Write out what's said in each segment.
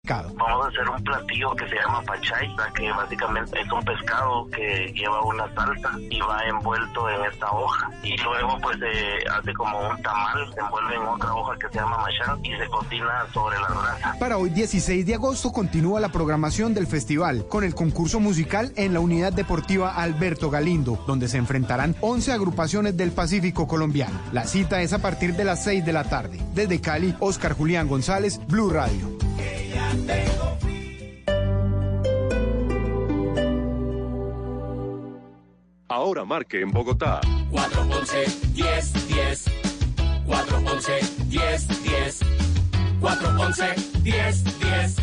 Vamos a hacer un platillo que se llama pachay, que básicamente es un pescado que lleva una salsa y va envuelto en esta hoja. Y luego pues se hace como un tamal, se envuelve en otra hoja que se llama machán y se cocina sobre la brasa. Para hoy 16 de agosto continúa la programación del festival con el concurso musical en la Unidad Deportiva Alberto Galindo, donde se enfrentarán 11 agrupaciones del Pacífico colombiano. La cita es a partir de las 6 de la tarde. Desde Cali, Oscar Julián González, Blue Radio. Ahora marque en Bogotá 411-1010 411-1010 411-1010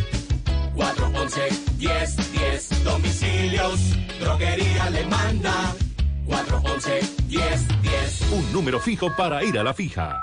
411-1010 Domicilios, droguería le manda 411-1010 Un número fijo para ir a la fija.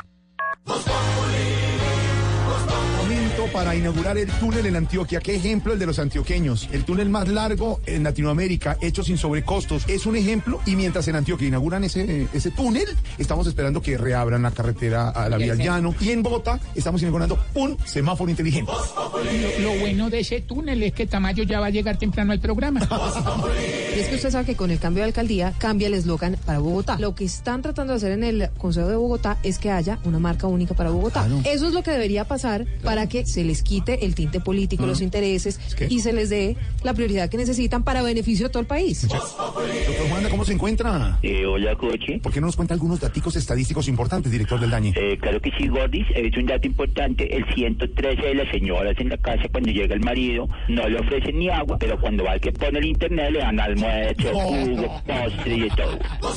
Para inaugurar el túnel en Antioquia. Qué ejemplo el de los antioqueños. El túnel más largo en Latinoamérica, hecho sin sobrecostos. Es un ejemplo. Y mientras en Antioquia inauguran ese túnel, estamos esperando que reabran la carretera a la vía al llano. Y en Bogotá estamos inaugurando un semáforo inteligente. Lo bueno de ese túnel es que Tamayo ya va a llegar temprano al programa. Y es que usted sabe que con el cambio de alcaldía cambia el eslogan para Bogotá. Lo que están tratando de hacer en el Consejo de Bogotá es que haya una marca única para Bogotá. Claro. Eso es lo que debería pasar para que se les quite el tinte político, los intereses, y se les dé la prioridad que necesitan para beneficio de todo el país. Doctor Juanda, ¿cómo se encuentra? Hola, Coche. ¿Por qué no nos cuenta algunos daticos estadísticos importantes, director del DANE? Claro que sí, Gordis. Es un dato importante. El 113 de las señoras en la casa, cuando llega el marido, no le ofrecen ni agua, pero cuando va al que pone el internet, le dan almuerzo, jugo, postre y de todo.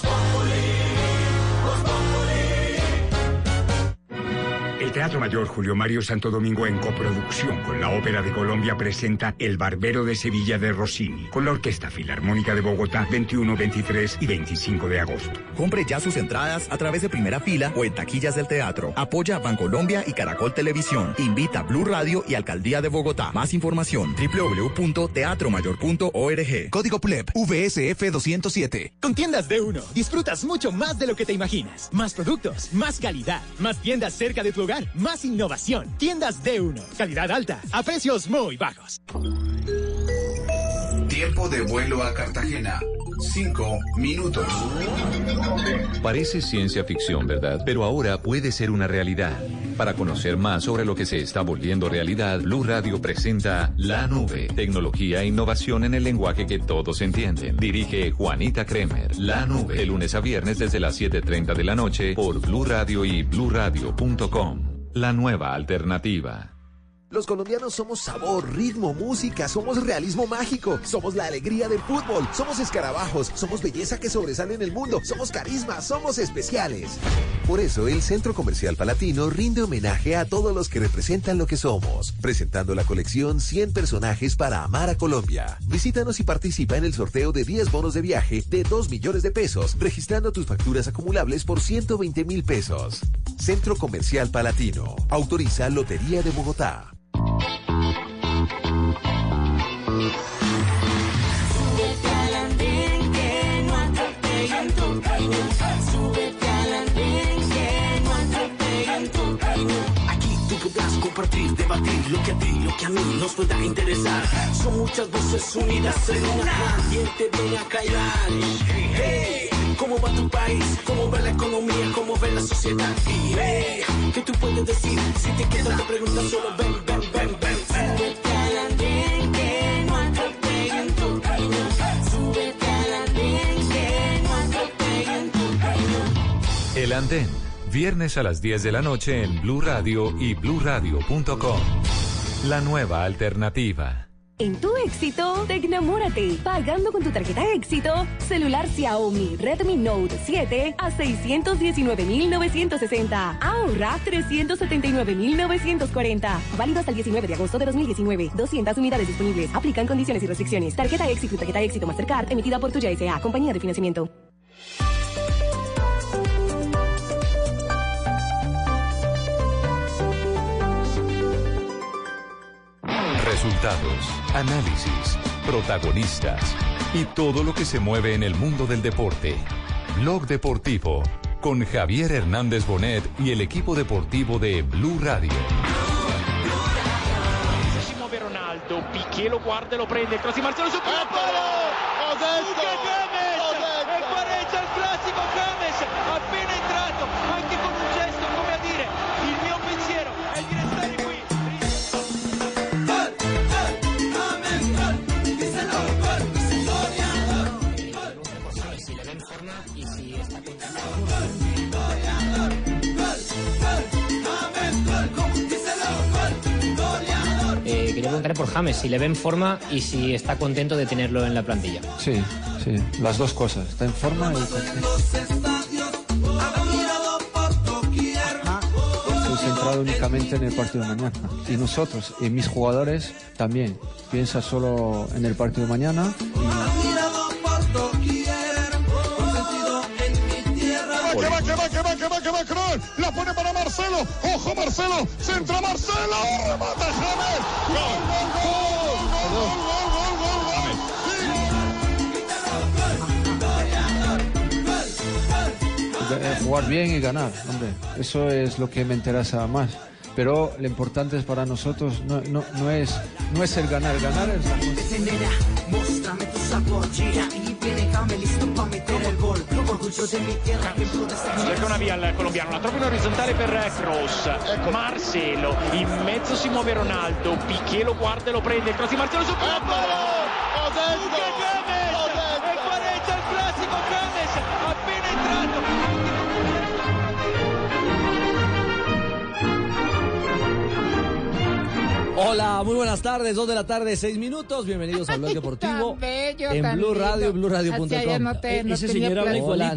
El Teatro Mayor Julio Mario Santo Domingo, en coproducción con la Ópera de Colombia, presenta El Barbero de Sevilla de Rossini, con la Orquesta Filarmónica de Bogotá, 21, 23 y 25 de agosto. Compre ya sus entradas a través de Primera Fila o en taquillas del teatro. Apoya Bancolombia y Caracol Televisión. Invita Blue Radio y Alcaldía de Bogotá. Más información, www.teatromayor.org. Código PULEP, VSF 207. Con tiendas D1, disfrutas mucho más de lo que te imaginas. Más productos, más calidad, más tiendas cerca de tu hogar, más innovación. Tiendas D1, calidad alta, a precios muy bajos. Tiempo de vuelo a Cartagena, 5 minutos. Parece ciencia ficción, ¿verdad? Pero ahora puede ser una realidad. Para conocer más sobre lo que se está volviendo realidad, Blue Radio presenta La Nube, tecnología e innovación en el lenguaje que todos entienden. Dirige Juanita Kremer. La Nube, de lunes a viernes desde las 7:30 de la noche por Blue Radio y bluradio.com. La nueva alternativa. Los colombianos somos sabor, ritmo, música, somos realismo mágico, somos la alegría del fútbol, somos escarabajos, somos belleza que sobresale en el mundo, somos carisma, somos especiales. Por eso el Centro Comercial Palatino rinde homenaje a todos los que representan lo que somos, presentando la colección 100 personajes para amar a Colombia. Visítanos y participa en el sorteo de 10 bonos de viaje de 2 millones de pesos, registrando tus facturas acumulables por 120.000 pesos. Centro Comercial Palatino. Autoriza Lotería de Bogotá. Súbete al andén que no atropellen tu camino. Súbete al andén que no atropellen tu camino. Aquí tú podrás compartir, debatir lo que a ti, lo que a mí nos pueda interesar. Son muchas voces unidas en una. ¿Quién te viene a callar? Hey, ¿cómo va tu país? ¿Cómo va la economía? ¿Cómo va la sociedad? Y hey, ¿qué tú puedes decir? Si te quedas te preguntas, solo ven, ven, ven, ven. Súbete al andén que no atropellen tu camino. Súbete al andén que no atropellen tu camino. El Andén, viernes a las 10 de la noche en Blue Radio y bluradio.com. La nueva alternativa. En tu éxito, tecnamórate. Pagando con tu tarjeta éxito, celular Xiaomi Redmi Note 7 a 619.960. Ahorra 379.940. Válido hasta el 19 de agosto de 2019. 200 unidades disponibles. Aplican condiciones y restricciones. Tarjeta éxito Mastercard emitida por Tuya S.A. Compañía de Financiamiento. Resultados, análisis, protagonistas y todo lo que se mueve en el mundo del deporte. Blog Deportivo con Javier Hernández Bonet y el equipo deportivo de Blue Radio. Ronaldo, Piqué lo guarda e lo prende, il cross di Marcelo su palo, e pareggia il classico James, appena entrato, anche con un gesto, come a dire, il mio pensiero è di restare qui. Quería preguntarle por James, si le ve en forma y si está contento de tenerlo en la plantilla. Sí, las dos cosas. Está en forma y contento. Estoy centrado únicamente en el partido de mañana. Y nosotros, y mis jugadores también. Piensa solo en el partido de mañana. Que va, Kroos, la pone para Marcelo, ojo Marcelo, centra Marcelo, remata James, gol. Jugar bien y ganar, hombre, eso es lo que me interesa más. Pero lo importante es para nosotros no es el ganar es la Mostrame tu sabor, gira y viene James listo para meter el gol. Orgullo de mi tierra, ejemplo de esta Cerca una via al colombiano, la trova in orizzontale per Kroos, Marcelo, in mezzo si muove Ronaldo, Piqué lo guarda e lo prende, il cross di Marcelo su palo, e pareggia il classico James, appena entrato. Hola, muy buenas tardes, 2 de la tarde, 6 minutos, bienvenidos al Blog Deportivo en Blue Radio, BlueRadio.com. Ese señor habla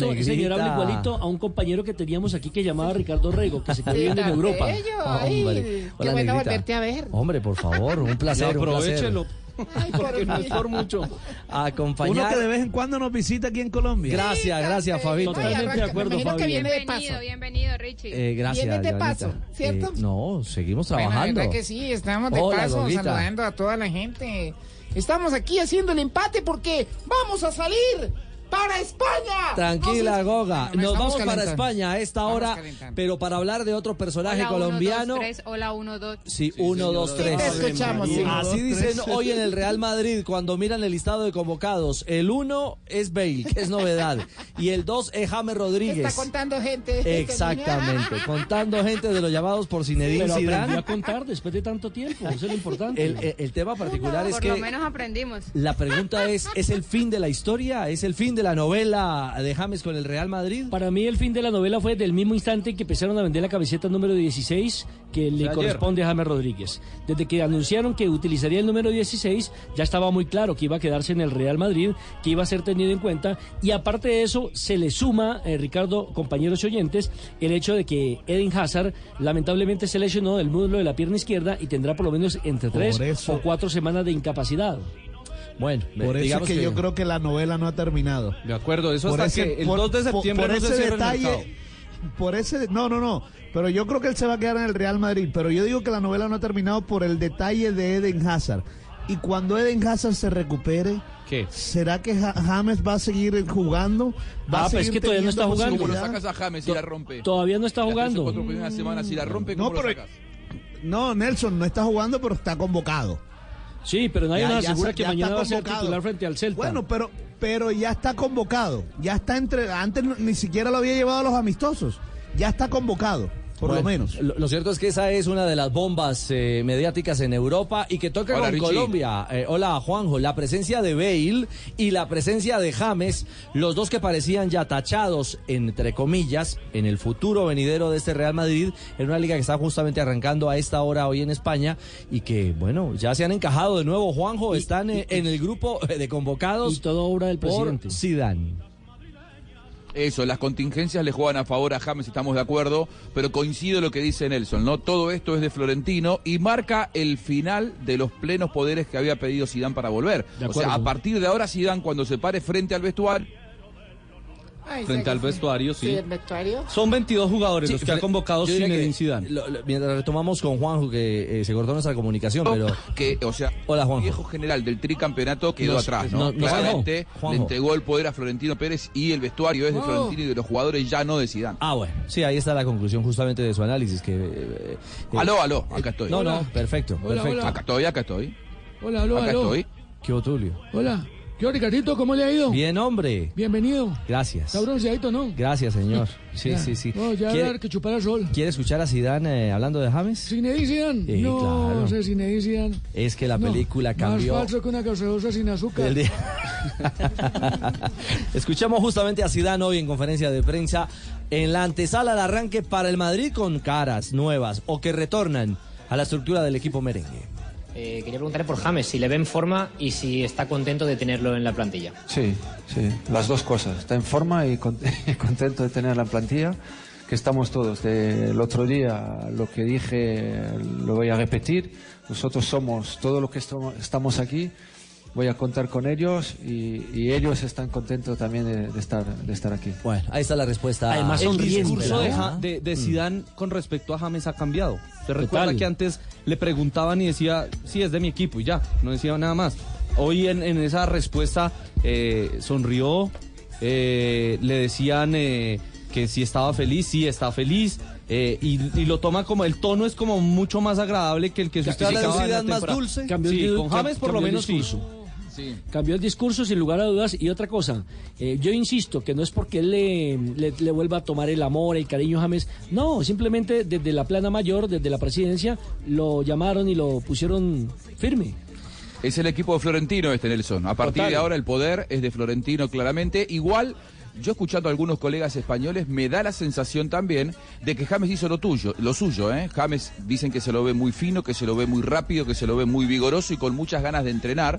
igualito a un compañero que teníamos aquí que llamaba Ricardo Rego, que se quedó viviendo en Europa. Hombre, qué bueno volverte a ver. Hombre, por favor, un placer. Aprovechelo. Porque no es por mucho. Acompañar. Uno que de vez en cuando nos visita aquí en Colombia. Gracias, Fabito. Totalmente de acuerdo, Fabio. Bienvenido, Richie. Gracias. Vienes de paso, ¿cierto? No, seguimos trabajando. Bueno, la verdad que sí, estamos de paso, Gogita. saludando a toda la gente. Estamos aquí haciendo el empate porque vamos a salir para España. Tranquila, Goga. Nos Nos vamos calentando. para España a esta hora, pero para hablar de otro personaje Hola, colombiano. 1, 2, 3. Hola, 1, 2. Sí, 1, 2, 3. Te escuchamos, sí. Así dicen hoy en el Real Madrid cuando miran el listado de convocados. El 1 es Bale, que es novedad. Y el 2 es James Rodríguez. Está contando gente. Exactamente, contando gente de los llamados por Zinedine Pero Zidane. aprendió a contar después de tanto tiempo, eso es lo importante. El tema particular es Por que lo menos aprendimos. la pregunta ¿es el fin de la historia? ¿Es el fin de la novela de James con el Real Madrid? Para mí el fin de la novela fue del mismo instante en que empezaron a vender la camiseta número 16 que le corresponde a James Rodríguez. Desde que anunciaron que utilizaría el número 16, ya estaba muy claro que iba a quedarse en el Real Madrid, que iba a ser tenido en cuenta, y aparte de eso se le suma, Ricardo, compañeros y oyentes, el hecho de que Eden Hazard lamentablemente se lesionó del muslo de la pierna izquierda y tendrá por lo menos entre 3 o 4 semanas de incapacidad. Bueno, por eso es que yo creo que la novela no ha terminado. De acuerdo, eso hasta que el 2 de septiembre no se cierra el mercado. Por ese, no, pero yo creo que él se va a quedar en el Real Madrid, pero yo digo que la novela no ha terminado por el detalle de Eden Hazard. Y cuando Eden Hazard se recupere, ¿qué? ¿Será que James va a seguir jugando? ¿Va a seguir es que todavía no está jugando. ¿Cómo lo sacas a James si la rompe? Todavía no está jugando. 4 primeras semanas si la rompe, ¿cómo lo sacas? No, Nelson no está jugando, pero está convocado. Sí, pero nadie nos asegura que mañana va a ser convocado. titular frente al Celta. Bueno, pero ya está convocado. Ya está antes ni siquiera lo había llevado a los amistosos. Ya está convocado. Por lo menos. Lo cierto es que esa es una de las bombas mediáticas en Europa y que toca Hola, con Richie. Colombia. Hola, Juanjo. La presencia de Bale y la presencia de James, los dos que parecían ya tachados, entre comillas, en el futuro venidero de este Real Madrid, en una liga que está justamente arrancando a esta hora hoy en España y que, bueno, ya se han encajado de nuevo, Juanjo. Están en el grupo de convocados. Y todo obra del presidente. Por Zidane. Eso, las contingencias le juegan a favor a James, estamos de acuerdo, pero coincido lo que dice Nelson, ¿no? Todo esto es de Florentino y marca el final de los plenos poderes que había pedido Zidane para volver. O sea, a partir de ahora Zidane, cuando se pare frente al vestuario, frente al vestuario, sí. ¿El vestuario? Son 22 jugadores los que ha convocado Zinedine Zidane. Mientras retomamos con Juanjo, que se cortó nuestra comunicación, pero... o sea, hola, Juanjo. El viejo general del tricampeonato quedó atrás, ¿no? Claramente le entregó el poder a Florentino Pérez y el vestuario es de Florentino y de los jugadores, ya no de Zidane. Ah, bueno, sí, ahí está la conclusión justamente de su análisis. Que aló, acá estoy. No, perfecto, perfecto. Acá estoy. Hola, aló, Acá aló. estoy. ¿Qué Tulio? Hola. ¿Qué onda, Ricardito? ¿Cómo le ha ido? Bien, hombre. Bienvenido. Gracias. ¿Está bronceadito, no? Gracias, señor. Sí, Ya. sí, sí. No, ya hablar que chupar el sol. ¿Quiere escuchar a Zidane hablando de James? ¿Zinedine Zidane? No, claro. no sé, Zinedine Zidane. Es que la película cambió. Más falso que una gaseosa sin azúcar. Escuchamos justamente a Zidane hoy en conferencia de prensa en la antesala al arranque para el Madrid con caras nuevas o que retornan a la estructura del equipo merengue. Quería preguntarle por James, si le ve en forma y si está contento de tenerlo en la plantilla. Sí, las dos cosas. Está en forma y contento de tenerla en plantilla, que estamos todos. El otro día lo que dije lo voy a repetir. Nosotros somos todo lo que estamos aquí. Voy a contar con ellos y ellos están contentos también de estar aquí. Bueno, ahí está la respuesta. Además, el discurso de Zidane con respecto a James ha cambiado. ¿Te recuerda que antes le preguntaban y decía, sí, es de mi equipo y ya, no decía nada más? Hoy en esa respuesta sonrió, le decían que si estaba feliz, sí está feliz. Y lo toma como el tono es como mucho más agradable que el que se utilizaba en la temporada. Más dulce. Con James por lo menos sí. Sí. Cambió el discurso sin lugar a dudas. Y otra cosa, yo insisto que no es porque él le vuelva a tomar el amor, el cariño a James. No, simplemente desde la plana mayor, desde la presidencia, lo llamaron y lo pusieron firme. Es el equipo de Florentino Nelson. A partir de ahora el poder es de Florentino claramente. Igual, yo escuchando a algunos colegas españoles, me da la sensación también de que James hizo lo suyo. James dicen que se lo ve muy fino, que se lo ve muy rápido, que se lo ve muy vigoroso y con muchas ganas de entrenar.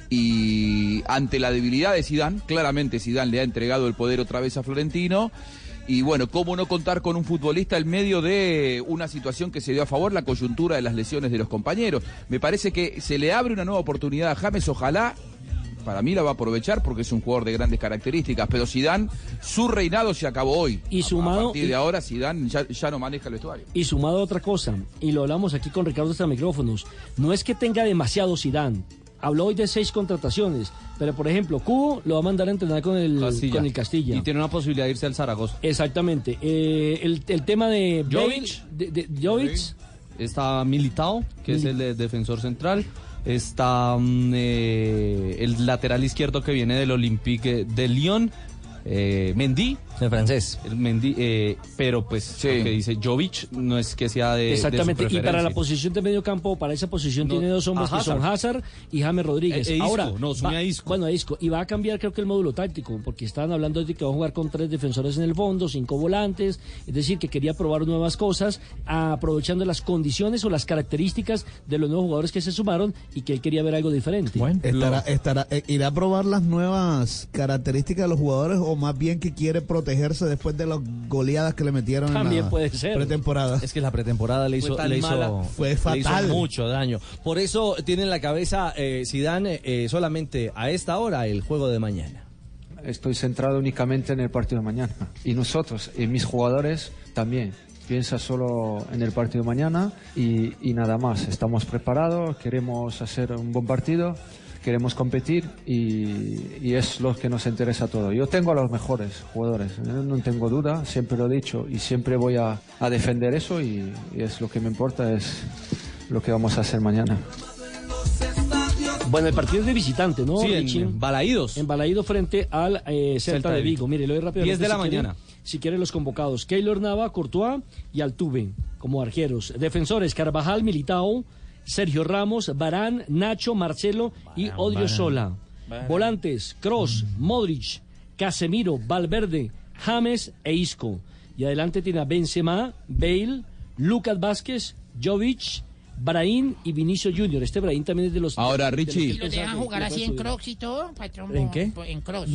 Y ante la debilidad de Zidane, claramente Zidane le ha entregado el poder otra vez a Florentino. Y bueno, ¿cómo no contar con un futbolista en medio de una situación que se dio a favor, la coyuntura de las lesiones de los compañeros? Me parece que se le abre una nueva oportunidad a James, ojalá. Para mí la va a aprovechar porque es un jugador de grandes características, pero Zidane, su reinado se acabó hoy. Y sumado, a partir de ahora Zidane ya no maneja el vestuario. Y sumado a otra cosa, y lo hablamos aquí con Ricardo hasta micrófonos, no es que tenga demasiado Zidane. Habló hoy de 6 contrataciones, pero por ejemplo, Cubo lo va a mandar a entrenar con el Castilla. Y tiene una posibilidad de irse al Zaragoza. Exactamente. El tema de Jovic. Jovic. Está Militao, que es el defensor central. Está el lateral izquierdo que viene del Olympique de Lyon, Mendy, el francés. El Mendy, pero pues lo que dice Jovic no es que sea de exactamente, de su y para la posición de medio campo, para esa posición tiene dos hombres que son Hazard y James Rodríguez. Ahora, Isco. Y va a cambiar creo que el módulo táctico, porque estaban hablando de que va a jugar con 3 defensores en el fondo, 5 volantes, es decir, que quería probar nuevas cosas, aprovechando las condiciones o las características de los nuevos jugadores que se sumaron y que él quería ver algo diferente. Bueno, ¿irá a probar las nuevas características de los jugadores o más bien que quiere protegerse después de las goleadas que le metieron también en puede la ser pretemporada? Es que la pretemporada le hizo fue fatal. Le hizo mucho daño. Por eso tiene en la cabeza Zidane solamente a esta hora el juego de mañana. Estoy centrado únicamente en el partido de mañana. Y nosotros, y mis jugadores también. Piensa solo en el partido de mañana y nada más. Estamos preparados, queremos hacer un buen partido, queremos competir y es lo que nos interesa a todos. Yo tengo a los mejores jugadores, no tengo duda, siempre lo he dicho y siempre voy a defender eso y es lo que me importa, es lo que vamos a hacer mañana. Bueno, el partido es de visitante, ¿no? Sí, en Balaídos. En Balaídos frente al Celta de Vigo. Mire, lo doy rápido. 10 de la mañana. Si quieren los convocados, Keylor Nava, Courtois y Altuve como arqueros. Defensores, Carvajal, Militao, Sergio Ramos, Varane, Nacho, Marcelo y Odriozola. Volantes, Kroos, Modric, Casemiro, Valverde, James e Isco. Y adelante tiene a Benzema, Bale, Lucas Vázquez, Jovic, Brahim y Vinicio Junior. Este Brahim también es de los... Ahora, Richie. ¿Y los dejan jugar así en Crocs y todo, patrón? ¿En qué? En Crocs.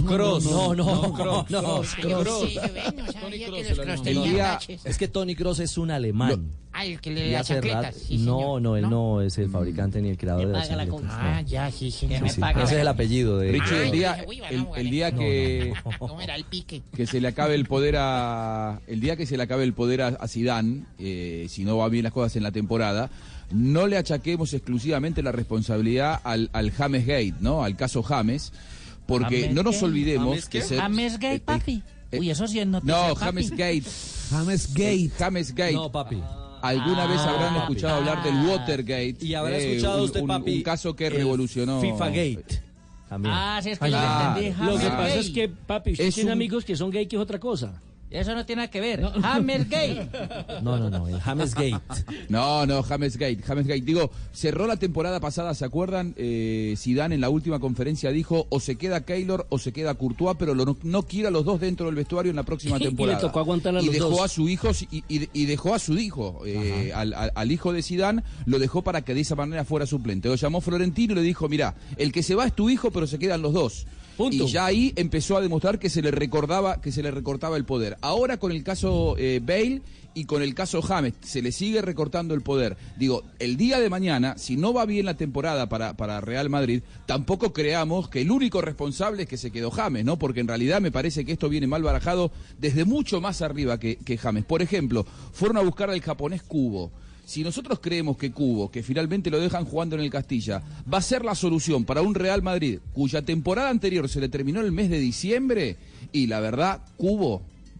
Es que Toni Kroos es un alemán. El que le da chancletas. Sí, él no es el fabricante ni el creador de las chancletas. Ya, sí, señor. Ese es el apellido de... Richie, el día que... ¿Cómo era el pique? Que se le acabe el poder a... El día que se le acabe el poder a Zidane, si no va bien las cosas en la temporada, no le achaquemos exclusivamente la responsabilidad al James Gate, ¿no? Al caso James, porque no nos olvidemos que... James Gate, papi. Uy, eso sí es noticia, no, James Gate. James Gate. James Gate. No, papi. Alguna vez habrán escuchado hablar del Watergate. Y habrá escuchado usted, papi, un caso que revolucionó. FIFA Gate. También. Sí, es que yo entendí. Lo que pasa es que, papi, usted tiene amigos que son gay, que es otra cosa. Eso no tiene nada que ver. Hammergate. No, el Hammersgate. No, Hammersgate. Digo, cerró la temporada pasada, ¿se acuerdan? Zidane en la última conferencia dijo, o se queda Keylor o se queda Courtois, pero no quiere a los dos dentro del vestuario en la próxima temporada. Y le tocó aguantar a los dejó dos. A su hijo, y dejó a su hijo, al hijo de Zidane, lo dejó para que de esa manera fuera suplente. Lo llamó Florentino y le dijo, mirá, el que se va es tu hijo, pero se quedan los dos. Punto. Y ya ahí empezó a demostrar que se le recortaba el poder. Ahora con el caso Bale y con el caso James se le sigue recortando el poder. Digo, el día de mañana, si no va bien la temporada para Real Madrid, tampoco creamos que el único responsable es que se quedó James, ¿no? Porque en realidad me parece que esto viene mal barajado desde mucho más arriba que James. Por ejemplo, fueron a buscar al japonés Kubo. Si nosotros creemos que Kubo, que finalmente lo dejan jugando en el Castilla, va a ser la solución para un Real Madrid cuya temporada anterior se le terminó el mes de diciembre, y la verdad, Kubo...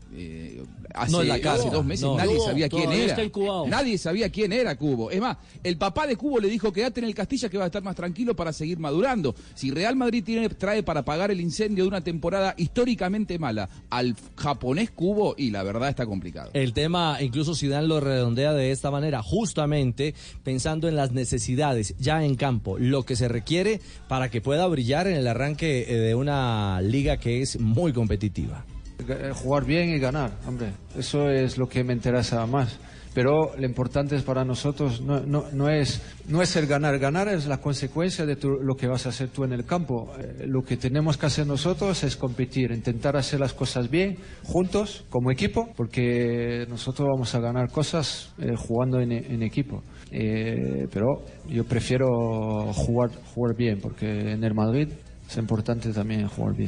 hace 2 meses nadie sabía quién era. Nadie sabía quién era Kubo. Es más, el papá de Kubo le dijo, quédate en el Castilla que va a estar más tranquilo para seguir madurando. Si Real Madrid trae para pagar el incendio de una temporada históricamente mala al japonés Kubo, y la verdad está complicado. El tema, incluso Zidane lo redondea de esta manera, justamente pensando en las necesidades ya en campo, lo que se requiere para que pueda brillar en el arranque de una liga que es muy competitiva. Jugar bien y ganar, hombre, eso es lo que me interesa más. Pero lo importante es para nosotros no es el ganar es la consecuencia de lo que vas a hacer tú en el campo. Lo que tenemos que hacer nosotros es competir, intentar hacer las cosas bien, juntos, como equipo, porque nosotros vamos a ganar cosas jugando en equipo. Pero yo prefiero jugar bien, porque en el Madrid es importante también jugar bien.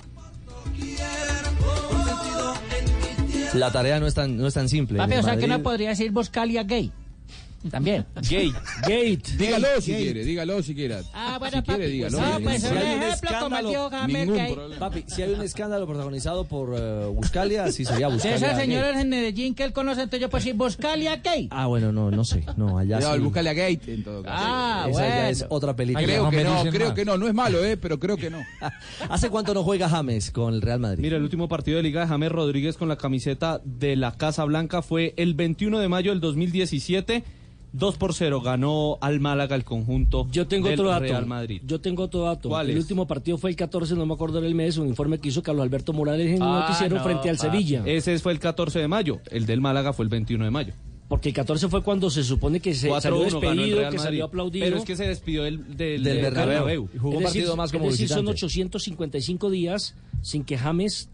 La tarea no es tan simple. Papi, o sea que no podría decir Buscalia gay. También. Gate. Dígalo si quiere. Bueno, si papi. Quiere, dígalo. No, pues un ejemplo cometió James gay. Papi, si hay un escándalo protagonizado por Buscalia, sí sería Buscalia. Si esos señores gay. En Medellín que él conoce, entonces yo puedo decir Buscalia gay. Bueno, no sé. No, allá sí. El Buscalia Gate, en todo caso. Esa ya es otra película. Creo que no es malo, pero creo que no. ¿Hace cuánto no juega James con el Real Madrid? Mira, el último partido de Liga de James Rodríguez con la camiseta de la Casa Blanca fue el 21 de mayo del 2017. 2-0 ganó al Málaga el conjunto del Real Madrid. Yo tengo otro dato. ¿Cuál el es? último partido fue el 14, no me acuerdo del mes, un informe que hizo Carlos Alberto Morales en un noticiero frente al Sevilla. Ese fue el 14 de mayo, el del Málaga fue el 21 de mayo. Porque el 14 fue cuando se supone que se salió despedido, que salió aplaudido. Pero es que se despidió del Bernabéu. Y jugó un partido más como visitante. Son 855 días sin que James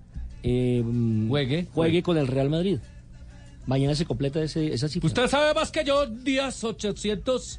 juegue con el Real Madrid. Mañana se completa esa cifra. Usted sabe más que yo, días 855.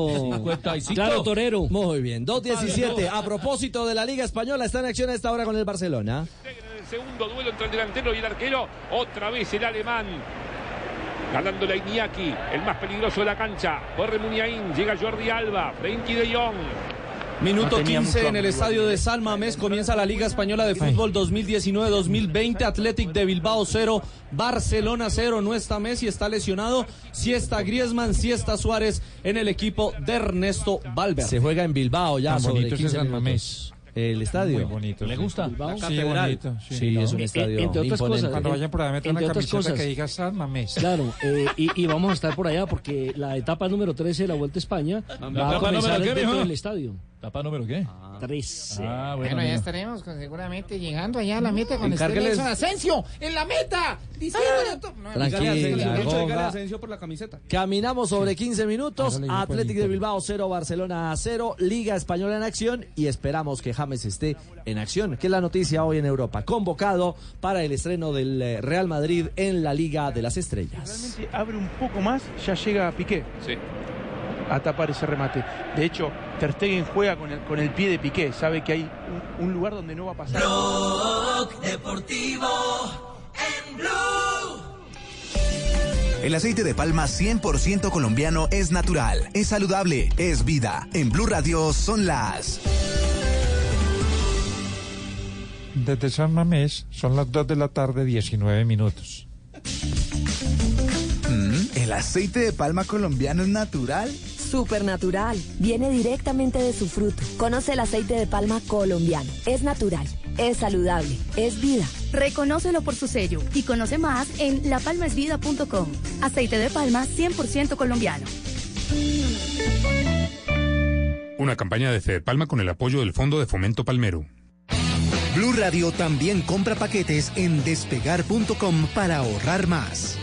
Claro, torero. Muy bien, 2:17. A propósito de la Liga Española, está en acción a esta hora con el Barcelona. En el segundo duelo entre el delantero y el arquero, otra vez el alemán. Ganándole a Iñaki, el más peligroso de la cancha. Corre Muniain, llega Jordi Alba, Frenkie de Jong. Minuto 15 en el estadio de San Mamés, comienza la Liga Española de Fútbol 2019-2020, Athletic de Bilbao 0, Barcelona 0, no está Messi, está lesionado, sí está Griezmann, sí está Suárez en el equipo de Ernesto Valverde. Se juega en Bilbao ya sobre 15 San minutos. Mamés. El estadio. Muy bonito. ¿Le gusta? La catedral. Bonito. Sí, es un estadio entre otras imponente. cosas, Cuando vayan por allá, metan una camiseta que diga San Mamés. Claro, y vamos a estar por allá porque la etapa número 13 de la Vuelta a España va a comenzar dentro del estadio. ¿Etapa número qué? 13. Bueno, ya estaremos seguramente llegando allá a la meta con Esteban Asensio en la meta. Tranquila, Asensio por la camiseta. Caminamos sobre 15 minutos. Athletic de Bilbao 0, Barcelona 0. Liga Española en acción y esperamos que James esté en acción, que es la noticia hoy en Europa. Convocado para el estreno del Real Madrid en la Liga de las Estrellas. Realmente abre un poco más, ya llega Piqué. Sí. A tapar ese remate. De hecho, Ter Stegen juega con el pie de Piqué. Sabe que hay un lugar donde no va a pasar. Blog Deportivo en Blue. El aceite de palma 100% colombiano es natural, es saludable, es vida. En Blue Radio son las... Desde San Mamés son las 2 de la tarde, 19 minutos. El ¿El aceite de palma colombiano es natural? Supernatural. Viene directamente de su fruto. Conoce el aceite de palma colombiano. Es natural, es saludable, es vida. Reconócelo por su sello y conoce más en lapalmaesvida.com. Aceite de palma 100% colombiano. Una campaña de Fede Palma con el apoyo del Fondo de Fomento Palmero. Blue Radio también compra paquetes en despegar.com para ahorrar más.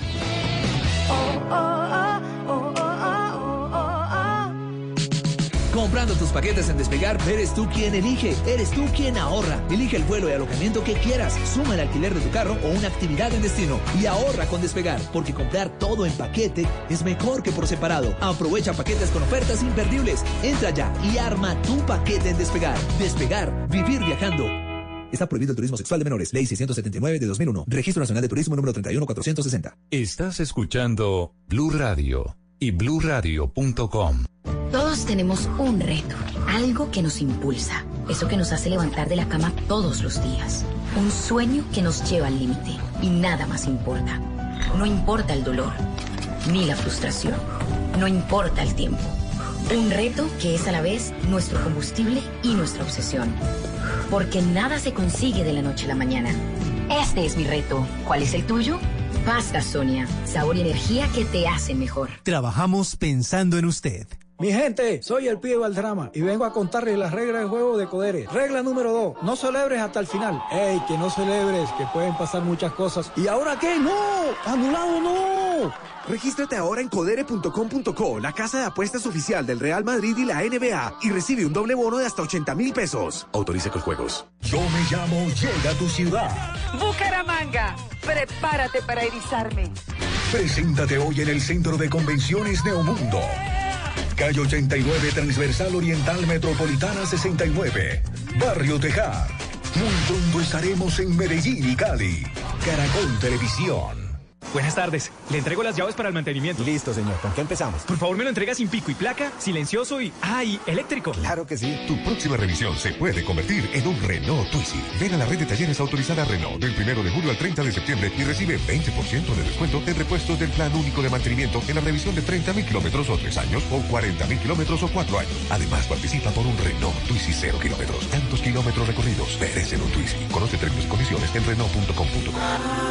Comprando tus paquetes en Despegar, eres tú quien elige, eres tú quien ahorra. Elige el vuelo y alojamiento que quieras, suma el alquiler de tu carro o una actividad en destino y ahorra con Despegar, porque comprar todo en paquete es mejor que por separado. Aprovecha paquetes con ofertas imperdibles. Entra ya y arma tu paquete en Despegar. Despegar, vivir viajando. Está prohibido el turismo sexual de menores. Ley 679 de 2001. Registro Nacional de Turismo número 31460. Estás escuchando Blue Radio y bluradio.com. Todos tenemos un reto, algo que nos impulsa, eso que nos hace levantar de la cama todos los días, un sueño que nos lleva al límite y nada más importa. No importa el dolor, ni la frustración, no importa el tiempo. Un reto que es a la vez nuestro combustible y nuestra obsesión. Porque nada se consigue de la noche a la mañana. Este es mi reto. ¿Cuál es el tuyo? Pasta Sonia, sabor y energía que te hacen mejor. Trabajamos pensando en usted. Mi gente, soy el Pibe Valdrama y vengo a contarles las reglas del juego de Codere. Regla número 2, no celebres hasta el final. ¡Ey, que no celebres, que pueden pasar muchas cosas! ¿Y ahora qué? ¡No! ¡Anulado no! Regístrate ahora en codere.com.co, la casa de apuestas oficial del Real Madrid y la NBA, y recibe un doble bono de hasta 80.000 pesos. Autoriza con juegos. Yo me llamo Llega a tu ciudad. Bucaramanga, prepárate para erizarme. Preséntate hoy en el Centro de Convenciones Neomundo. Calle 89, Transversal Oriental Metropolitana 69, Barrio Tejar. Muy pronto estaremos en Medellín y Cali. Caracol Televisión. Buenas tardes. Le entrego las llaves para el mantenimiento. Listo, señor. ¿Con qué empezamos? Por favor, me lo entrega sin pico y placa, silencioso y eléctrico. Claro que sí. Tu próxima revisión se puede convertir en un Renault Twizy. Ven a la red de talleres autorizada Renault del 1 de julio al 30 de septiembre y recibe 20% de descuento en repuestos del plan único de mantenimiento en la revisión de 30.000 kilómetros o 3 años o 40.000 kilómetros o 4 años. Además, participa por un Renault Twizy 0 kilómetros. Tantos kilómetros recorridos merecen un Twizy. Conoce términos y condiciones en Renault.com.co.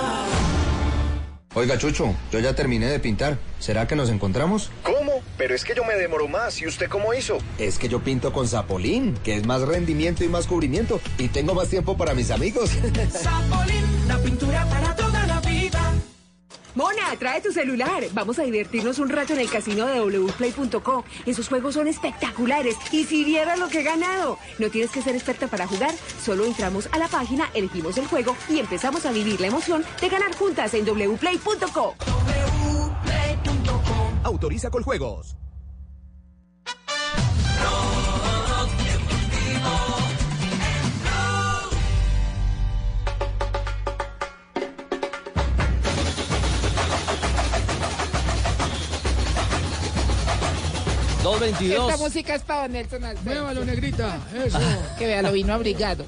Oiga, Chucho, yo ya terminé de pintar. ¿Será que nos encontramos? ¿Cómo? Pero es que yo me demoro más. ¿Y usted cómo hizo? Es que yo pinto con Zapolín, que es más rendimiento y más cubrimiento. Y tengo más tiempo para mis amigos. Zapolín, la pintura para toda la vida. Mona, trae tu celular. Vamos a divertirnos un rato en el casino de wplay.co. Esos juegos son espectaculares. Y si vieras lo que he ganado. No tienes que ser experta para jugar. Solo entramos a la página, elegimos el juego y empezamos a vivir la emoción de ganar juntas en wplay.co. Autoriza con juegos. Esta música es para Nelson Alberto. Muévalo, negrita. Eso. Que vea, lo vino abrigado.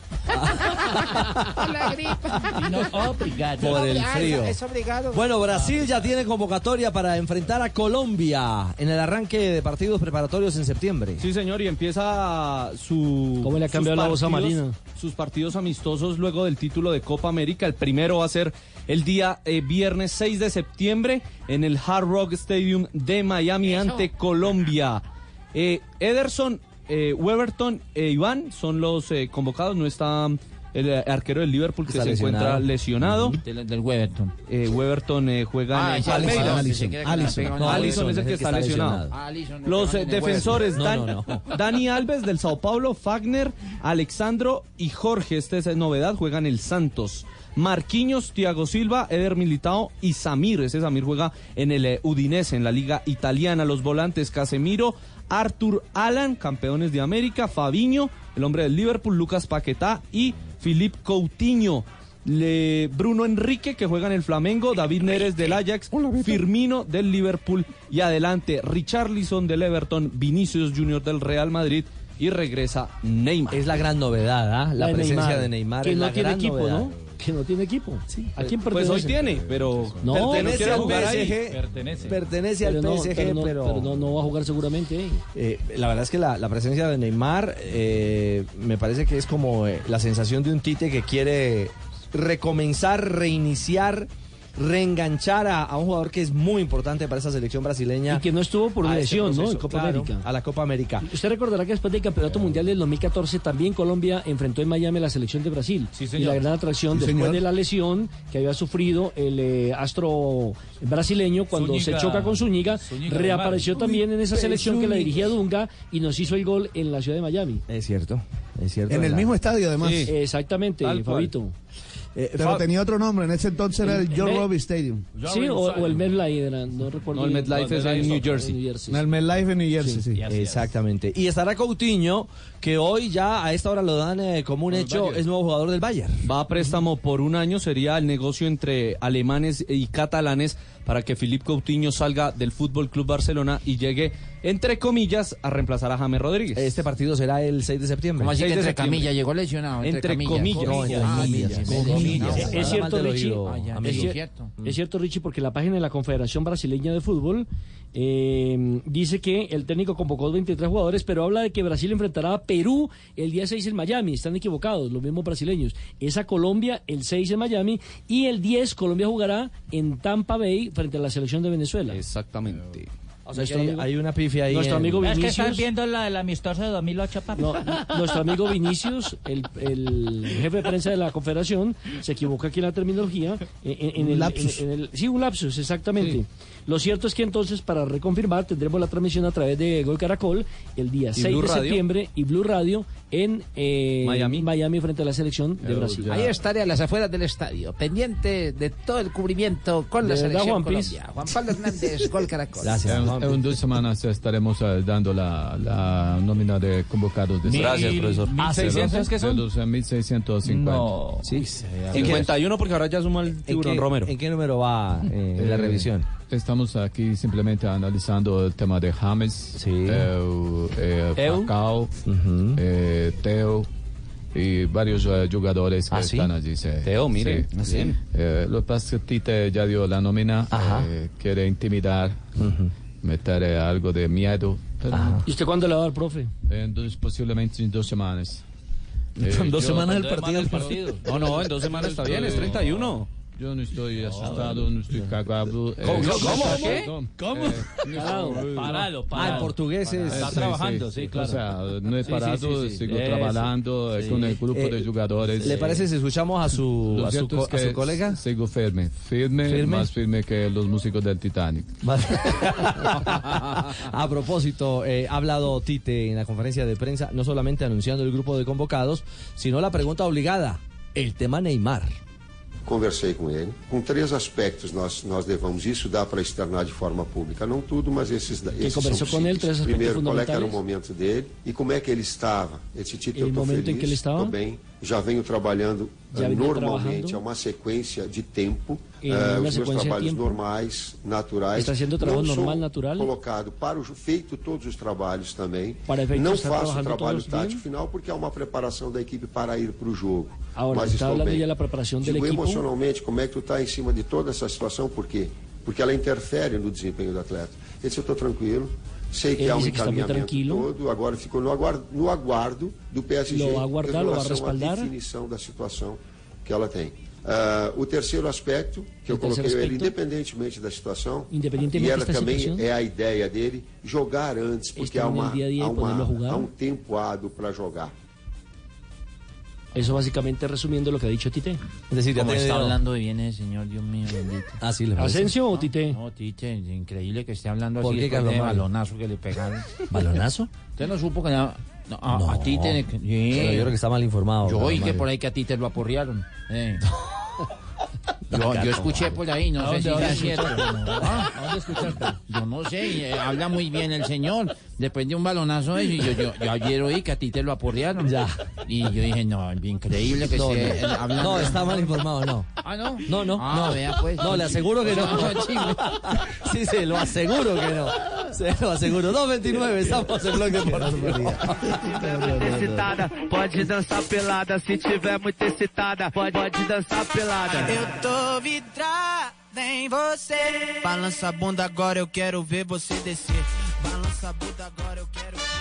La gripa. Vino obrigado. Por el frío. Es obligado. Bueno, Brasil ya tiene convocatoria para enfrentar a Colombia en el arranque de partidos preparatorios en septiembre. Sí, señor, y empieza ¿Cómo le ha cambiado la voz a Marina? Sus partidos amistosos luego del título de Copa América. El primero va a ser el día viernes 6 de septiembre en el Hard Rock Stadium de Miami ante Colombia. Ederson, Weberton e Iván son los convocados. No está el arquero del Liverpool que se encuentra lesionado. Del Weberton. Weberton juega en Palmeiras. Alisson es el que está lesionado. Los defensores, Dani Alves del Sao Paulo, Fagner, Alexandro y Jorge, esta es novedad, juegan el Santos. Marquinhos, Thiago Silva, Eder Militao y Samir. Ese Samir juega en el Udinese, en la Liga Italiana. Los volantes, Casemiro, Arthur Alan, campeones de América, Fabinho, el hombre del Liverpool, Lucas Paquetá y Philippe Coutinho. Bruno Enrique, que juega en el Flamengo, David Neres del Ajax, Firmino del Liverpool y adelante Richarlison del Everton, Vinicius Junior del Real Madrid y regresa Neymar. Es la gran novedad, ¿ah? La presencia de Neymar que es no la tiene gran equipo, novedad. ¿no? Que no tiene equipo. ¿A quién pertenece? Pues hoy tiene, pero no pertenece al PSG. Pertenece al PSG, pero no va a jugar seguramente. La verdad es que la presencia de Neymar me parece que es como la sensación de un Tite que quiere recomenzar, reiniciar, reenganchar a un jugador que es muy importante para esa selección brasileña. Y que no estuvo por lesión, ¿no? En Copa América. A la Copa América. Usted recordará que después del Campeonato Mundial del 2014 también Colombia enfrentó en Miami a la selección de Brasil. Sí, y señor. la gran atracción después de la lesión que había sufrido el astro brasileño cuando se choca con Zúñiga, reapareció también en esa selección que la dirigía Dunga y nos hizo el gol en la ciudad de Miami. Es cierto. En el mismo estadio, además. Sí. Exactamente, Fabito. Pero tenía otro nombre, en ese entonces era el Joe Robbie Stadium. Sí, o el MetLife, no recuerdo. No, el MetLife es en New Jersey. El MetLife en New Jersey, sí. Exactamente. Y estará Coutinho, que hoy ya a esta hora lo dan como un hecho, es nuevo jugador del Bayern. Va a préstamo por un año, sería el negocio entre alemanes y catalanes para que Philippe Coutinho salga del Fútbol Club Barcelona y llegue, entre comillas, a reemplazar a James Rodríguez. Este partido será el 6 de septiembre. ¿Cómo así que entre camillas? Llegó lesionado. Entre comillas. No, entre comillas. Es cierto, Richie. Es cierto, Richie, porque la página de la Confederación Brasileña de Fútbol dice que el técnico convocó 23 jugadores, pero habla de que Brasil enfrentará a Perú el día 6 en Miami. Están equivocados los mismos brasileños. Es a Colombia el 6 en Miami y el 10 Colombia jugará en Tampa Bay frente a la selección de Venezuela. Exactamente. O sea, hay una pifia ahí. Nuestro amigo Vinicius. Es que estás viendo el amistoso de 2008, papi. No, nuestro amigo Vinicius, el jefe de prensa de la Confederación, se equivoca aquí en la terminología. En lapsus. Sí, un lapsus, exactamente. Sí. Lo cierto es que entonces, para reconfirmar, tendremos la transmisión a través de Gol Caracol el día 6 de septiembre y Blue Radio en Miami frente a la selección de Brasil. Ahí estaré a las afueras del estadio, pendiente de todo el cubrimiento con la selección Colombia. Juan Pablo Hernández, Gol Caracol. Gracias. En 2 semanas estaremos dando la nómina de convocados. Gracias, profesor. ¿1.600 qué son? De los 1.650. No. Sí. 51 porque ahora ya suma el Tiburón Romero. ¿En qué número va la revisión? Estamos aquí simplemente analizando el tema de James, Falcao, Teo y varios jugadores que están allí. Teo, mire. Sí. Lo que pasa es que Tite ya dio la nómina, quiere intimidar, meter algo de miedo. ¿Y usted cuándo le va a dar, profe? Posiblemente en 2 semanas. ¿En 2 semanas el partido? No, en 2 semanas está bien, es 31. Yo no estoy asustado, no estoy cagado. ¿Cómo? Parado. En portugués está trabajando, sí, claro. O sea, no he parado, sigo trabajando con el grupo de jugadores. ¿Le parece si escuchamos a su colega? Sigo firme, más firme que los músicos del Titanic. A propósito, ha hablado Tite en la conferencia de prensa, no solamente anunciando el grupo de convocados, sino la pregunta obligada, el tema Neymar. Conversei com ele. Com 3 aspectos nós levamos. Isso dá para externar de forma pública. Não tudo, mas esses conversou com ele, 3 aspectos Primeiro, qual é que era o fundamentais. momento dele e como é que ele estava. Esse título eu estou momento em que ele feliz, estava. estou bem. Já venho trabalhando normalmente, é uma sequência de tempo. Os meus trabalhos normais, naturais. Está haciendo trabajo não normal, sou natural. colocado para o feito todos os trabalhos também. Para efeito, não está faço o trabajando trabalho todos los tático final porque é uma preparação da equipe para ir para o jogo. Ahora, Mas está estou hablando bem. ya de la preparación del Digo equipo. emocionalmente, como é que tu está em cima de toda essa situação, por quê? Porque ela interfere no desempenho do atleta. Esse eu estou tranquilo, sei que Ele há um dice que está muy encaminhamento tranquilo. todo, agora ficou no aguardo do PSG Lo va a aguardar, em lo va a relação à respaldar. definição da situação que ela tem. O terceiro aspecto, que eu terceiro coloquei ele aspecto, independentemente da situação, independentemente e ela desta também situação, é a ideia dele, jogar antes, porque Estar há, no dia a dia, poderlo jugar. há um tempoado para jogar. Eso básicamente resumiendo lo que ha dicho Tite. Es decir, Como está hablando bien ese señor, Dios mío, bendito. Ah, sí, ¿le parece? ¿Asensio o Tite? No, Tite, es increíble que esté hablando ¿Por así qué, después de Carlos Mario? balonazo que le pegaron. ¿Balonazo? ¿Usted no supo que a Tite? Sí. Pero yo creo que está mal informado. Yo oí Mario. que por ahí que a Tite lo aporrearon. Yo escuché por ahí, no sé si es cierto. ¿A dónde escuchaste? Yo no sé, habla muy bien el señor. después de un balonazo y yo ayer oí que a ti te lo aporrearon. Ya. Y yo dije, no, increíble que se hablando. No, está mal informado, no. ¿Ah, no? No, vea pues. No, le aseguro que no. Sí, se lo aseguro que no. Se lo aseguro. 2:29, estamos en Blog Deportivo. Pode dançar pelada, se tiver muito excitada, pode dançar pelada. Eu tô vidrada em você. Balança a bunda agora, eu quero ver você descer. Balança a bunda agora, eu quero ver.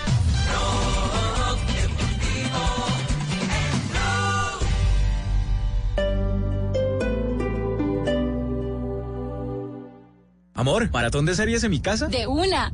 Amor, ¿maratón de series en mi casa? ¡De una!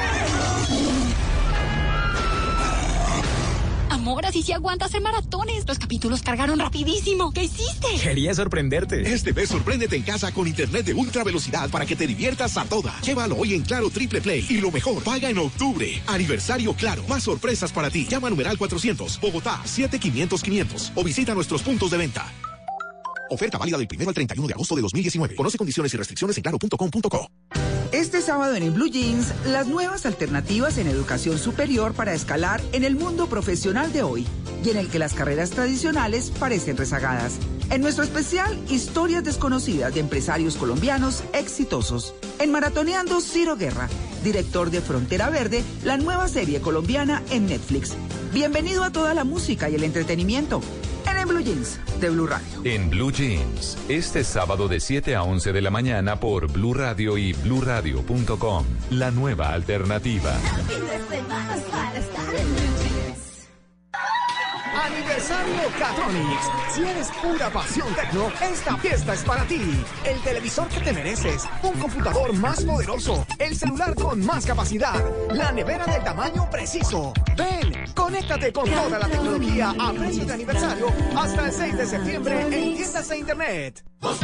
Amor, así sí aguanta hacer maratones. Los capítulos cargaron rapidísimo. ¿Qué hiciste? Quería sorprenderte. Este mes sorpréndete en casa con internet de ultra velocidad para que te diviertas a toda. Llévalo hoy en Claro Triple Play. Y lo mejor, paga en octubre. Aniversario Claro. Más sorpresas para ti. Llama a numeral 400, Bogotá, 7500 o visita nuestros puntos de venta. Oferta válida del 1 al 31 de agosto de 2019. Conoce condiciones y restricciones en claro.com.co. Este sábado en Blue Jeans, las nuevas alternativas en educación superior para escalar en el mundo profesional de hoy y en el que las carreras tradicionales parecen rezagadas. En nuestro especial, historias desconocidas de empresarios colombianos exitosos. En Maratoneando, Ciro Guerra, director de Frontera Verde, la nueva serie colombiana en Netflix. Bienvenido a toda la música y el entretenimiento en Blue Jeans de Blue Radio. En Blue Jeans, este sábado de 7 a 11 de la mañana por Blue Radio y bluradio.com. La nueva alternativa. Aniversario Catronics. Si eres pura pasión tecno, esta fiesta es para ti. El televisor que te mereces, un computador más poderoso, el celular con más capacidad, la nevera del tamaño preciso. Ven, conéctate con toda la tecnología a precio de aniversario hasta el 6 de septiembre en tiendas de internet.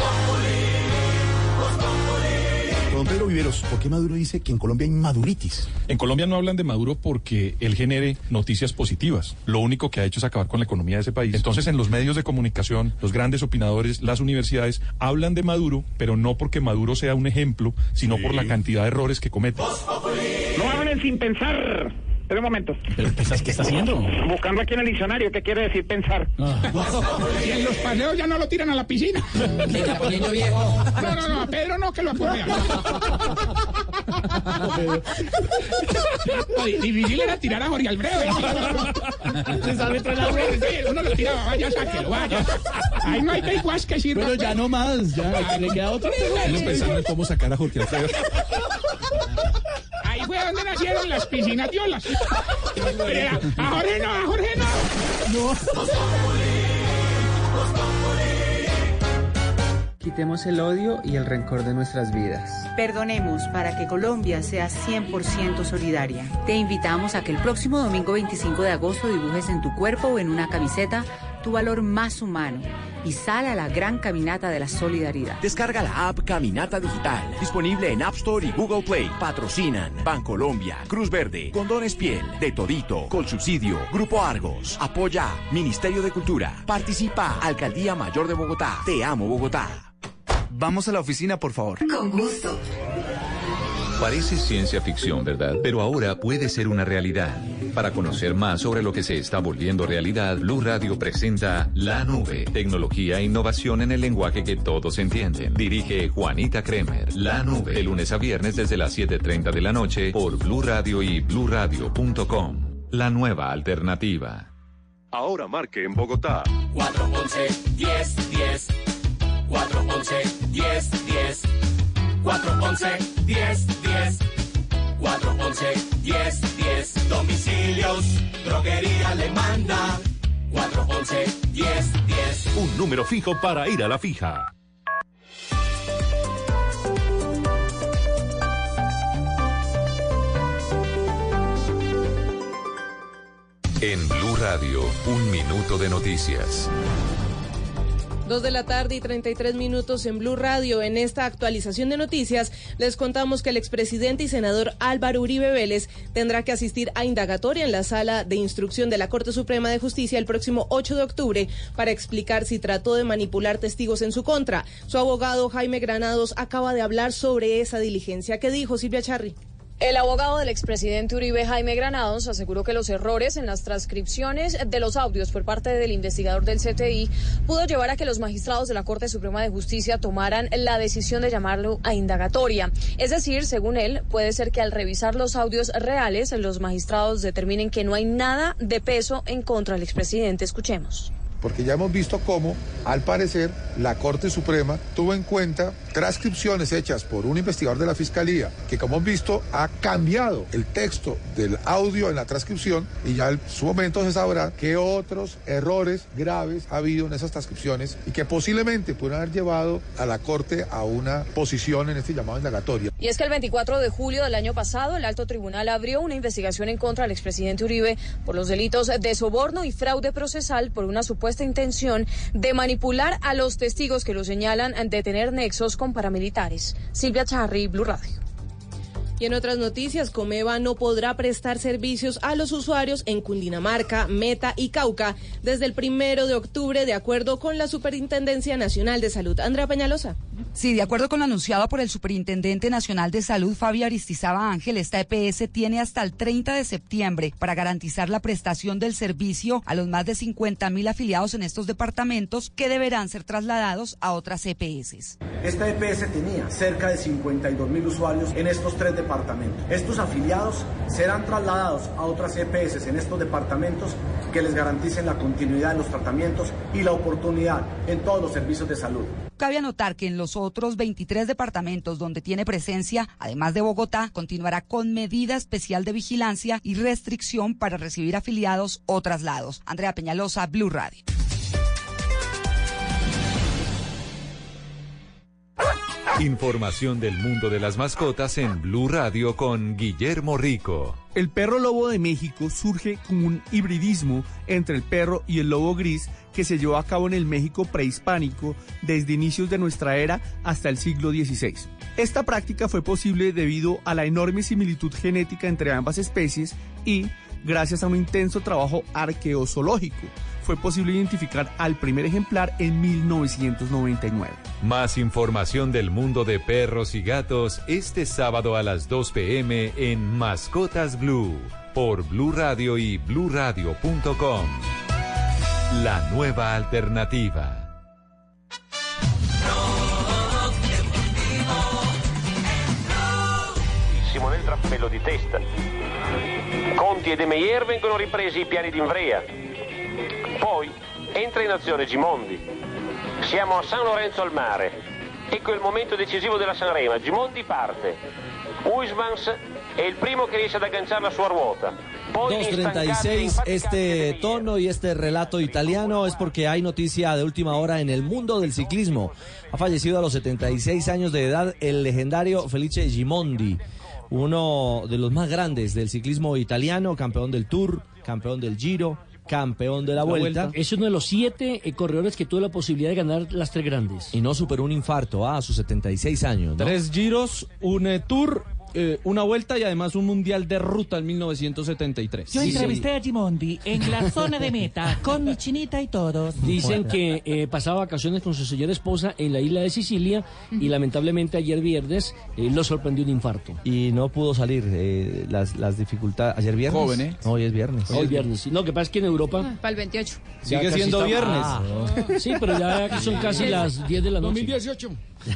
Don Pedro Viveros, ¿por qué Maduro dice que en Colombia hay maduritis? En Colombia no hablan de Maduro porque él genere noticias positivas. Lo único que ha hecho es acabar con la economía de ese país. Entonces, en los medios de comunicación, los grandes opinadores, las universidades, hablan de Maduro, pero no porque Maduro sea un ejemplo, sino por la cantidad de errores que comete. No hablen sin pensar. Espera un momento. ¿Pero qué está haciendo? Buscando aquí en el diccionario qué quiere decir pensar. Y en los paseos ya no lo tiran a la piscina. ¿Qué está poniendo viejo? No, a Pedro no, que lo aporrea. Difícil era tirar a Jorge Alfredo. Se sale entre la uno lo tiraba, vaya, sáquelo, vaya. Ahí no hay peiguas que sirva. Pero ya no más, ya le queda otro. Uno pensando en cómo sacar a Jorge Alfredo. Ahí fue donde nacieron las piscinas diolas. A Jorge no. Quitemos el odio y el rencor de nuestras vidas. Perdonemos para que Colombia sea 100% solidaria. Te invitamos a que el próximo domingo 25 de agosto dibujes en tu cuerpo o en una camiseta tu valor más humano y sal a la gran caminata de la solidaridad. Descarga la app Caminata Digital, disponible en App Store y Google Play. Patrocinan Bancolombia, Cruz Verde, Condones Piel, De Todito, Colsubsidio, Grupo Argos. Apoya Ministerio de Cultura. Participa Alcaldía Mayor de Bogotá. Te amo, Bogotá. Vamos a la oficina, por favor. Con gusto. Parece ciencia ficción, ¿verdad? Pero ahora puede ser una realidad. Para conocer más sobre lo que se está volviendo realidad, Blue Radio presenta La Nube, tecnología e innovación en el lenguaje que todos entienden. Dirige Juanita Kremer. La Nube, de lunes a viernes desde las 7:30 de la noche por Blue Radio y bluradio.com. La nueva alternativa. Ahora marque en Bogotá. 411-1010. 411-1010. 411-1010. 411-1010. Domicilios, droguería le manda. 411-1010. Un número fijo para ir a la fija. En Blue Radio, un minuto de noticias. 2:33 en Blue Radio. En esta actualización de noticias les contamos que el expresidente y senador Álvaro Uribe Vélez tendrá que asistir a indagatoria en la sala de instrucción de la Corte Suprema de Justicia el próximo 8 de octubre para explicar si trató de manipular testigos en su contra. Su abogado Jaime Granados acaba de hablar sobre esa diligencia. ¿Qué dijo Silvia Charri? El abogado del expresidente Uribe, Jaime Granados, aseguró que los errores en las transcripciones de los audios por parte del investigador del CTI pudo llevar a que los magistrados de la Corte Suprema de Justicia tomaran la decisión de llamarlo a indagatoria. Es decir, según él, puede ser que al revisar los audios reales, los magistrados determinen que no hay nada de peso en contra del expresidente. Escuchemos. Porque ya hemos visto cómo, al parecer, la Corte Suprema tuvo en cuenta transcripciones hechas por un investigador de la Fiscalía, que como hemos visto ha cambiado el texto del audio en la transcripción y ya en su momento se sabrá qué otros errores graves ha habido en esas transcripciones y que posiblemente pudieran haber llevado a la Corte a una posición en este llamado indagatoria. Y es que el 24 de julio del año pasado, el Alto Tribunal abrió una investigación en contra del expresidente Uribe por los delitos de soborno y fraude procesal por una supuesta intención de manipular a los testigos que lo señalan de tener nexos con paramilitares. Silvia Charri, Blue Radio. Y en otras noticias, Comeva no podrá prestar servicios a los usuarios en Cundinamarca, Meta y Cauca desde el 1 de octubre, de acuerdo con la Superintendencia Nacional de Salud. Andrea Peñalosa. Sí, de acuerdo con lo anunciado por el Superintendente Nacional de Salud, Fabio Aristizábal Ángel, esta EPS tiene hasta el 30 de septiembre para garantizar la prestación del servicio a los más de 50.000 afiliados en estos departamentos que deberán ser trasladados a otras EPS. Esta EPS tenía cerca de 52.000 usuarios en estos 3 departamentos. Estos afiliados serán trasladados a otras EPS en estos departamentos que les garanticen la continuidad de los tratamientos y la oportunidad en todos los servicios de salud. Cabe anotar que en los otros 23 departamentos donde tiene presencia, además de Bogotá, continuará con medida especial de vigilancia y restricción para recibir afiliados o traslados. Andrea Peñalosa, Blue Radio. Información del mundo de las mascotas en Blue Radio con Guillermo Rico. El perro lobo de México surge como un hibridismo entre el perro y el lobo gris que se llevó a cabo en el México prehispánico desde inicios de nuestra era hasta el siglo XVI. Esta práctica fue posible debido a la enorme similitud genética entre ambas especies y, gracias a un intenso trabajo arqueozoológico, fue posible identificar al primer ejemplar en 1999. Más información del mundo de perros y gatos este sábado a las 2 p.m. en Mascotas Blue, por Blue Radio y bluradio.com. La nueva alternativa. Simone il trappello di testa. Conti e De Meyer vengono ripresi i piani d'Invrea. Poi entra in azione Gimondi. Siamo a San Lorenzo al Mare. Ecco il momento decisivo della Sanremo. Gimondi parte. Huysmans è il primo che riesce ad agganciare la sua ruota. 2:36, este tono y este relato italiano es porque hay noticia de última hora en el mundo del ciclismo. Ha fallecido a los 76 años de edad el legendario Felice Gimondi, uno de los más grandes del ciclismo italiano, campeón del Tour, campeón del Giro, campeón de la Vuelta. Es uno de los 7 corredores que tuvo la posibilidad de ganar las 3 grandes. Y no superó un infarto a sus 76 años, ¿no? 3 giros, un Tour, una Vuelta y además un Mundial de Ruta en 1973. Yo entrevisté a Gimondi en la zona de meta con mi chinita y todos. Dicen que pasaba vacaciones con su señora esposa en la isla de Sicilia y lamentablemente ayer viernes lo sorprendió un infarto. Y no pudo salir, las dificultades. ¿Ayer viernes? Joven, ¿eh? No, hoy es viernes. Hoy viernes, sí. No, lo que pasa es que en Europa... Para el 28. Sigue siendo viernes. Sí, pero ya son casi las 10 de la noche. 2018.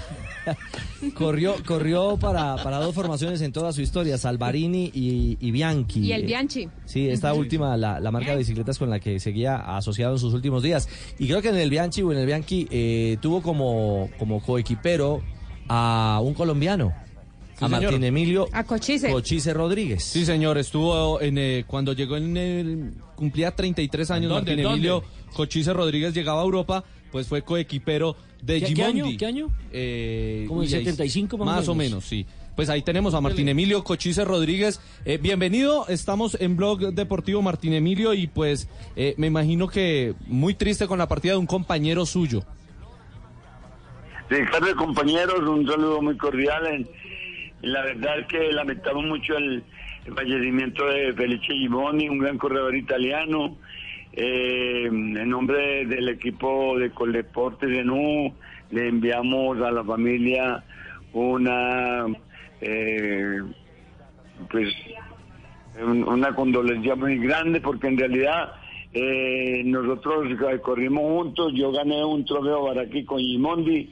Corrió para 2 formaciones en toda su historia, Salvarini y Bianchi. Y el Bianchi. Sí, esta última, la marca de bicicletas con la que seguía asociado en sus últimos días. Y creo que en el Bianchi tuvo como coequipero a un colombiano. Sí, a Martín Emilio a Cochise Rodríguez. Sí, señor, estuvo cuando llegó cumplía 33 años Martín Emilio Cochise Rodríguez, llegaba a Europa, pues fue coequipero de Gimondi. ¿Qué año? Como el 75 más o menos, sí. Pues ahí tenemos a Martín Emilio Cochise Rodríguez. Bienvenido, estamos en Blog Deportivo Martín Emilio y pues me imagino que muy triste con la partida de un compañero suyo. Ricardo, compañeros, un saludo muy cordial. La verdad es que lamentamos mucho el fallecimiento de Felice Gimondi, un gran corredor italiano. En nombre del equipo de Coldeportes de NU, le enviamos a la familia una pues una condolencia muy grande, porque en realidad nosotros corrimos juntos. Yo gané un trofeo Baraki con Gimondi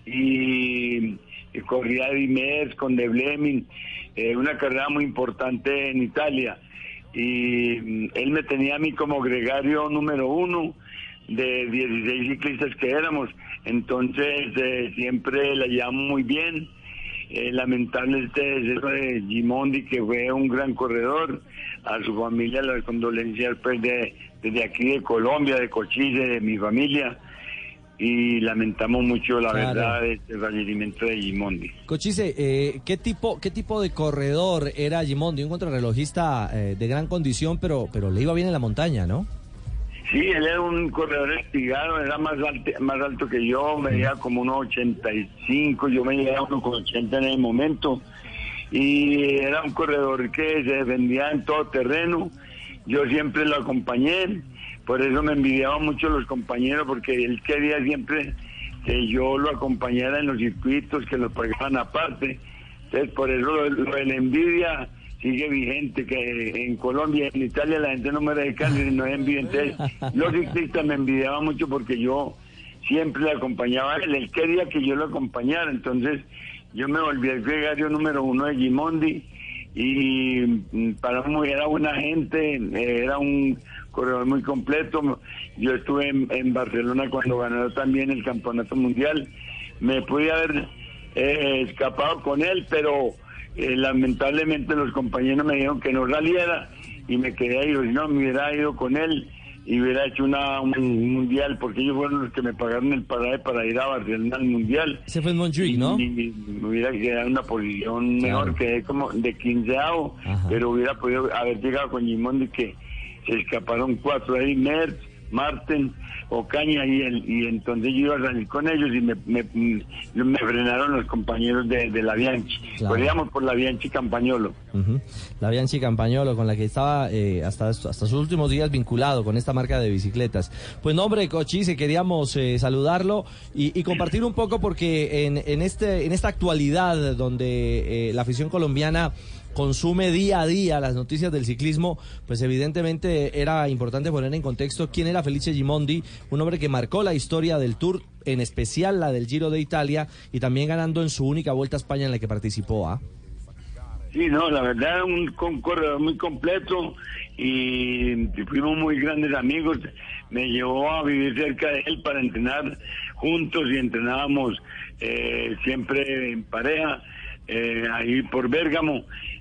y corría de Imers con De Bleming, una carrera muy importante en Italia, y él me tenía a mí como gregario número 1 de 16 ciclistas que éramos. Entonces siempre la llevamos muy bien. Lamentable este deceso de Gimondi, que fue un gran corredor. A su familia las condolencias pues desde aquí de Colombia, de Cochise, de mi familia, y lamentamos mucho la verdad este fallecimiento de Gimondi. Cochise, ¿qué tipo de corredor era Gimondi? Un contrarrelojista de gran condición, pero le iba bien en la montaña, ¿no? Sí, él era un corredor espigado, era más alto que yo, medía como 1,85, yo medía 1,80 en el momento, y era un corredor que se defendía en todo terreno. Yo siempre lo acompañé, por eso me envidiaban mucho los compañeros, porque él quería siempre que yo lo acompañara en los circuitos, que lo pagaban aparte. Entonces, por eso lo de la envidia sigue vigente, que en Colombia, en Italia la gente no me deja y no es envidia. Entonces, los ciclistas me envidiaban mucho porque yo siempre le acompañaba a él. Él quería que yo lo acompañara, entonces yo me volví el gregario número 1 de Gimondi, y para mí era buena gente, era un corredor muy completo. Yo estuve en Barcelona cuando ganó también el campeonato mundial. Me pude haber escapado con él, pero lamentablemente los compañeros me dijeron que no saliera, y me quedé ahí. Si no, me hubiera ido con él y hubiera hecho un mundial, porque ellos fueron los que me pagaron el pasaje para ir a Barcelona al mundial. Se fue en Montjuic, ¿no? Y me hubiera quedado en una posición mejor, quedé como de 15avo, pero hubiera podido haber llegado con Gimondi, que se escaparon 4 ahí, Merckx, Marten, Ocaña, y entonces yo iba a salir con ellos, y me frenaron los compañeros de la Bianchi. Corríamos por la Bianchi Campagnolo. La Bianchi Campagnolo, con la que estaba hasta sus últimos días vinculado con esta marca de bicicletas. Pues no, hombre, Cochise, queríamos saludarlo y compartir un poco, porque en esta actualidad donde la afición colombiana consume día a día las noticias del ciclismo, pues evidentemente era importante poner en contexto quién era Felice Gimondi, un hombre que marcó la historia del Tour, en especial la del Giro de Italia, y también ganando en su única Vuelta a España en la que participó. Sí, no, la verdad, un corredor muy completo, y fuimos muy grandes amigos. Me llevó a vivir cerca de él para entrenar juntos, y entrenábamos siempre en pareja, ahí por Bérgamo,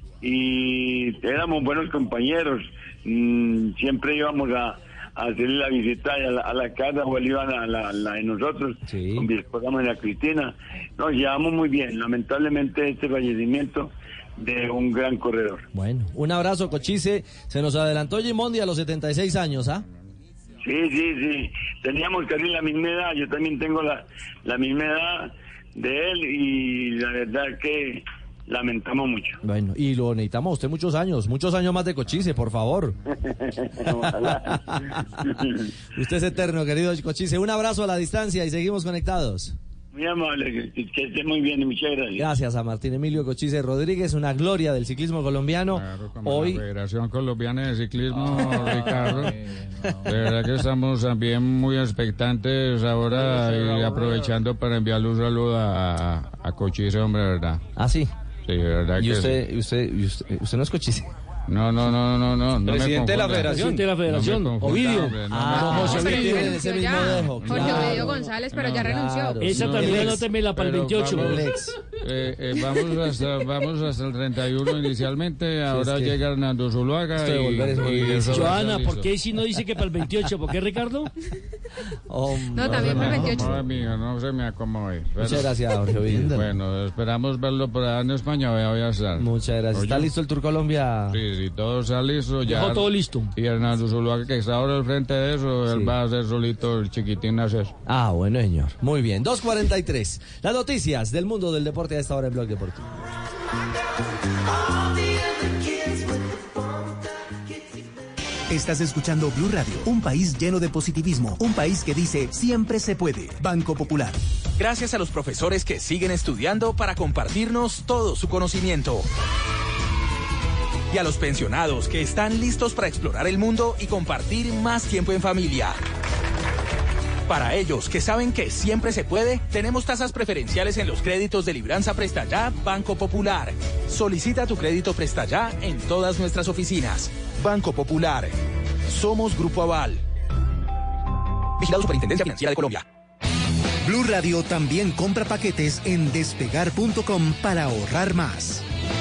y éramos buenos compañeros. Siempre íbamos a hacerle la visita a la casa, o él iba a la de nosotros, con mi esposa María Cristina. Nos llevamos muy bien. Lamentablemente este fallecimiento de un gran corredor. Bueno, un abrazo, Cochise. Se nos adelantó Gimondi a los 76 años, ¿ah? Sí. Teníamos casi la misma edad. Yo también tengo la misma edad de él, y la verdad que lamentamos mucho. Bueno, y lo necesitamos a usted muchos años más de Cochise, por favor. Usted es eterno, querido Cochise. Un abrazo a la distancia y seguimos conectados. Muy amable, que esté muy bien, y muchas gracias. Gracias a Martín Emilio Cochise Rodríguez, una gloria del ciclismo colombiano. Claro, como hoy la Federación Colombiana de Ciclismo, Ricardo. De verdad que estamos también muy expectantes ahora, y aprovechando para enviarle un saludo a Cochise, hombre, de verdad. Ah, sí. Sí, de verdad. ¿Y que usted no es Cochise? No. Presidente de la Federación. Presidente de la Federación, Ovidio. José Ovidio. Ese mismo dejo. Jorge Ovidio González, pero ya renunció. Esa también anótemela para el 28. Vamos hasta el 31 inicialmente, ahora llega Hernando Zuluaga. Joana, ¿por qué si no dice que para el 28? ¿Por qué, Ricardo? No, también para el 28. Amigo, no se me acomode. Muchas gracias, Jorge Ovidio. Bueno, esperamos verlo por allá en España, voy a estar. Muchas gracias. ¿Está listo el Tour Colombia? Sí, todo está listo. Ya todo listo. Y Hernando Zuluaga, que está ahora al frente de eso, él va a hacer solito el chiquitín hacer. Ah, bueno, señor. Muy bien. 2:43. Las noticias del mundo del deporte a esta hora en Blog Deportivo. Estás escuchando Blue Radio, un país lleno de positivismo, un país que dice siempre se puede. Banco Popular. Gracias a los profesores que siguen estudiando para compartirnos todo su conocimiento. Y a los pensionados que están listos para explorar el mundo y compartir más tiempo en familia. Para ellos que saben que siempre se puede, tenemos tasas preferenciales en los créditos de Libranza Presta Ya Banco Popular. Solicita tu crédito Presta Ya en todas nuestras oficinas. Banco Popular. Somos Grupo Aval. Vigilado Superintendencia Financiera de Colombia. Blue Radio también compra paquetes en despegar.com para ahorrar más.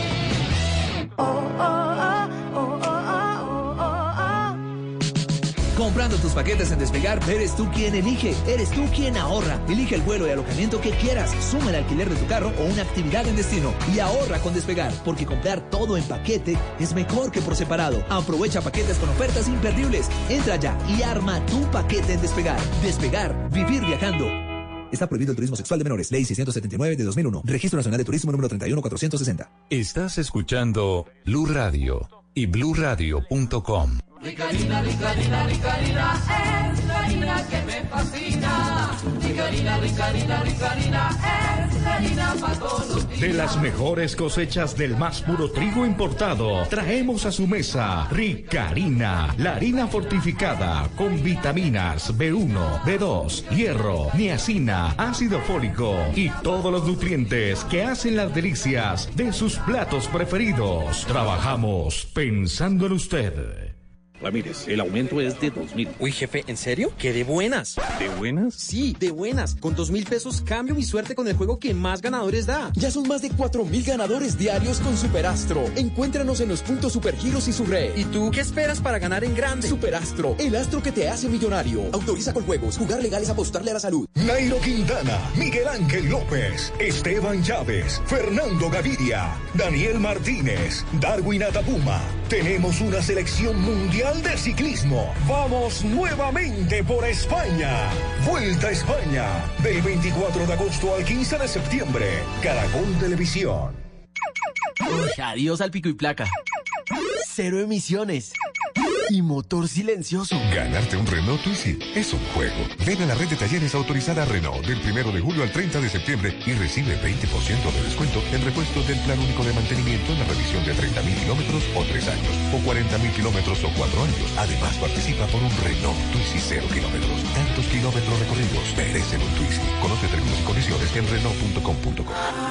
Comprando tus paquetes en Despegar, eres tú quien elige, eres tú quien ahorra. Elige el vuelo y alojamiento que quieras, suma el alquiler de tu carro o una actividad en destino y ahorra con Despegar, porque comprar todo en paquete es mejor que por separado. Aprovecha paquetes con ofertas imperdibles. Entra ya y arma tu paquete en Despegar. Despegar, vivir viajando. Está prohibido el turismo sexual de menores. Ley 679 de 2001. Registro Nacional de Turismo número 31460. Estás escuchando Blue Radio y bluradio.com. Ricarina, Ricarina, Ricarina, es la harina que me fascina. Ricarina, Ricarina, Ricarina, es la harina para todos los días. De las mejores cosechas del más puro trigo importado, traemos a su mesa Ricarina, la harina fortificada con vitaminas B1, B2, hierro, niacina, ácido fólico y todos los nutrientes que hacen las delicias de sus platos preferidos. Trabajamos pensando en usted. Ramírez, el aumento es de 2.000. Uy, jefe, ¿en serio? ¡Qué de buenas! ¿De buenas? Sí, de buenas. Con 2.000 pesos cambio mi suerte con el juego que más ganadores da. Ya son más de 4.000 ganadores diarios con Superastro. Encuéntranos en los puntos Supergiros y Subred. ¿Y tú qué esperas para ganar en grande? Superastro, el astro que te hace millonario. Autoriza con juegos. Jugar legal es apostarle a la salud. Nairo Quintana, Miguel Ángel López, Esteban Chávez, Fernando Gaviria, Daniel Martínez, Darwin Atapuma. Tenemos una selección mundial de ciclismo. Vamos nuevamente por España. Vuelta a España. Del 24 de agosto al 15 de septiembre. Caracol Televisión. Adiós al pico y placa. 0 emisiones. Y motor silencioso. Ganarte un Renault Twizy es un juego. Ven a la red de talleres autorizada Renault del 1 de julio al 30 de septiembre y recibe 20% de descuento en repuestos del plan único de mantenimiento en la revisión de 30.000 kilómetros o 3 años, o 40.000 kilómetros o 4 años. Además, participa por un Renault Twizy 0 kilómetros. Tantos kilómetros recorridos merecen un Twizy. Conoce términos y condiciones en Renault.com.co.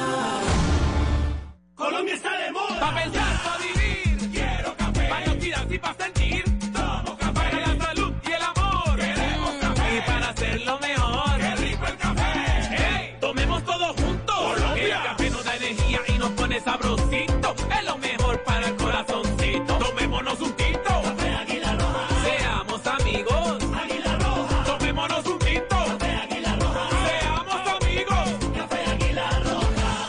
Colombia está de moda. Pa' pensar, pa' vivir. Quiero café. Pa' noticias y pa' sentir. Tomo café. Para la salud y el amor. Queremos café. Y para hacerlo mejor. ¡Qué rico el café! ¡Hey! Tomemos todos juntos. Colombia. El café nos da energía y nos pone sabrosito. Es lo mejor para el corazoncito. Tomémonos un tito. Café Águila Roja. Seamos amigos. Águila Roja. Tomémonos un tito. Café Águila Roja. Seamos amigos. Café Águila Roja.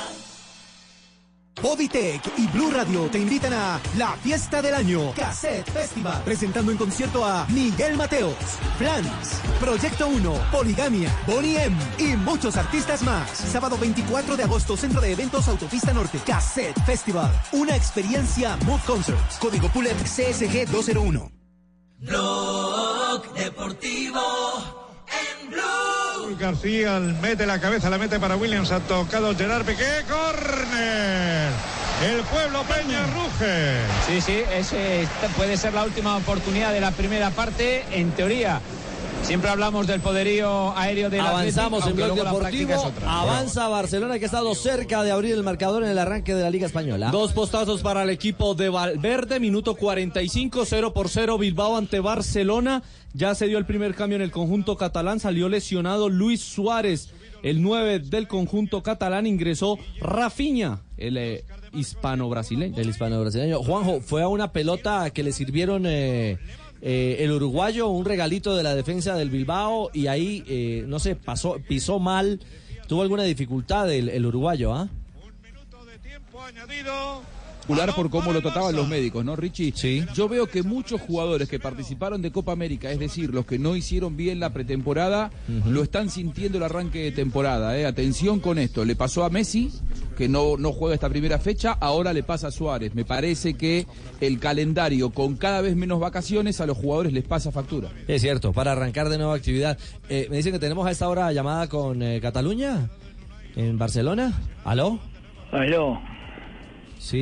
Bodytech y Blue Radio te invitan a la fiesta del año Cassette Festival, presentando en concierto a Miguel Mateos, Flans, Proyecto 1, Poligamia, Bonnie M y muchos artistas más. Sábado 24 de agosto, Centro de Eventos Autopista Norte. Cassette Festival, una experiencia Mood Concerts. Código PULEP CSG 201. Blog Deportivo en Blue. García mete la cabeza, la mete para Williams, ha tocado Gerard Piqué, córner. El pueblo Peña ruge. Sí, puede ser la última oportunidad de la primera parte, en teoría. Siempre hablamos del poderío aéreo del Avanzamos Atlético, en Blog Deportivo, avanza Barcelona, que ha estado cerca de abrir el marcador en el arranque de la Liga Española. 2 postazos para el equipo de Valverde, minuto 45, 0-0 Bilbao ante Barcelona. Ya se dio el primer cambio en el conjunto catalán, salió lesionado Luis Suárez, el 9 del conjunto catalán, ingresó Rafinha, el hispano-brasileño. El hispano-brasileño. Juanjo, fue a una pelota que le sirvieron el uruguayo, un regalito de la defensa del Bilbao, y ahí, no sé, pisó mal, tuvo alguna dificultad el uruguayo, ¿ah? Un minuto de tiempo añadido. Por cómo lo trataban los médicos, ¿no, Richie? Sí. Yo veo que muchos jugadores que participaron de Copa América, es decir, los que no hicieron bien la pretemporada, lo están sintiendo el arranque de temporada. Atención con esto, le pasó a Messi, que no juega esta primera fecha, ahora le pasa a Suárez. Me parece que el calendario con cada vez menos vacaciones a los jugadores les pasa factura. Es cierto, para arrancar de nueva actividad. Me dicen que tenemos a esta hora llamada con Cataluña, en Barcelona. ¿Aló? Aló. Sí.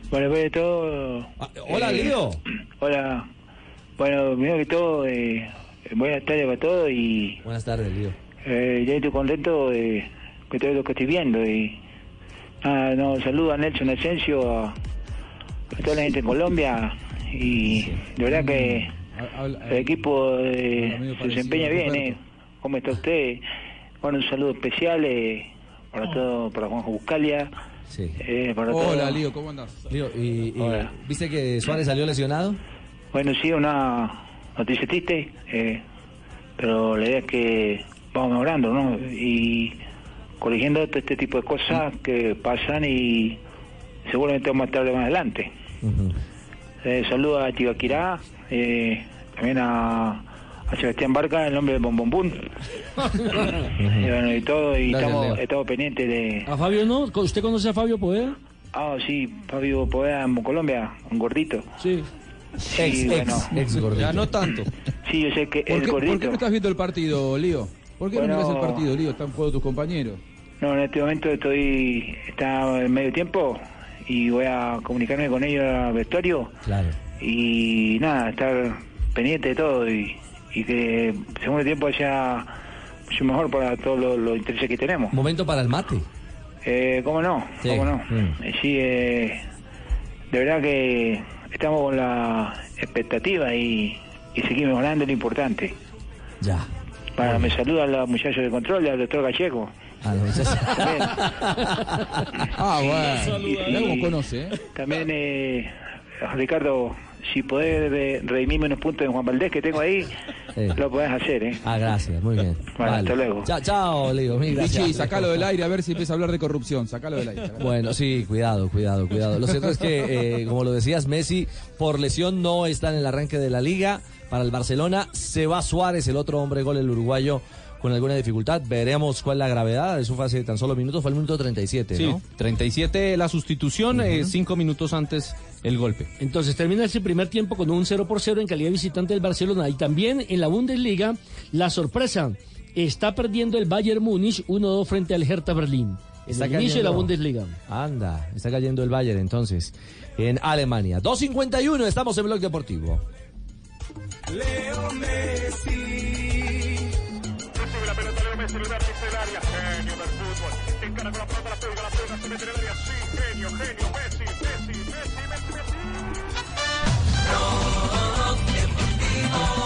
Bueno, primero de todo... Hola, Lío. Hola. Bueno, primero que todo, buenas tardes para todos y... Buenas tardes, Lío. Ya estoy contento de todo lo que estoy viendo y... saludo a Nelson Asensio, a toda la gente en Colombia y de verdad que el equipo se desempeña bien. ¿Cómo está usted? Bueno, un saludo especial para todo, para Juanjo Buscalia. Sí. Para Hola, todo. Lío, ¿cómo andás? Lío, ¿viste que Suárez salió lesionado? Bueno, sí, una noticia triste, pero la idea es que vamos mejorando, ¿no? Y corrigiendo este tipo de cosas que pasan y seguramente vamos a estar de más adelante. Saludo a Tibaquirá, también a Sebastián Barca, el nombre de Bombombún. Bueno, y todo, y estamos pendientes de... ¿A Fabio no? ¿Usted conoce a Fabio Poveda? Ah, sí, Fabio Poveda en Colombia, un gordito. Sí. Sí, ex gordito. Ya no tanto. Sí, yo sé que es gordito. ¿Por qué no estás viendo el partido, Lío? ¿Por qué no miras el partido, Lío? Están jugando tus compañeros. No, en este momento está en medio tiempo y voy a comunicarme con ellos al vestuario. Claro. Y nada, estar pendiente de todo y que el segundo tiempo sea mucho mejor para todos los intereses que tenemos. Momento para el mate. ¿Cómo no? Sí. ¿Cómo no? Sí, de verdad que estamos con la expectativa y seguir mejorando lo importante. Ya. Me saluda a los muchachos de control, al doctor Gallego. Bueno. Mirá cómo conoce, También, Ricardo, si podés redimirme unos puntos de Juan Valdés que tengo ahí, lo podés hacer, gracias, muy bien. Bueno, hasta luego. Chao, Lío, mil gracias. Vichy, sacalo del aire a ver si empieza a hablar de corrupción, sacalo del aire. Bueno, sí, cuidado. Lo cierto es que, como lo decías, Messi, por lesión no está en el arranque de la Liga. Para el Barcelona se va Suárez, el otro hombre gol, el uruguayo, con alguna dificultad. Veremos cuál es la gravedad. Eso fue hace tan solo minutos, fue el minuto 37, sí, ¿no? 37 la sustitución, 5 minutos antes el golpe. Entonces termina ese primer tiempo con un 0-0 en calidad visitante del Barcelona. Y también en la Bundesliga, la sorpresa, está perdiendo el Bayern Múnich 1-2 frente al Hertha Berlín. En el inicio de la Bundesliga. Anda, está cayendo el Bayern entonces en Alemania. 2:51, estamos en Blog Deportivo. Leo Messi. Recibe la pelota Leo Messi, el vértice del área. Genio del fútbol. Encara con la pelota, la pega, se mete en el área. Sí, genio, Messi. Blog Deportivo.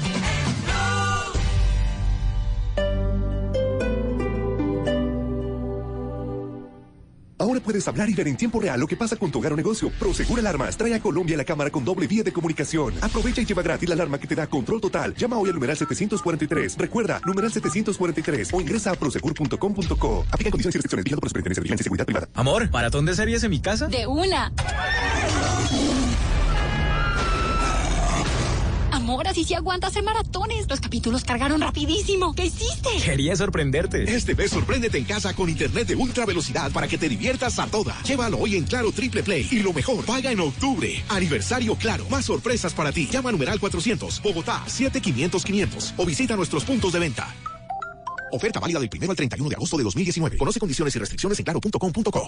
Ahora puedes hablar y ver en tiempo real lo que pasa con tu hogar o negocio. Prosegur Alarmas trae a Colombia la cámara con doble vía de comunicación. Aprovecha y lleva gratis la alarma que te da control total. Llama hoy al numeral 743. Recuerda, numeral 743 o ingresa a prosegur.com.co. Aplica condiciones y restricciones. Vigilado por Superintendencia de Vigilancia y Seguridad Privada. Amor, ¿maratón de series en mi casa? ¡De una! Amor, así sí aguanta hacer maratones. Los capítulos cargaron rapidísimo. ¿Qué hiciste? Quería sorprenderte. Este mes sorpréndete en casa con internet de ultra velocidad para que te diviertas a toda. Llévalo hoy en Claro Triple Play. Y lo mejor, paga en octubre. Aniversario Claro. Más sorpresas para ti. Llama a numeral 400. Bogotá, 7500-500. O visita nuestros puntos de venta. Oferta válida del 1 al 31 de agosto de 2019. Conoce condiciones y restricciones en claro.com.co.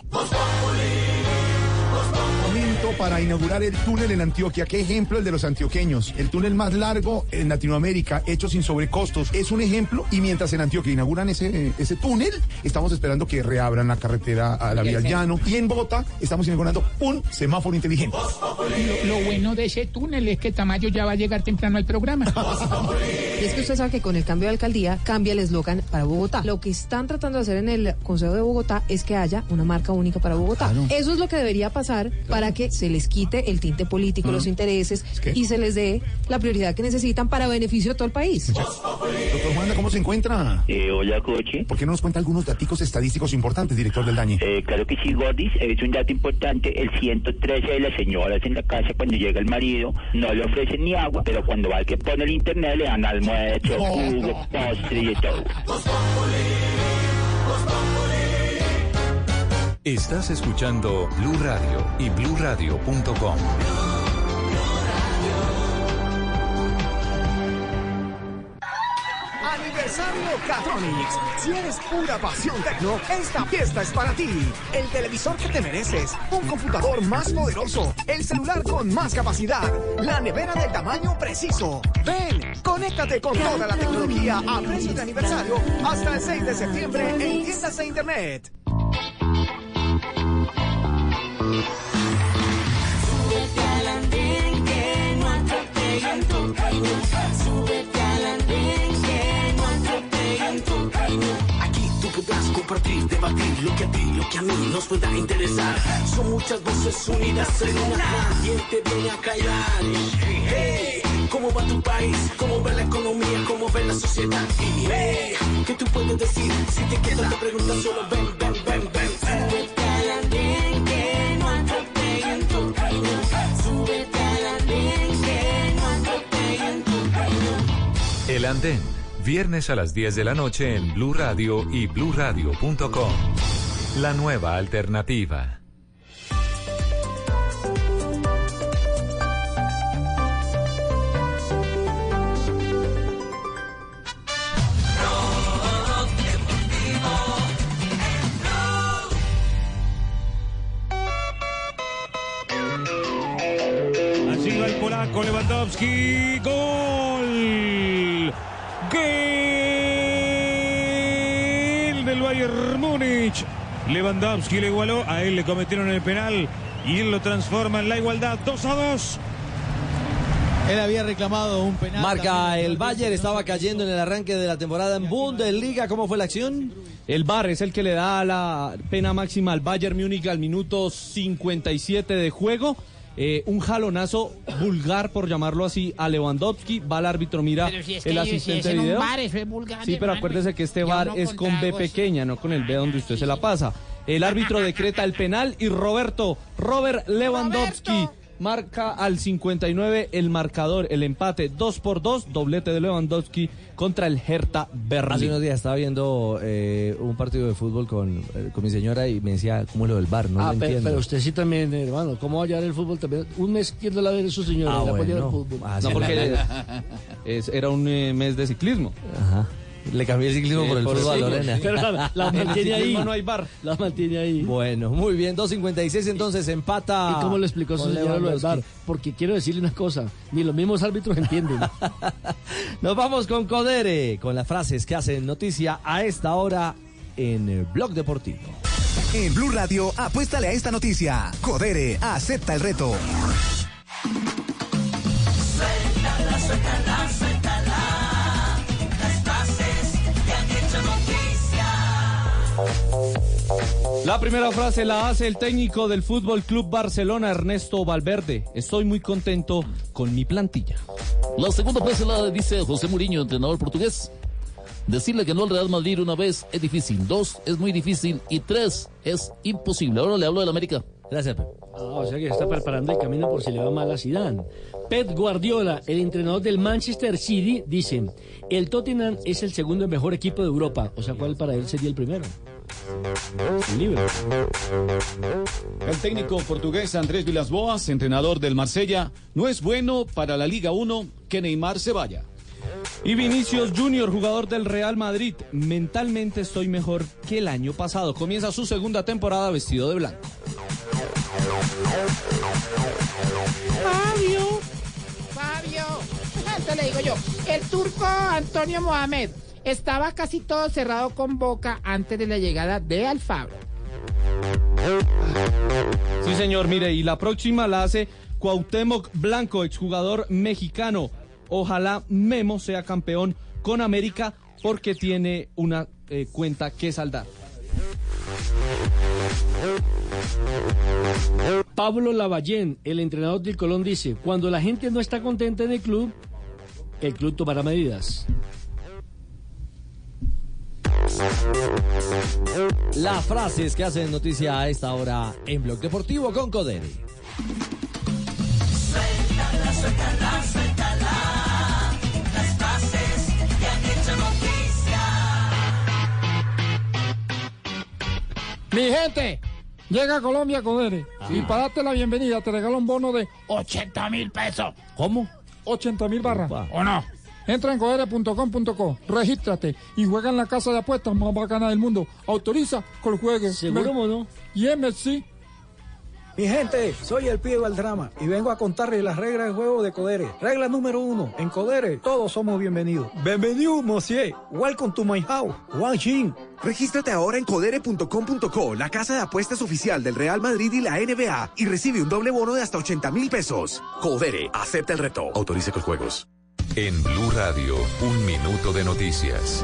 Para inaugurar el túnel en Antioquia. Qué ejemplo el de los antioqueños. El túnel más largo en Latinoamérica, hecho sin sobrecostos. Es un ejemplo. Y mientras en Antioquia inauguran ese túnel, estamos esperando que reabran la carretera a la vía al llano. Y en Bogotá estamos inaugurando un semáforo inteligente. Lo bueno de ese túnel es que Tamayo ya va a llegar temprano al programa. Y es que usted sabe que con el cambio de alcaldía cambia el eslogan para Bogotá. Lo que están tratando de hacer en el Consejo de Bogotá es que haya una marca única para Bogotá. Claro. Eso es lo que debería pasar para que se les quite el tinte político, los intereses y se les dé la prioridad que necesitan para beneficio de todo el país. Doctor Juanda, ¿cómo se encuentra? Hola, coche. ¿Por qué no nos cuenta algunos daticos estadísticos importantes, director del DANE? Claro que sí, Gordis. Es un dato importante. El 113 de las señoras en la casa, cuando llega el marido, no le ofrecen ni agua, pero cuando va al que pone el internet, le dan almuerzo, jugo, postre y de todo. Estás escuchando Blue Radio y BlueRadio.com. Aniversario Catronics. Si eres pura pasión tecno, esta fiesta es para ti. El televisor que te mereces, un computador más poderoso, el celular con más capacidad, la nevera del tamaño preciso. Ven, conéctate con toda la tecnología a precio de aniversario hasta el 6 de septiembre en tiendas de internet. Súbete al andén que no atropellan tu camino. Súbete al andén que no atropellan tu camino. Aquí tú podrás compartir, debatir lo que a ti, lo que a mí nos pueda interesar. Son muchas voces unidas en una. Nadie te viene a callar. Hey, ¿cómo va tu país? ¿Cómo va la economía? ¿Cómo va la sociedad? Y hey, ¿qué tú puedes decir? Si te quedas te preguntas solo ven, ven, ven, ven. Súbete al andén que no atropellan tu camino. Súbete al andén que no atropellan tu camino. El Andén, viernes a las 10 de la noche en Blue Radio y bluradio.com. La nueva alternativa. Así va el polaco Lewandowski. ¡Gol! ¡Gol del Bayern Múnich! Lewandowski le igualó, a él le cometieron el penal y él lo transforma en la igualdad. 2-2. Él había reclamado un penal. Marca el Bayern, estaba cayendo en el arranque de la temporada en Bundesliga. ¿Cómo fue la acción? El VAR es el que le da la pena máxima al Bayern Múnich al minuto 57 de juego. Un jalonazo vulgar, por llamarlo así, a Lewandowski. Va al árbitro, mira Pero si es el que asistente si de video. VAR, eso es vulgar, Sí, pero hermano. acuérdese que este Yo VAR no es con B contrahago eso. pequeña, no con el B donde usted se la pasa. El árbitro decreta el penal y Robert Lewandowski marca al 59 el marcador, el empate 2-2, doblete de Lewandowski contra el Hertha Berlín. Hace unos días estaba viendo un partido de fútbol con mi señora y me decía, ¿cómo es lo del VAR? No lo entiendo. Pero usted sí también, hermano. ¿Cómo va a llevar el fútbol también? Un mes quiero la ver a su señora. Ah, la bueno. el fútbol. No, porque era un mes de ciclismo. Ajá. Le cambié el ciclismo por el fútbol a sí, Lorena. Pero la En el mantiene ahí. ciclismo no hay VAR. La mantiene ahí. Bueno, muy bien, 2.56 entonces empata. ¿Y cómo le explicó a su con señora lo del VAR? Lewandowski. Porque quiero decirle una cosa, ni los mismos árbitros entienden. Nos vamos con Codere, con las frases que hacen noticia a esta hora en el Blog Deportivo. En Blue Radio, apuéstale a esta noticia. Codere, acepta el reto. Suéltala, suéltala, suéltala. Las frases que han hecho noticia. La primera frase la hace el técnico del Fútbol Club Barcelona, Ernesto Valverde. Estoy muy contento con mi plantilla. La segunda frase la dice José Mourinho, entrenador portugués. Decirle que no al Real Madrid una vez es difícil, 2 es muy difícil y 3 es imposible. Ahora le hablo del América. Gracias, Pep. O sea que está preparando el camino por si le va mal a Zidane. Pep Guardiola, el entrenador del Manchester City, dice: el Tottenham es el segundo mejor equipo de Europa. O sea, ¿cuál para él sería el primero? El Liverpool. El técnico portugués Andrés Villas-Boas, entrenador del Marsella, no es bueno para la Liga 1 que Neymar se vaya. Y Vinicius Junior, jugador del Real Madrid. Mentalmente estoy mejor que el año pasado. Comienza su segunda temporada vestido de blanco. Fabio, te le digo yo, el turco Antonio Mohamed estaba casi todo cerrado con Boca antes de la llegada de Alfaro. Sí, señor, mire, y la próxima la hace Cuauhtémoc Blanco, exjugador mexicano. Ojalá Memo sea campeón con América porque tiene una cuenta que saldar. Pablo Lavallén, el entrenador del Colón, dice: cuando la gente no está contenta en el club tomará medidas. Las frases que hacen noticia a esta hora en Blog Deportivo con Codere. Suéltala, suéltala, suéltala. Las frases que han hecho noticia. Mi gente, llega a Colombia Codere y para darte la bienvenida te regalo un bono de 80.000 pesos. ¿Cómo? 80.000 barras. ¿O no? Entra en codere.com.co, regístrate y juega en la casa de apuestas más bacana del mundo. Autoriza con juegue. ¿Seguro, mono? Y sí. Mi gente, soy el Pío Valdrama y vengo a contarles las reglas del juego de Codere. Regla número 1, en Codere todos somos bienvenidos. Bienvenido, monsieur. Welcome to my house. Wang Xin. Regístrate ahora en codere.com.co, la casa de apuestas oficial del Real Madrid y la NBA, y recibe un doble bono de hasta 80,000 pesos. Codere, acepta el reto. Autorice con juegos. En Blue Radio, 1 minuto de noticias.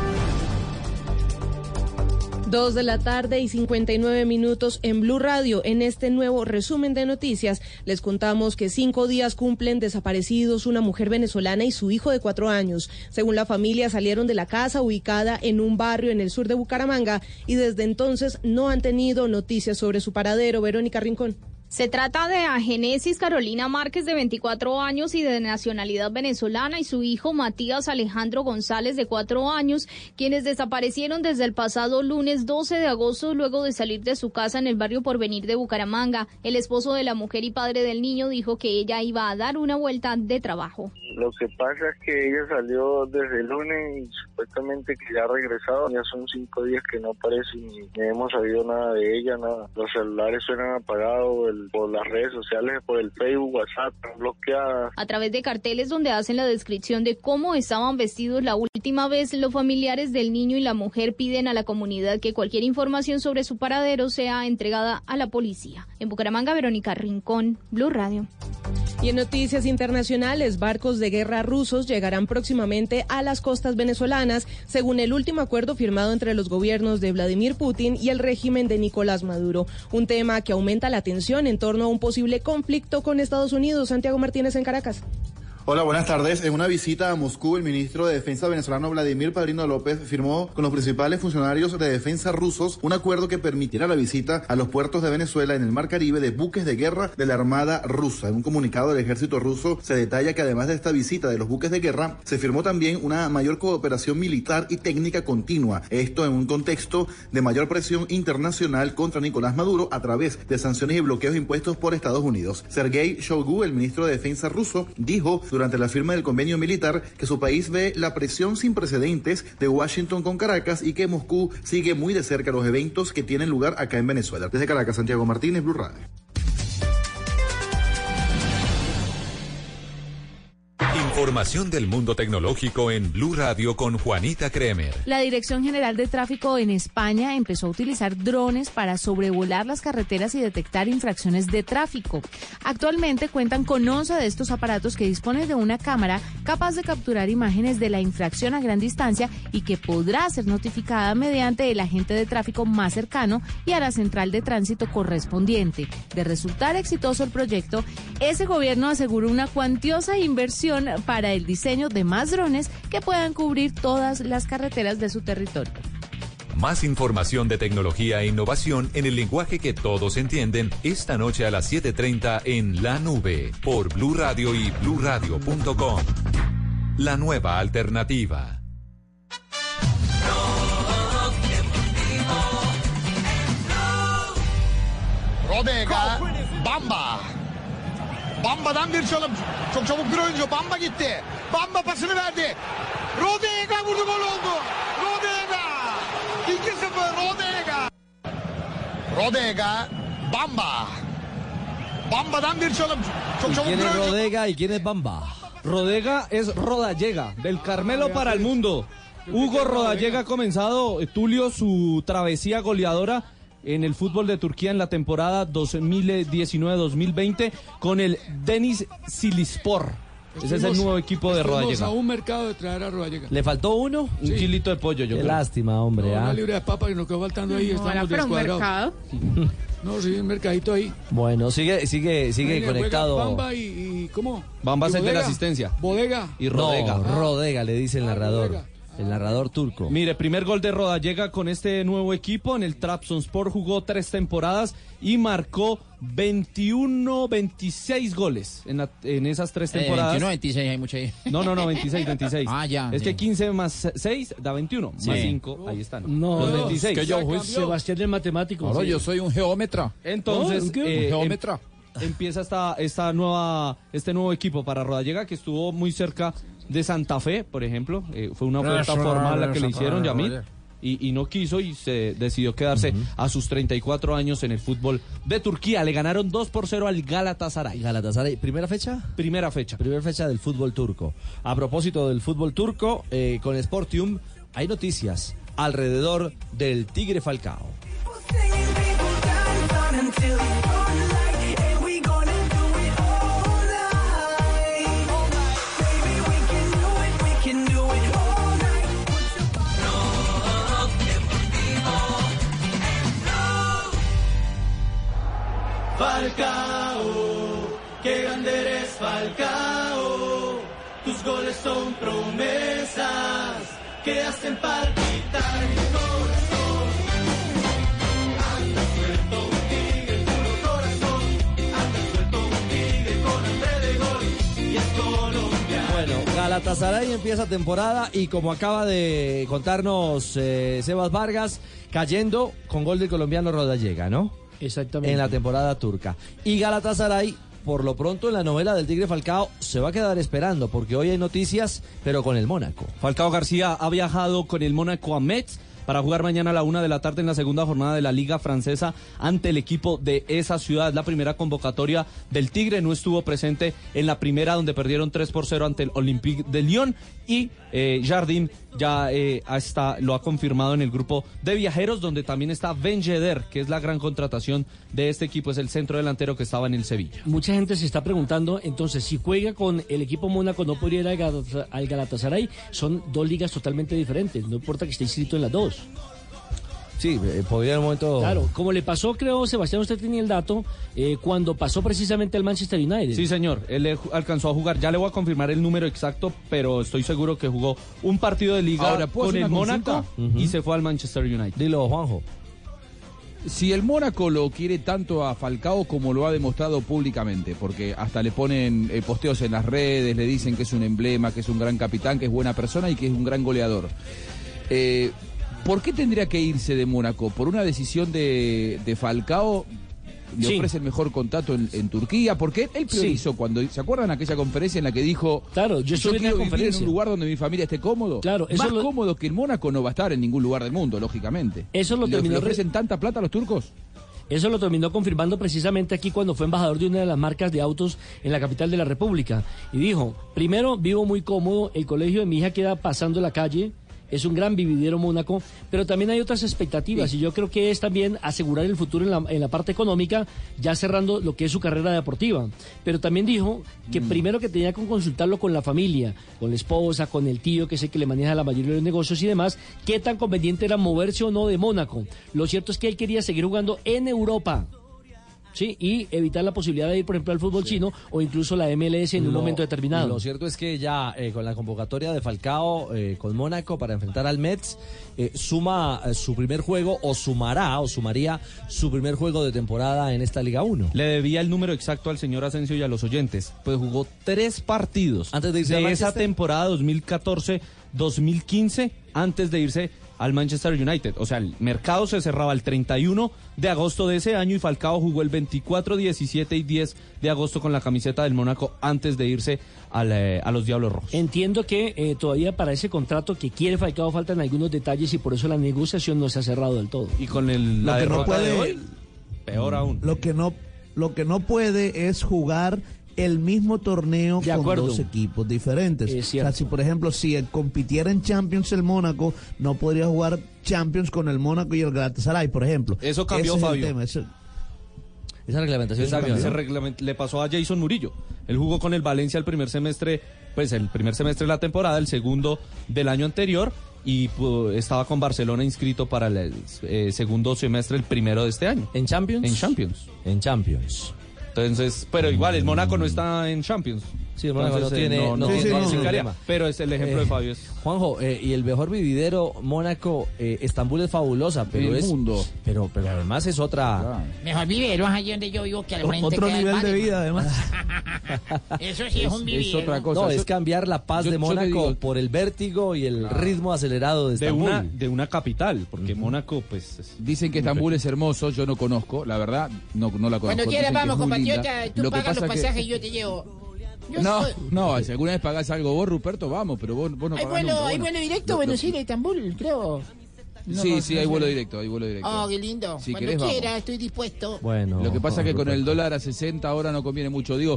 2 de la tarde y 59 minutos en Blue Radio. En este nuevo resumen de noticias, les contamos que 5 días cumplen desaparecidos una mujer venezolana y su hijo de 4 años. Según la familia, salieron de la casa ubicada en un barrio en el sur de Bucaramanga y desde entonces no han tenido noticias sobre su paradero. Verónica Rincón. Se trata de Agenesis Carolina Márquez, de 24 años y de nacionalidad venezolana, y su hijo Matías Alejandro González, de 4 años, quienes desaparecieron desde el pasado lunes 12 de agosto luego de salir de su casa en el barrio Porvenir de Bucaramanga. El esposo de la mujer y padre del niño dijo que ella iba a dar una vuelta de trabajo. Lo que pasa es que ella salió desde el lunes y supuestamente que ya ha regresado. Ya son 5 días que no aparece ni hemos sabido nada de ella, nada. Los celulares suenan apagados, por las redes sociales, por el Facebook, WhatsApp, bloqueadas. A través de carteles donde hacen la descripción de cómo estaban vestidos la última vez, los familiares del niño y la mujer piden a la comunidad que cualquier información sobre su paradero sea entregada a la policía. En Bucaramanga, Verónica Rincón, Blue Radio. Y en noticias internacionales, barcos de guerra rusos llegarán próximamente a las costas venezolanas, según el último acuerdo firmado entre los gobiernos de Vladimir Putin y el régimen de Nicolás Maduro. Un tema que aumenta la tensión en torno a un posible conflicto con Estados Unidos. Santiago Martínez en Caracas. Hola, buenas tardes. En una visita a Moscú, el ministro de Defensa venezolano Vladimir Padrino López firmó con los principales funcionarios de defensa rusos un acuerdo que permitirá la visita a los puertos de Venezuela en el Mar Caribe de buques de guerra de la Armada rusa. En un comunicado del ejército ruso se detalla que además de esta visita de los buques de guerra, se firmó también una mayor cooperación militar y técnica continua. Esto en un contexto de mayor presión internacional contra Nicolás Maduro a través de sanciones y bloqueos impuestos por Estados Unidos. Sergei Shoigu, el ministro de Defensa ruso, dijo durante la firma del convenio militar que su país ve la presión sin precedentes de Washington con Caracas y que Moscú sigue muy de cerca los eventos que tienen lugar acá en Venezuela. Desde Caracas, Santiago Martínez, Blue Radio. Información del mundo tecnológico en Blue Radio con Juanita Kremer. La Dirección General de Tráfico en España empezó a utilizar drones para sobrevolar las carreteras y detectar infracciones de tráfico. Actualmente cuentan con 11 de estos aparatos que disponen de una cámara capaz de capturar imágenes de la infracción a gran distancia y que podrá ser notificada mediante el agente de tráfico más cercano y a la central de tránsito correspondiente. De resultar exitoso el proyecto, ese gobierno aseguró una cuantiosa inversión para el diseño de más drones que puedan cubrir todas las carreteras de su territorio. Más información de tecnología e innovación en el lenguaje que todos entienden esta noche a las 7:30 en La Nube por Blue Radio y bluradio.com. La nueva alternativa. Rodega, Bamba'dan bir çalım. Çok çabuk bir oyuncu. Bamba gitti. Bamba pasını verdi. Rodega vurdu, gol oldu. Rodega. 2-0 Rodega. Rodega, Bamba. Bamba'dan bir çalım. Çok çabuk bir ¿Quién es oyuncu. Rodega y quién es Bamba? Rodega es Rodallega, del Carmelo para el mundo. Hugo Rodallega ha comenzado, Tulio, su travesía goleadora en el fútbol de Turquía en la temporada 2019-2020 con el Deniz Silispor. Ese es el nuevo equipo de Rodallega. A un mercado de traer a Rodallega. ¿Le faltó uno? Un kilito de pollo, yo Qué creo. lástima, hombre. Una libra de papa que nos quedó faltando ahí. No, era Estamos para un descuadrados. No, sí, un mercadito ahí. Bueno, sigue Ahí conectado. juega Bamba y ¿cómo? Bamba es Y el de la Bodega. asistencia. Bodega. Y Rodega. No, Rodega, le dice el narrador. El narrador turco. Mire, primer gol de Rodallega con este nuevo equipo. En el Trabzonspor jugó 3 temporadas y marcó 26 goles en esas 3 temporadas. 21, 26, hay mucha ahí. No, 26. Ah, ya. Es que 15 más 6 da 21, Sí. más 5, ahí están. No, los 26. que yo, Sebastián el matemático. Ahora sí. yo soy un geómetra. Entonces, un geómetra. empieza este nuevo equipo para Rodallega, que estuvo muy cerca de Santa Fe, por ejemplo. Fue una oferta formal la que le hicieron, Yamit. Y no quiso y se decidió quedarse a sus 34 años en el fútbol de Turquía. Le ganaron 2-0 al Galatasaray. Galatasaray, ¿primera fecha? Primera fecha. Primera fecha del fútbol turco. A propósito del fútbol turco, con Sportium hay noticias alrededor del Tigre Falcao. Falcao, qué grande eres Falcao, tus goles son promesas que hacen palpitar mi corazón. Anda suelto un tigre, puro corazón, anda suelto un tigre con hambre de gol y es colombiano. Bueno, Galatasaray empieza temporada y como acaba de contarnos Sebas Vargas, cayendo con gol del colombiano Rodallega, ¿no? Exactamente. En la temporada turca. Y Galatasaray, por lo pronto en la novela del Tigre Falcao, se va a quedar esperando, porque hoy hay noticias, pero con el Mónaco. Falcao García ha viajado con el Mónaco a Metz para jugar mañana a la 1 de la tarde en la segunda jornada de la Liga Francesa ante el equipo de esa ciudad. La primera convocatoria del Tigre, no estuvo presente en la primera donde perdieron 3-0 ante el Olympique de Lyon y Jardim ya lo ha confirmado en el grupo de viajeros, donde también está Ben Yedder, que es la gran contratación de este equipo, es el centro delantero que estaba en el Sevilla. Mucha gente se está preguntando, entonces, si juega con el equipo Mónaco, ¿no podría ir al Galatasaray? Son dos ligas totalmente diferentes, no importa que esté inscrito en las dos. Sí, podría en un momento... Claro, como le pasó, creo, Sebastián, usted tenía el dato, cuando pasó precisamente al Manchester United. Sí, señor, él alcanzó a jugar, ya le voy a confirmar el número exacto, pero estoy seguro que jugó un partido de liga con el Mónaco y se fue al Manchester United. Dilo, Juanjo. Si el Mónaco lo quiere tanto a Falcao como lo ha demostrado públicamente, porque hasta le ponen posteos en las redes, le dicen que es un emblema, que es un gran capitán, que es buena persona y que es un gran goleador. ¿Por qué tendría que irse de Mónaco? ¿Por una decisión de Falcao? ¿Le ofrece el mejor contrato en Turquía? Porque él priorizó cuando... ¿Se acuerdan aquella conferencia en la que dijo... Claro, yo estuve en la conferencia. Vivir en un lugar donde mi familia esté cómodo? Claro, más cómodo que en Mónaco no va a estar en ningún lugar del mundo, lógicamente. Eso lo terminó... ¿Le ofrecen tanta plata a los turcos? Eso lo terminó confirmando precisamente aquí cuando fue embajador de una de las marcas de autos en la capital de la República. Y dijo, primero, vivo muy cómodo, el colegio de mi hija queda pasando la calle... Es un gran vividero Mónaco, pero también hay otras expectativas y yo creo que es también asegurar el futuro en la parte económica, ya cerrando lo que es su carrera deportiva. Pero también dijo que primero que tenía que consultarlo con la familia, con la esposa, con el tío, que es el que le maneja la mayoría de los negocios y demás, qué tan conveniente era moverse o no de Mónaco. Lo cierto es que él quería seguir jugando en Europa. Sí, y evitar la posibilidad de ir, por ejemplo, al fútbol chino o incluso la MLS en un momento determinado. Lo cierto es que ya con la convocatoria de Falcao con Mónaco para enfrentar al Metz, suma su primer juego o sumaría su primer juego de temporada en esta Liga 1. Le debía el número exacto al señor Asensio y a los oyentes. Pues jugó 3 partidos antes de irse de esa temporada 2014-2015, antes de irse al Manchester United. O sea, el mercado se cerraba el 31 de agosto de ese año y Falcao jugó el 24, 17 y 10 de agosto con la camiseta del Mónaco antes de irse a los Diablos Rojos. Entiendo que todavía para ese contrato que quiere Falcao faltan algunos detalles y por eso la negociación no se ha cerrado del todo. Y con la derrota de hoy, peor aún. Lo que no puede es jugar el mismo torneo con dos equipos diferentes. O sea, si por ejemplo, si compitiera en Champions el Mónaco, no podría jugar Champions con el Mónaco y el Galatasaray, por ejemplo. Eso cambió, Fabio. Esa reglamentación le pasó a Jason Murillo. Él jugó con el Valencia el primer semestre de la temporada, el segundo del año anterior, y estaba con Barcelona inscrito para el segundo semestre, el primero de este año. ¿En Champions? En Champions. Entonces, pero igual, el Mónaco no está en Champions. Sí, el Mónaco no tiene pero es el ejemplo de Fabio. Juanjo, y el mejor vividero, Mónaco, Estambul es fabulosa, pero pero además es otra... Mejor vivero es allí donde yo vivo, que al frente otro nivel de vida, además. Eso sí es un vivero. Es otra cosa. No, es cambiar la paz de Mónaco por el vértigo y el ritmo acelerado de Estambul. De una capital, porque Mónaco, pues... Dicen que Estambul es hermoso, yo no conozco, la verdad, no la conozco. Cuando quieras vamos, compatriota, tú pagas los pasajes y yo te llevo. No, si alguna vez pagás algo vos, Ruperto, vamos, pero vos no pagás nunca. Hay vuelo directo, Buenos Aires, Estambul, creo. Sí, hay vuelo directo, Oh, qué lindo. Si Cuando querés, quiera, vamos. estoy dispuesto. Bueno. Lo que pasa es que con el dólar a 60 ahora no conviene mucho. Digo,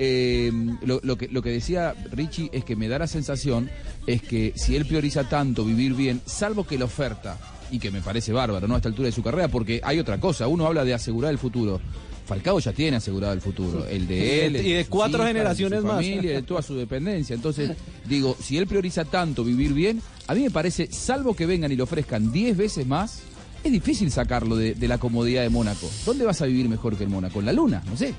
lo que decía Richie es que me da la sensación es que si él prioriza tanto vivir bien, salvo que la oferta, y que me parece bárbaro, ¿no? A esta altura de su carrera, porque hay otra cosa. Uno habla de asegurar el futuro. Falcao ya tiene asegurado el futuro, el de él, y de 4 generaciones de su más, familia, de toda su dependencia. Entonces, digo, si él prioriza tanto vivir bien, a mí me parece, salvo que vengan y le ofrezcan 10 veces más, es difícil sacarlo de la comodidad de Mónaco. ¿Dónde vas a vivir mejor que en Mónaco? En la Luna, no sé.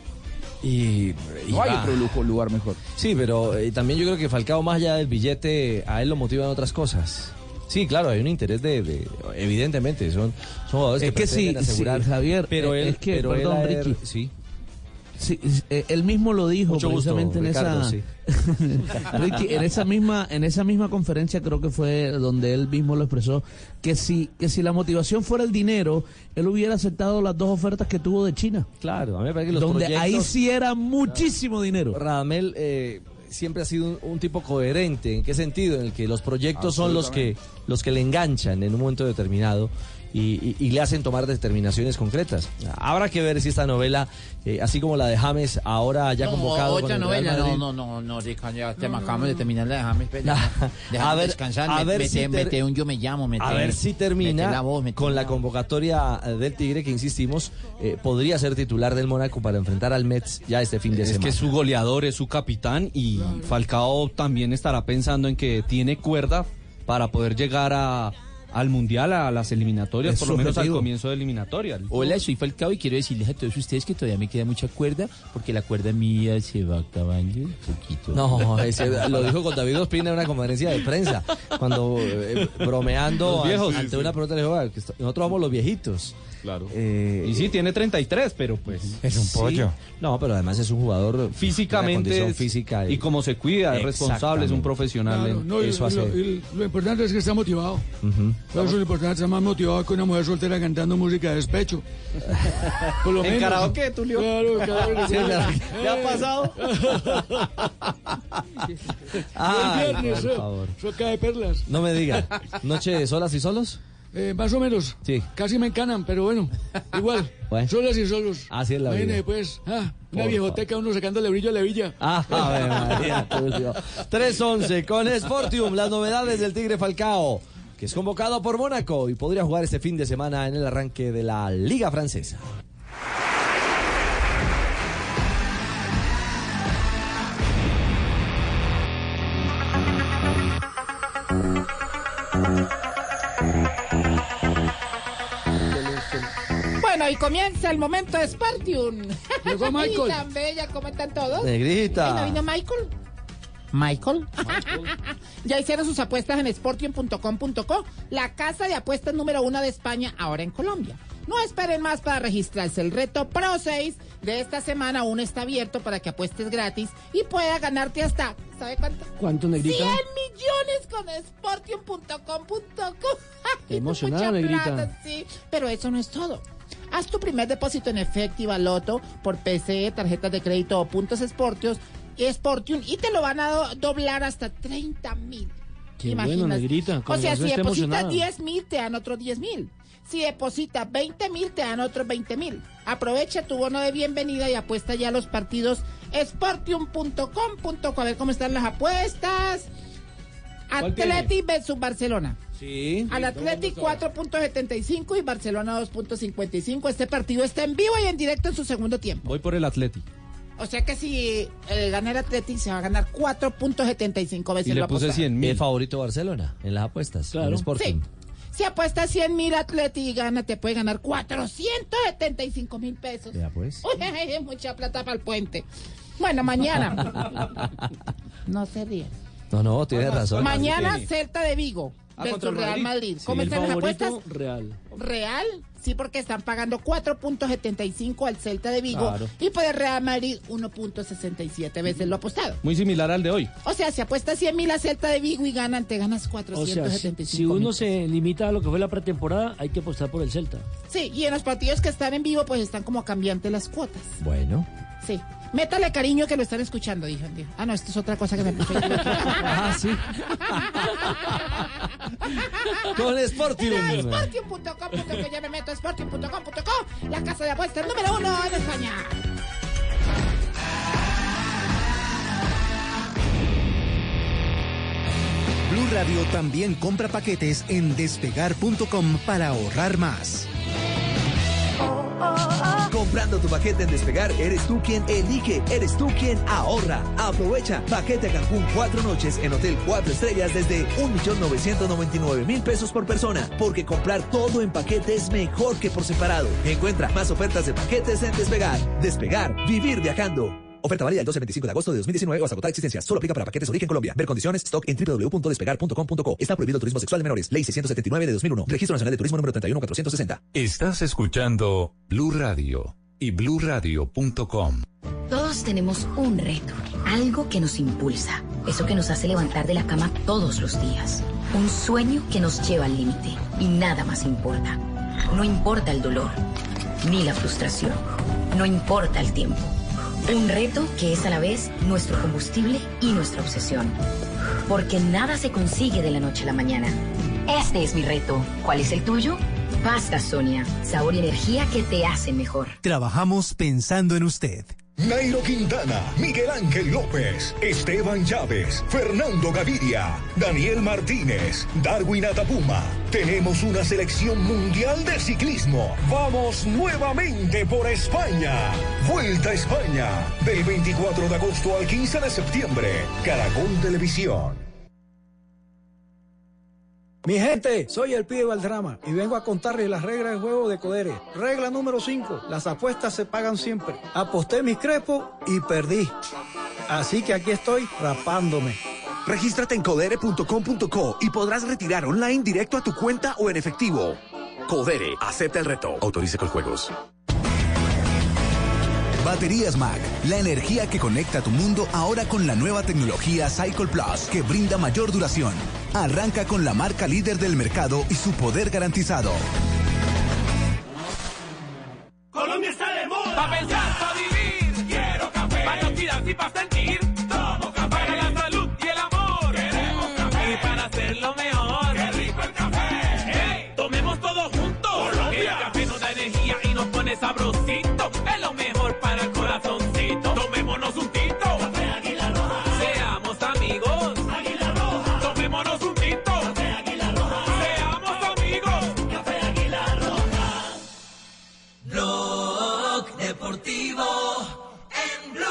No hay otro lugar mejor. Sí, pero también yo creo que Falcao, más allá del billete, a él lo motivan otras cosas. Sí, claro, hay un interés evidentemente, son jugadores que pretenden asegurar. Sí, Javier, pero él, es que, perdón, Ricky. Sí. Sí, él mismo lo dijo. Mucho precisamente gusto, Ricardo, sí. Ricky, en esa misma conferencia creo que fue donde él mismo lo expresó, que si la motivación fuera el dinero, él hubiera aceptado las 2 ofertas que tuvo de China. Claro, a mí me parece que los donde proyectos, ahí sí era muchísimo dinero. Radamel siempre ha sido un tipo coherente. ¿En qué sentido? En el que los proyectos son los que le enganchan en un momento determinado y le hacen tomar determinaciones concretas. Habrá que ver si esta novela, así como la de James, ahora ya convocado otra con el novela, Real Madrid. no, Ricardo, ya acabamos de terminar la de James. A ver, descansar, a ver si mete un yo me llamo, a ver si termina la voz, con la convocatoria del Tigre, que insistimos, podría ser titular del Mónaco para enfrentar al Metz ya este fin de semana. Es que es su goleador, es su capitán, y Falcao también estará pensando en que tiene cuerda para poder llegar al Mundial, a las eliminatorias, Es por lo menos al objetivo. comienzo de eliminatoria. Hola, soy Falcao y quiero decirles a todos ustedes que todavía me queda mucha cuerda porque la cuerda mía se va acabando un poquito. No, lo dijo con David Ospina en una conferencia de prensa, cuando bromeando ante una pregunta le dijo, "Ah, que nosotros somos los viejitos". Claro. Y sí, tiene 33, pero pues... Es un pollo. No, pero además es un jugador físicamente física y como se cuida, es responsable, es un profesional. Claro, no, eso hace. lo importante es que está motivado. Por eso lo importante es estar más motivado que una mujer soltera cantando música de despecho. Por lo ¿En menos. karaoke, Tulio? Claro. Sí, ¿le ha pasado? El viernes, por favor. eso cae perlas. No me diga. ¿Noche de solas y solos? Más o menos. Sí. Casi me encanan, pero bueno, igual. Bueno. Solas y solos. Así es la vida. Imagínate, pues, una Por viejoteca, uno sacándole brillo a la villa. A ver, María, Tulio. 3:11 con Sportium, las novedades del Tigre Falcao, que es convocado por Mónaco y podría jugar este fin de semana en el arranque de la Liga Francesa. Bueno, y comienza el momento de Spartium. Llegó Michael. Tan bella, ¿cómo están todos? Negrita. ¿No vino Michael? ¿Michael? Ya hicieron sus apuestas en sportium.com.co, la casa de apuestas número 1 de España, ahora en Colombia. No esperen más para registrarse. El reto Pro 6 de esta semana aún está abierto para que apuestes gratis y puedas ganarte hasta, ¿sabe cuánto? ¿Cuánto, Negrita? 100 millones con sportium.com.co. Qué emocionada, Mucha Negrita. plata, sí, pero eso no es todo. Haz tu primer depósito en efectivo, loto, por PC, tarjetas de crédito o puntos Sportium y te lo van a doblar hasta 30,000. Qué bueno, Negrita. O sea, si está depositas emocionada. 10,000, te dan otros 10,000. Si depositas 20,000, te dan otros 20,000. Aprovecha tu bono de bienvenida y apuesta ya a los partidos sportium.com.co. A ver cómo están las apuestas. Atleti versus Barcelona. Sí. Al Atleti 4.75 y Barcelona 2.55. Este partido está en vivo y en directo en su segundo tiempo. Voy por el Atleti. O sea que si gana el Atleti se va a ganar 4.75 veces Y le lo puse apostado. 100.000. El favorito Barcelona en las apuestas. Claro. En Sporting. Sí. Si apuestas 100,000 Atleti y gana, te puede ganar 475,000 pesos. Ya pues. Uy, es mucha plata para el puente. Bueno, mañana. No se ríen. No, tienes razón. Mañana Celta de Vigo versus contra el Real Madrid. ¿Cómo El están las apuestas? favorito, Real. Real, sí, porque están pagando 4.75 al Celta de Vigo Claro. y por el Real Madrid 1.67 veces lo apostado. Muy similar al de hoy. O sea, si apuestas 100,000 a Celta de Vigo y ganan, te ganas O sea, 475. si uno se limita a lo que fue la pretemporada, hay que apostar por el Celta. Sí, y en los partidos que están en vivo, pues están como cambiantes las cuotas. Bueno. Sí. Métale cariño que lo están escuchando, dijo. Ah, no, esto es otra cosa que me puse. Sí. Con Sportium. Sportium.com.co, ya me meto a Sportium.com.co, la casa de apuestas número 1 en España. Blue Radio también compra paquetes en despegar.com para ahorrar más. Comprando tu paquete en Despegar, eres tú quien elige, eres tú quien ahorra. Aprovecha paquete a Cancún 4 noches en Hotel 4 Estrellas desde 1.999.000 pesos por persona, porque comprar todo en paquete es mejor que por separado. Encuentra más ofertas de paquetes en Despegar. Despegar, vivir viajando. Oferta válida el 12 al 25 de agosto de 2019 o hasta agotar existencias. Solo aplica para paquetes origen Colombia. Ver condiciones, stock en www.despegar.com.co. Está prohibido turismo sexual de menores. Ley 679 de 2001. Registro Nacional de Turismo número 31460. Estás escuchando Blue Radio y bluradio.com. Todos tenemos un reto, algo que nos impulsa, eso que nos hace levantar de la cama todos los días. Un sueño que nos lleva al límite y nada más importa. No importa el dolor, ni la frustración. No importa el tiempo. Un reto que es a la vez nuestro combustible y nuestra obsesión. Porque nada se consigue de la noche a la mañana. Este es mi reto. ¿Cuál es el tuyo? Pasta Sonia. Sabor y energía que te hacen mejor. Trabajamos pensando en usted. Nairo Quintana, Miguel Ángel López, Esteban Chávez, Fernando Gaviria, Daniel Martínez, Darwin Atapuma. Tenemos una selección mundial de ciclismo. Vamos nuevamente por España. Vuelta a España, del 24 de agosto al 15 de septiembre. Caracol Televisión. Mi gente, soy el Pibe Valdrama y vengo a contarles las reglas del juego de Codere. Regla número 5, las apuestas se pagan siempre. Aposté mis crepos y perdí. Así que aquí estoy rapándome. Regístrate en codere.com.co y podrás retirar online directo a tu cuenta o en efectivo. Codere, acepta el reto. Autorice con juegos. Baterías Mac, la energía que conecta tu mundo ahora con la nueva tecnología Cycle Plus que brinda mayor duración. Arranca con la marca líder del mercado y su poder garantizado. Colombia está de moda. Pa' pensar, pa' vivir. Quiero café. Pa' no tirar y pa' sentir. Tomo café. Para la salud y el amor. Queremos café. Y para hacerlo mejor. Qué rico el café. Hey, tomemos todos juntos. Colombia. El café nos da energía y nos pone sabrosito. Es lo mejor para el corazoncito. Tomémonos un tito. Café Águila Roja. Seamos amigos. Águila Roja. Tomémonos un tito. Café Águila Roja. Seamos amigos. Café Águila Roja. Blog Deportivo en Blue.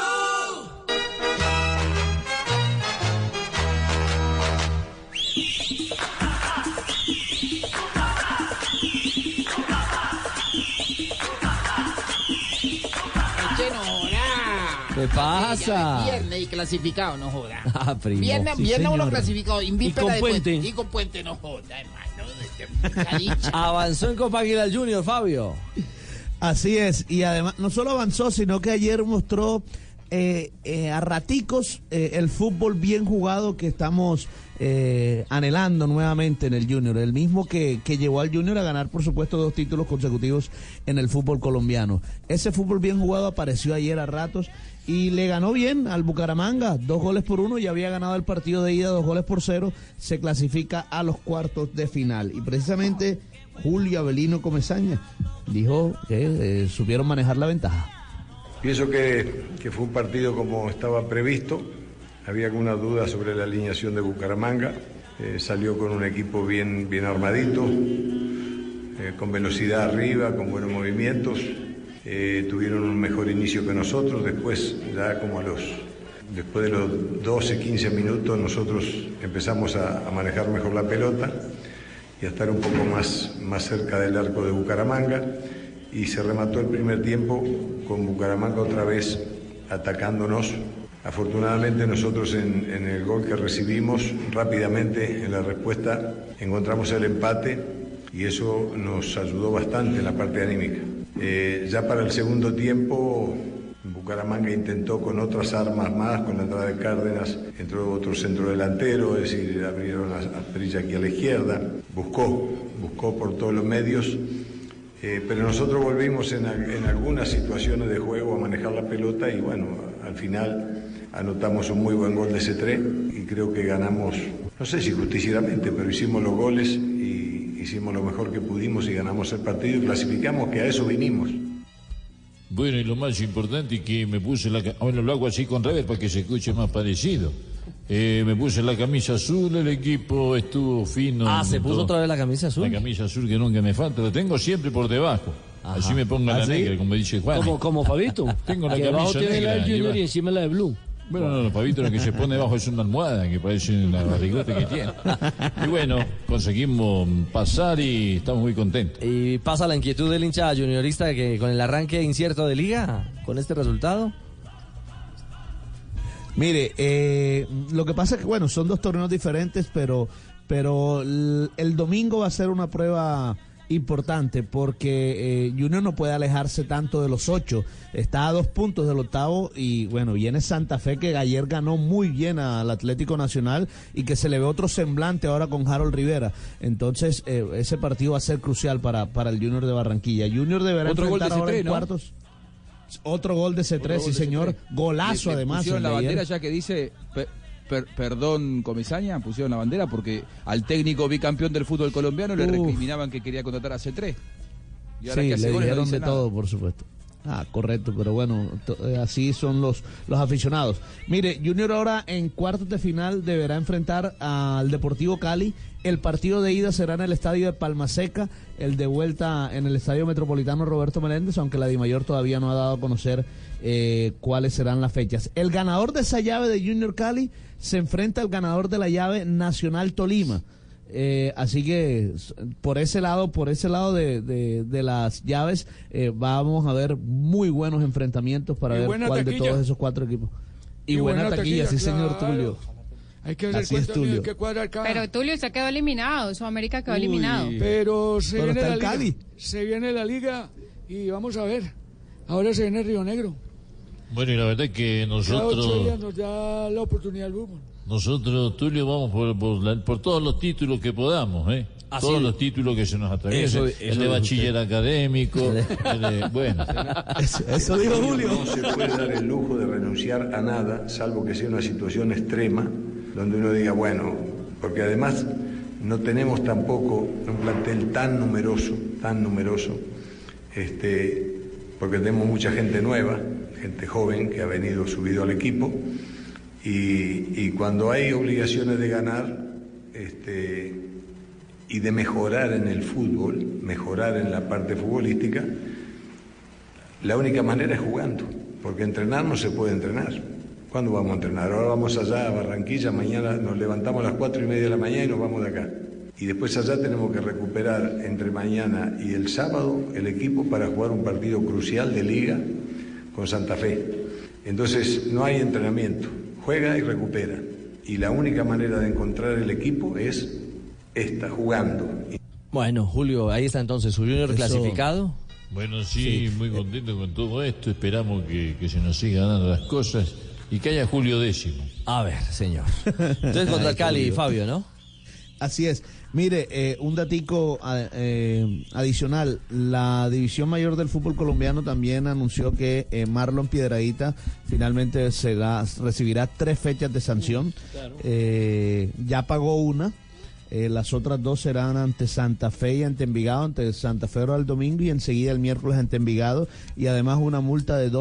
¿Qué pasa? Viernes y clasificado, no joda. Ah, primo. Viernes, Sí, viernes uno señor. clasificado. Y con Puente. Y con Puente, no joda, hermano. Avanzó en Copa Águila el Junior, Fabio. Así es, y además no solo avanzó, sino que ayer mostró a raticos el fútbol bien jugado que estamos anhelando nuevamente en el Junior, el mismo que llevó al Junior a ganar, por supuesto, 2 títulos consecutivos en el fútbol colombiano. Ese fútbol bien jugado apareció ayer a ratos y le ganó bien al Bucaramanga, 2-1, ya había ganado el partido de ida 2-0, se clasifica a los cuartos de final. Y precisamente Julio Avelino Comesaña dijo que supieron manejar la ventaja. Pienso que fue un partido como estaba previsto, había alguna duda sobre la alineación de Bucaramanga, salió con un equipo bien armadito, con velocidad arriba, con buenos movimientos, tuvieron un mejor inicio que nosotros, después ya después de los 12, 15 minutos nosotros empezamos a manejar mejor la pelota y a estar un poco más cerca del arco de Bucaramanga. Y se remató el primer tiempo con Bucaramanga otra vez atacándonos. Afortunadamente nosotros en el gol que recibimos rápidamente en la respuesta encontramos el empate y eso nos ayudó bastante en la parte anímica. Ya para el segundo tiempo Bucaramanga intentó con otras armas más, con la entrada de Cárdenas, entró otro centro delantero, es decir, abrieron a Prilla aquí a la izquierda, buscó por todos los medios. Pero nosotros volvimos en algunas situaciones de juego a manejar la pelota y bueno, al final anotamos un muy buen gol de C3 y creo que ganamos, no sé si justiciadamente, pero hicimos los goles y hicimos lo mejor que pudimos y ganamos el partido y clasificamos, que a eso vinimos. Bueno, y lo más importante es que me puse bueno, lo hago así con rever para que se escuche más parecido. Me puse la camisa azul, el equipo estuvo fino. ¿Se puso otra vez la camisa azul? La camisa azul que nunca me falta, la tengo siempre por debajo. Ajá. Así me pongo la negra, como dice Juan. Como Fabito. Tengo la que camisa abajo tiene negra. La Junior y encima la de Blue. Bueno, no, Fabito lo que se pone debajo es una almohada que parece una barrigota que tiene. Y bueno, conseguimos pasar y estamos muy contentos. ¿Y pasa la inquietud del hincha juniorista que con el arranque incierto de liga, con este resultado? Mire, lo que pasa es que, bueno, son dos torneos diferentes, pero el domingo va a ser una prueba importante porque Junior no puede alejarse tanto de los 8, está a 2 puntos del octavo y bueno, viene Santa Fe que ayer ganó muy bien al Atlético Nacional y que se le ve otro semblante ahora con Harold Rivera, entonces ese partido va a ser crucial para el Junior de Barranquilla. Junior deberá enfrentar ahora en cuartos. Otro gol de C3, sí señor, golazo además. Pusieron la bandera ya que dice, perdón Comesaña, pusieron la bandera porque al técnico bicampeón del fútbol colombiano le recriminaban que quería contratar a C3. Y ahora sí, que hace le dijeron de todo, por supuesto. Correcto, pero bueno, así son los aficionados. Mire, Junior ahora en cuartos de final deberá enfrentar al Deportivo Cali. El partido de ida será en el estadio de Palma Seca, el de vuelta en el estadio Metropolitano Roberto Meléndez, aunque la DIMAYOR todavía no ha dado a conocer cuáles serán las fechas. El ganador de esa llave de Junior Cali se enfrenta al ganador de la llave Nacional Tolima. Así que por ese lado de las llaves vamos a ver muy buenos enfrentamientos para ver cuál de todos esos 4 equipos. Y buena taquilla, sí señor Tulio. Hay que hacer cuenta, hay que cuadrar cada... Pero Tulio se quedó eliminado, Sudamérica quedó eliminado. Pero se viene la liga. Cali. Se viene la liga y vamos a ver. Ahora se viene Río Negro. Bueno, y la verdad es que nosotros... Cada 8 días nos da la oportunidad del fútbol. Nosotros, Tulio, vamos por todos los títulos que podamos, todos los títulos que se nos atraviesen. El de bachiller académico, bueno. Eso dijo Julio. No se puede dar el lujo de renunciar a nada, salvo que sea una situación extrema, donde uno diga, bueno, porque además no tenemos tampoco un plantel tan numeroso, porque tenemos mucha gente nueva, gente joven que ha subido al equipo, y cuando hay obligaciones de ganar y de mejorar en el fútbol, mejorar en la parte futbolística, la única manera es jugando, porque entrenar no se puede entrenar. ¿Cuándo vamos a entrenar? Ahora vamos allá a Barranquilla, mañana nos levantamos a las 4:30 de la mañana y nos vamos de acá. Y después allá tenemos que recuperar entre mañana y el sábado el equipo para jugar un partido crucial de liga con Santa Fe. Entonces no hay entrenamiento, juega y recupera. Y la única manera de encontrar el equipo es jugando. Bueno, Julio, ahí está entonces su Junior clasificado. Bueno, sí, muy contento con todo esto. Esperamos que se nos sigan dando las cosas y que haya Julio décimo. A ver, señor. Entonces contra el Cali, Fabio, ¿no? Así es. Mire, un datico adicional. La División Mayor del Fútbol Colombiano también anunció que Marlon Piedradita finalmente recibirá 3 fechas de sanción. Ya pagó una. Las otras 2 serán ante Santa Fe y ante Envigado, ante Santa Fe el domingo y enseguida el miércoles ante Envigado, y además una multa de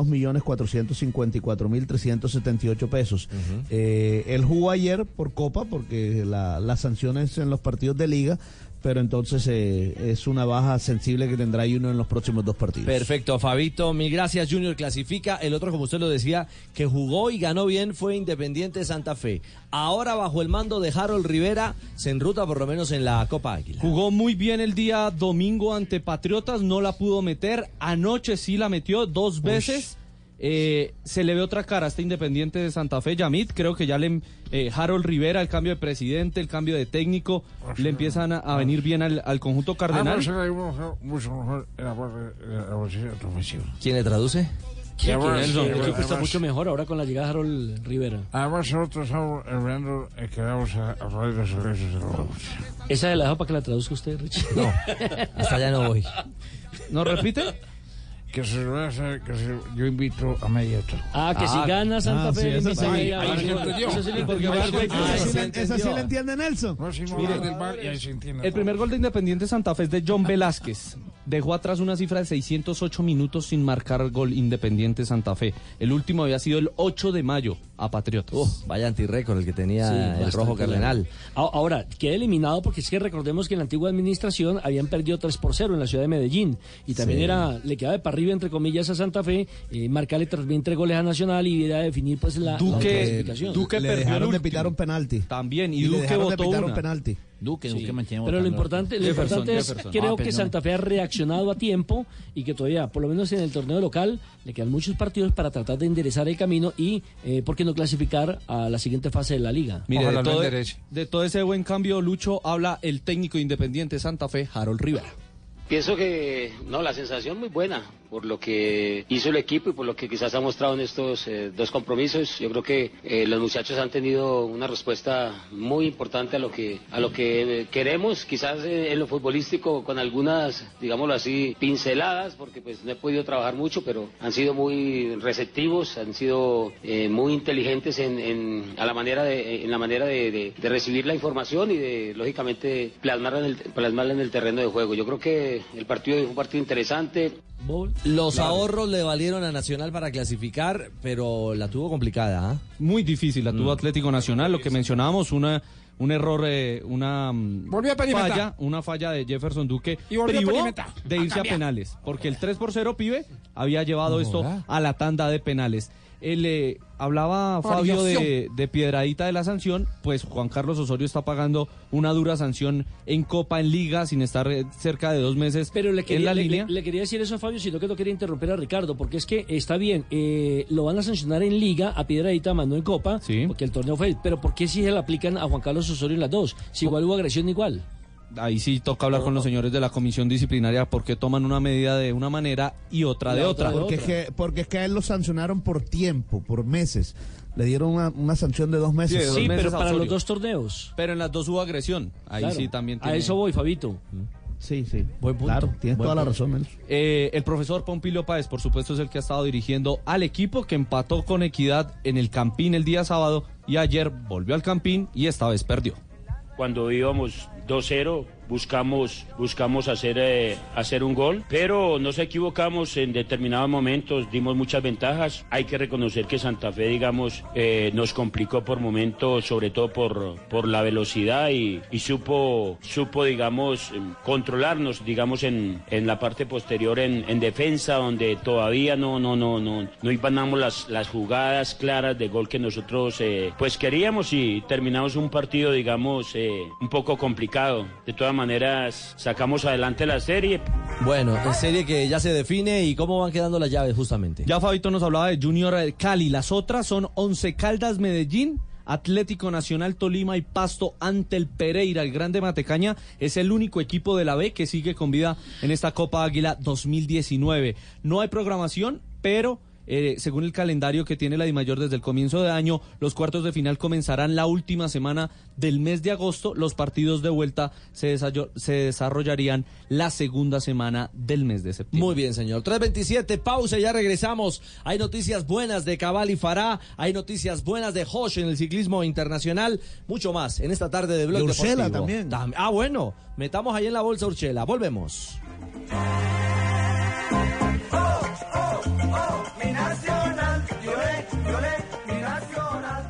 2.454.378 pesos. Él jugó ayer por Copa porque las sanciones en los partidos de Liga, pero entonces es una baja sensible que tendrá Junior en los próximos 2 partidos. Perfecto, Fabito, mil gracias. Junior clasifica. El otro, como usted lo decía, que jugó y ganó bien fue Independiente Santa Fe. Ahora, bajo el mando de Harold Rivera, se enruta por lo menos en la Copa Águila. Jugó muy bien el día domingo ante Patriotas, no la pudo meter. Anoche sí la metió 2 veces. Se le ve otra cara a este Independiente de Santa Fe, Yamit. Creo que ya Harold Rivera, el cambio de presidente, el cambio de técnico, le empiezan a venir bien al conjunto cardenal. ¿Quién le traduce? Sí, el equipo está mucho mejor ahora con la llegada de Harold Rivera. Además, nosotros estamos hablando que vamos a hablar de los regresos de los... Esa la dejo para que la traduzca usted, Richie. No, hasta allá no voy. ¿No repite? Que se va a hacer, yo invito a Mediato. Que si gana Santa Fe, esa sí le entiende Nelson. El primer gol de Independiente Santa Fe es de John Velázquez. Dejó atrás una cifra de 608 minutos sin marcar gol Independiente Santa Fe. El último había sido el 8 de mayo a Patriotas. Vaya antirrécord el que tenía el Rojo Cardenal. Ahora, queda eliminado porque es que recordemos que en la antigua administración habían perdido 3-0 en la ciudad de Medellín. Y también le quedaba de para arriba, entre comillas, a Santa Fe, marcarle también 3 goles a Nacional y era definir pues la clasificación. Duque le dejaron de pitar un penalti. También, y Duque votó una. Penalti. Duque mantiene. Pero lo importante es, creo que Santa Fe ha reaccionado a tiempo y que todavía, por lo menos en el torneo local, le quedan muchos partidos para tratar de enderezar el camino y, ¿por qué no clasificar a la siguiente fase de la liga? Mire, de todo ese buen cambio, Lucho, habla el técnico Independiente Santa Fe, Harold Rivera. Pienso que, la sensación muy buena por lo que hizo el equipo y por lo que quizás ha mostrado en estos 2 compromisos. Yo creo que los muchachos han tenido una respuesta muy importante a lo que queremos, quizás en lo futbolístico con algunas, digámoslo así, pinceladas, porque pues no he podido trabajar mucho, pero han sido muy receptivos, han sido muy inteligentes en la manera de recibir la información y de, lógicamente, plasmarla en el terreno de juego. Yo creo que el partido fue un partido interesante. Los ahorros le valieron a Nacional para clasificar, pero la tuvo complicada. Muy difícil, la tuvo Atlético Nacional, lo que mencionábamos, un error, una falla de Jefferson Duque privó de irse a penales, porque el 3-0, pibe, había llevado esto a la tanda de penales. Hablaba Fabio de piedradita de la sanción, pues Juan Carlos Osorio está pagando una dura sanción en Copa, en Liga, sin estar cerca de 2 meses. Pero le quería línea. decir eso a Fabio, sino que no quería interrumpir a Ricardo, porque es que está bien, lo van a sancionar en Liga a piedradita, más no en Copa, porque el torneo fue, pero ¿por qué si se le aplican a Juan Carlos Osorio en las 2? Si igual hubo agresión, igual. Ahí sí toca hablar con los señores de la comisión disciplinaria porque toman una medida de una manera y otra de otra. Porque es que a él lo sancionaron por tiempo, por meses. Le dieron una sanción de 2 meses. Sí, pero para los 2 torneos. Pero en las 2 hubo agresión. Ahí sí también tiene... A eso voy, Fabito. Sí. Buen punto. Claro, tienes toda la razón. El profesor Pompilio Páez, por supuesto, es el que ha estado dirigiendo al equipo que empató con Equidad en el Campín el día sábado y ayer volvió al Campín y esta vez perdió. Cuando íbamos 2-0, buscamos hacer un gol, pero nos equivocamos en determinados momentos, dimos muchas ventajas. Hay que reconocer que Santa Fe, digamos, nos complicó por momentos, sobre todo por la velocidad y supo, digamos, controlarnos, digamos, en la parte posterior en defensa, donde todavía no ibanamos las jugadas claras de gol que nosotros pues queríamos y terminamos un partido, digamos, un poco complicado. De todas maneras, sacamos adelante la serie. Bueno, en serie que ya se define, ¿y cómo van quedando las llaves justamente? Ya Fabito nos hablaba de Junior Cali, las otras son Once Caldas Medellín, Atlético Nacional Tolima y Pasto ante el Pereira. El Grande Matecaña es el único equipo de la B que sigue con vida en esta Copa Águila 2019. No hay programación, pero... según el calendario que tiene la DIMAYOR desde el comienzo de año, los cuartos de final comenzarán la última semana del mes de agosto. Los partidos de vuelta se desarrollarían la segunda semana del mes de septiembre. Muy bien, señor. 3:27, pausa, ya regresamos. Hay noticias buenas de Cabal y Farah, hay noticias buenas de Hosh en el ciclismo internacional, mucho más en esta tarde de Blog Deportivo. Urshela también. Bueno, metamos ahí en la bolsa Urshela. Volvemos. Mi nacional, mi nacional,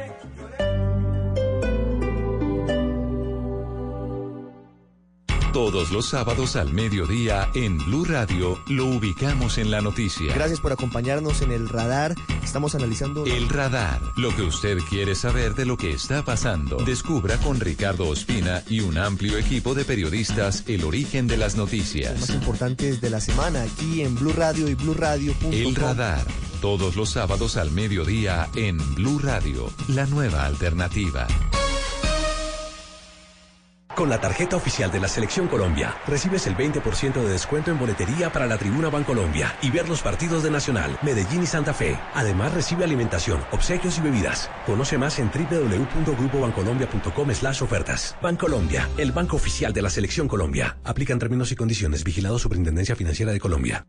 Todos los sábados al mediodía en Blue Radio lo ubicamos en la noticia. Gracias por acompañarnos en El Radar. Estamos analizando... El Radar, lo que usted quiere saber de lo que está pasando. Descubra con Ricardo Ospina y un amplio equipo de periodistas el origen de las noticias. Los más importantes de la semana aquí en Blue Radio y BlueRadio.com. El Radar, todos los sábados al mediodía en Blue Radio, la nueva alternativa. Con la tarjeta oficial de la Selección Colombia, recibes el 20% de descuento en boletería para la Tribuna Bancolombia y ver los partidos de Nacional, Medellín y Santa Fe. Además, recibe alimentación, obsequios y bebidas. Conoce más en www.grupobancolombia.com/ofertas. Bancolombia, el banco oficial de la Selección Colombia. Aplican términos y condiciones. Vigilado Superintendencia Financiera de Colombia.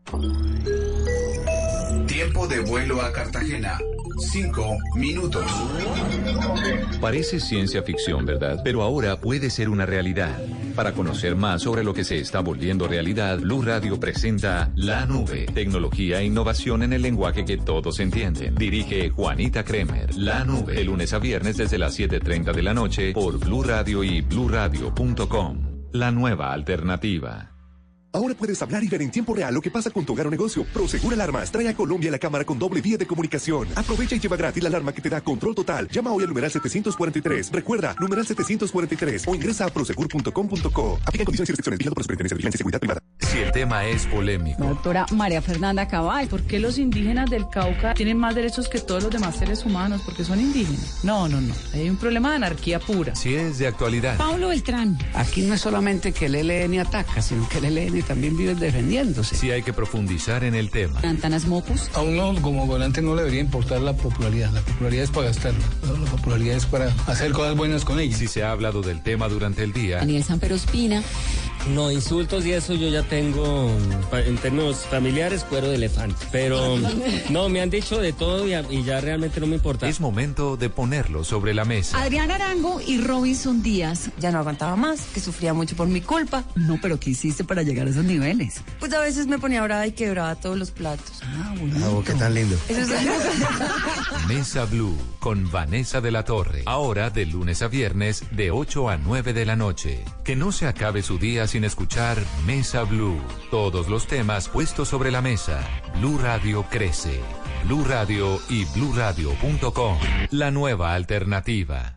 Tiempo de vuelo a Cartagena. 5 minutos. Parece ciencia ficción, ¿verdad? Pero ahora puede ser una realidad. Para conocer más sobre lo que se está volviendo realidad, Blue Radio presenta La Nube. Tecnología e innovación en el lenguaje que todos entienden. Dirige Juanita Kremer. La Nube. De lunes a viernes desde las 7:30 de la noche por Blue Radio y bluradio.com. La nueva alternativa. Ahora puedes hablar y ver en tiempo real lo que pasa con tu hogar o negocio. Prosegur Alarmas trae a Colombia la cámara con doble vía de comunicación. Aprovecha y lleva gratis la alarma que te da control total. Llama hoy al numeral 743. Recuerda, numeral 743 o ingresa a prosegur.com.co. Aplica condiciones y restricciones. Vigilado por la Superintendencia de Vigilancia y Seguridad Privada. Si el tema es polémico. Doctora María Fernanda Cabal, ¿por qué los indígenas del Cauca tienen más derechos que todos los demás seres humanos? ¿Porque son indígenas? No. Hay un problema de anarquía pura. Si es de actualidad. Paulo Beltrán. Aquí no es solamente que el ELN ataca, sino que el ELN también vive defendiéndose. Si hay que profundizar en el tema. Antanas Mocus. A uno como gobernante no le debería importar la popularidad. La popularidad es para gastarla. La popularidad es para hacer cosas buenas con ella. Si se ha hablado del tema durante el día. Daniel Samper Ospina. No, insultos y eso yo ya tengo, en términos familiares, cuero de elefante. Pero no, me han dicho de todo y ya realmente no me importa. Es momento de ponerlo sobre la mesa. Adrián Arango y Robinson Díaz. Ya no aguantaba más, que sufría mucho por mi culpa. No, pero ¿qué hiciste para llegar a esos niveles? Pues a veces me ponía brava y quebraba todos los platos. Oh, qué tan lindo. Eso es Mesa Blue con Vanessa de la Torre. Ahora de lunes a viernes de 8 a 9 de la noche. Que no se acabe su día sin escuchar Mesa Blue. Todos los temas puestos sobre la mesa. Blue Radio crece. Blue Radio y bluradio.com. La nueva alternativa.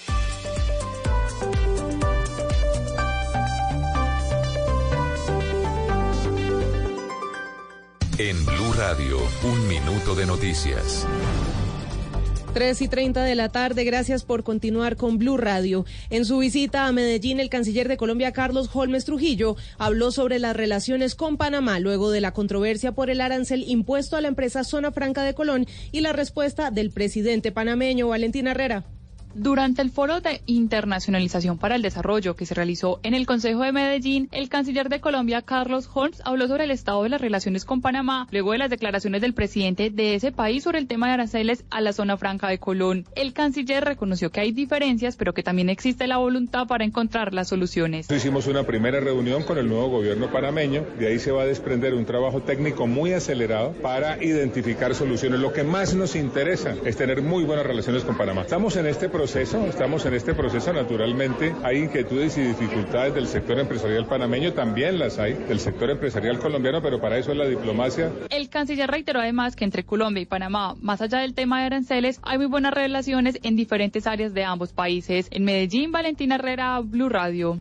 En Blue Radio, 1 minuto de noticias. 3:30 de la tarde, gracias por continuar con Blue Radio. En su visita a Medellín, el canciller de Colombia, Carlos Holmes Trujillo, habló sobre las relaciones con Panamá luego de la controversia por el arancel impuesto a la empresa Zona Franca de Colón y la respuesta del presidente panameño, Valentín Herrera. Durante el Foro de Internacionalización para el Desarrollo que se realizó en el Consejo de Medellín, el canciller de Colombia, Carlos Holmes, habló sobre el estado de las relaciones con Panamá, luego de las declaraciones del presidente de ese país sobre el tema de aranceles a la Zona Franca de Colón. El canciller reconoció que hay diferencias, pero que también existe la voluntad para encontrar las soluciones. Hicimos una primera reunión con el nuevo gobierno panameño, de ahí se va a desprender un trabajo técnico muy acelerado para identificar soluciones. Lo que más nos interesa es tener muy buenas relaciones con Panamá. Estamos en este proceso, naturalmente hay inquietudes y dificultades del sector empresarial panameño, también las hay del sector empresarial colombiano, pero para eso es la diplomacia. El canciller reiteró además que entre Colombia y Panamá, más allá del tema de aranceles, hay muy buenas relaciones en diferentes áreas de ambos países. En Medellín, Valentina Herrera, Blue Radio.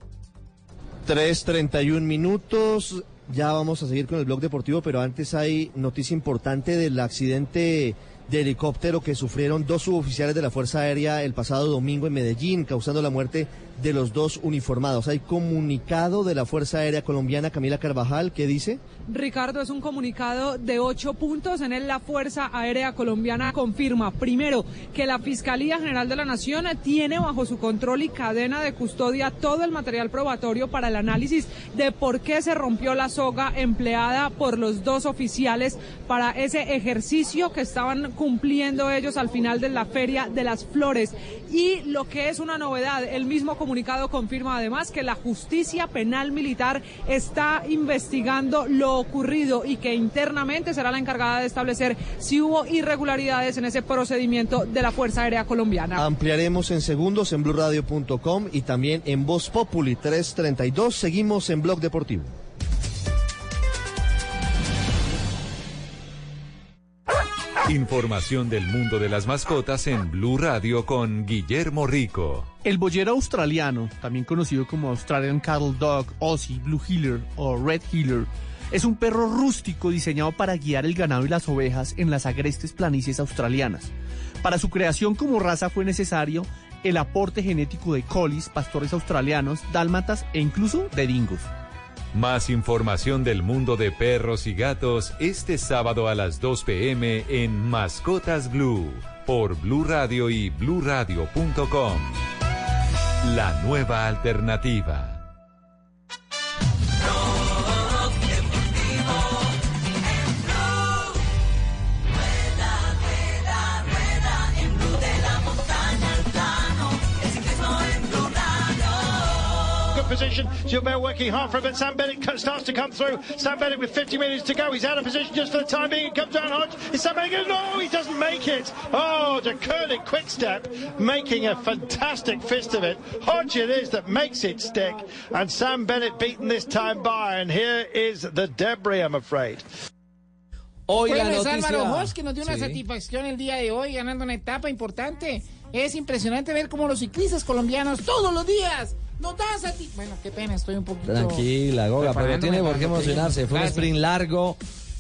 3:31 minutos, ya vamos a seguir con el blog deportivo, pero antes hay noticia importante del accidente de helicóptero que sufrieron 2 suboficiales de la Fuerza Aérea el pasado domingo en Medellín, causando la muerte de los 2 uniformados. Hay comunicado de la Fuerza Aérea Colombiana, Camila Carvajal, ¿qué dice? Ricardo, es un comunicado de 8 puntos. En él la Fuerza Aérea Colombiana confirma, primero, que la Fiscalía General de la Nación tiene bajo su control y cadena de custodia todo el material probatorio para el análisis de por qué se rompió la soga empleada por los 2 oficiales para ese ejercicio que estaban cumpliendo ellos al final de la Feria de las Flores. Y lo que es una novedad, el mismo comunicado confirma además que la Justicia Penal Militar está investigando lo ocurrido y que internamente será la encargada de establecer si hubo irregularidades en ese procedimiento de la Fuerza Aérea Colombiana. Ampliaremos en segundos en bluradio.com y también en Voz Populi 3:32. Seguimos en Blog Deportivo. Información del mundo de las mascotas en Blue Radio con Guillermo Rico. El boyero australiano, también conocido como Australian Cattle Dog, Aussie, Blue Heeler o Red Heeler, es un perro rústico diseñado para guiar el ganado y las ovejas en las agrestes planicies australianas. Para su creación como raza fue necesario el aporte genético de colis, pastores australianos, dálmatas e incluso de dingos. Más información del mundo de perros y gatos este sábado a las 2 p.m. en Mascotas Blue por Blue Radio y bluradio.com. La nueva alternativa. Position. Gilbert working hard for it, but Sam Bennett starts to come through. Sam Bennett with 50 minutes to go. He's out of position just for the time being. It comes down Hodge. Is Sam Bennett? No, he doesn't make it. Oh, De Koenig quick step, making a fantastic fist of it. Hodge it is that makes it stick. And Sam Bennett beaten this time by. And here is the debris, I'm afraid. Hoy bueno, es Álvaro Hodge que nos dio una satisfacción el día de hoy, ganando una etapa importante. Es impresionante ver cómo los ciclistas colombianos todos los días nos dan satisfacción. Bueno, qué pena, estoy un poquito... Tranquila, Goga, pero tiene por qué emocionarse. Fue un sprint largo.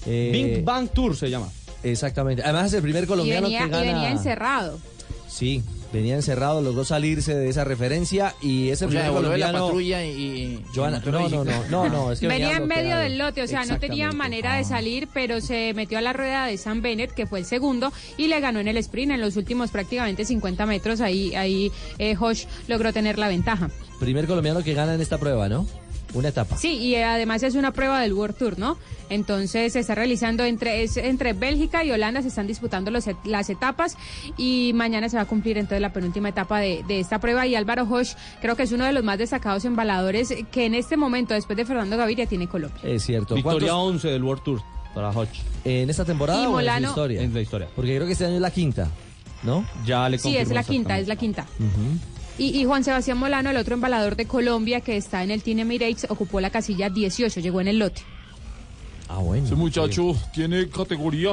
Big Bang Tour se llama. Exactamente. Además es el primer colombiano que gana... Y venía encerrado. Sí. Venía encerrado, logró salirse de esa referencia y ese primer colombiano... la patrulla y Joana, no, es que venía en medio del lote, o sea, no tenía manera de salir, pero se metió a la rueda de Sam Bennett, que fue el segundo, y le ganó en el sprint en los últimos prácticamente 50 metros, ahí Hodge logró tener la ventaja. Primer colombiano que gana en esta prueba, ¿no? Una etapa. Sí, y además es una prueba del World Tour, ¿no? Entonces se está realizando entre Bélgica y Holanda, se están disputando las etapas y mañana se va a cumplir entonces la penúltima etapa de esta prueba y Álvaro Hodge creo que es uno de los más destacados embaladores que en este momento, después de Fernando Gaviria, tiene Colombia. Es cierto. Victoria 11 del World Tour para Hodge. ¿En esta temporada o Molano, en la historia? En la historia. Porque creo que este año es la quinta, ¿no? Ya le confirmó. Sí, es la quinta. Uh-huh. Y Juan Sebastián Molano, el otro embalador de Colombia que está en el Team Emirates, ocupó la casilla 18, llegó en el lote. Ah, bueno. Ese muchacho tiene categoría.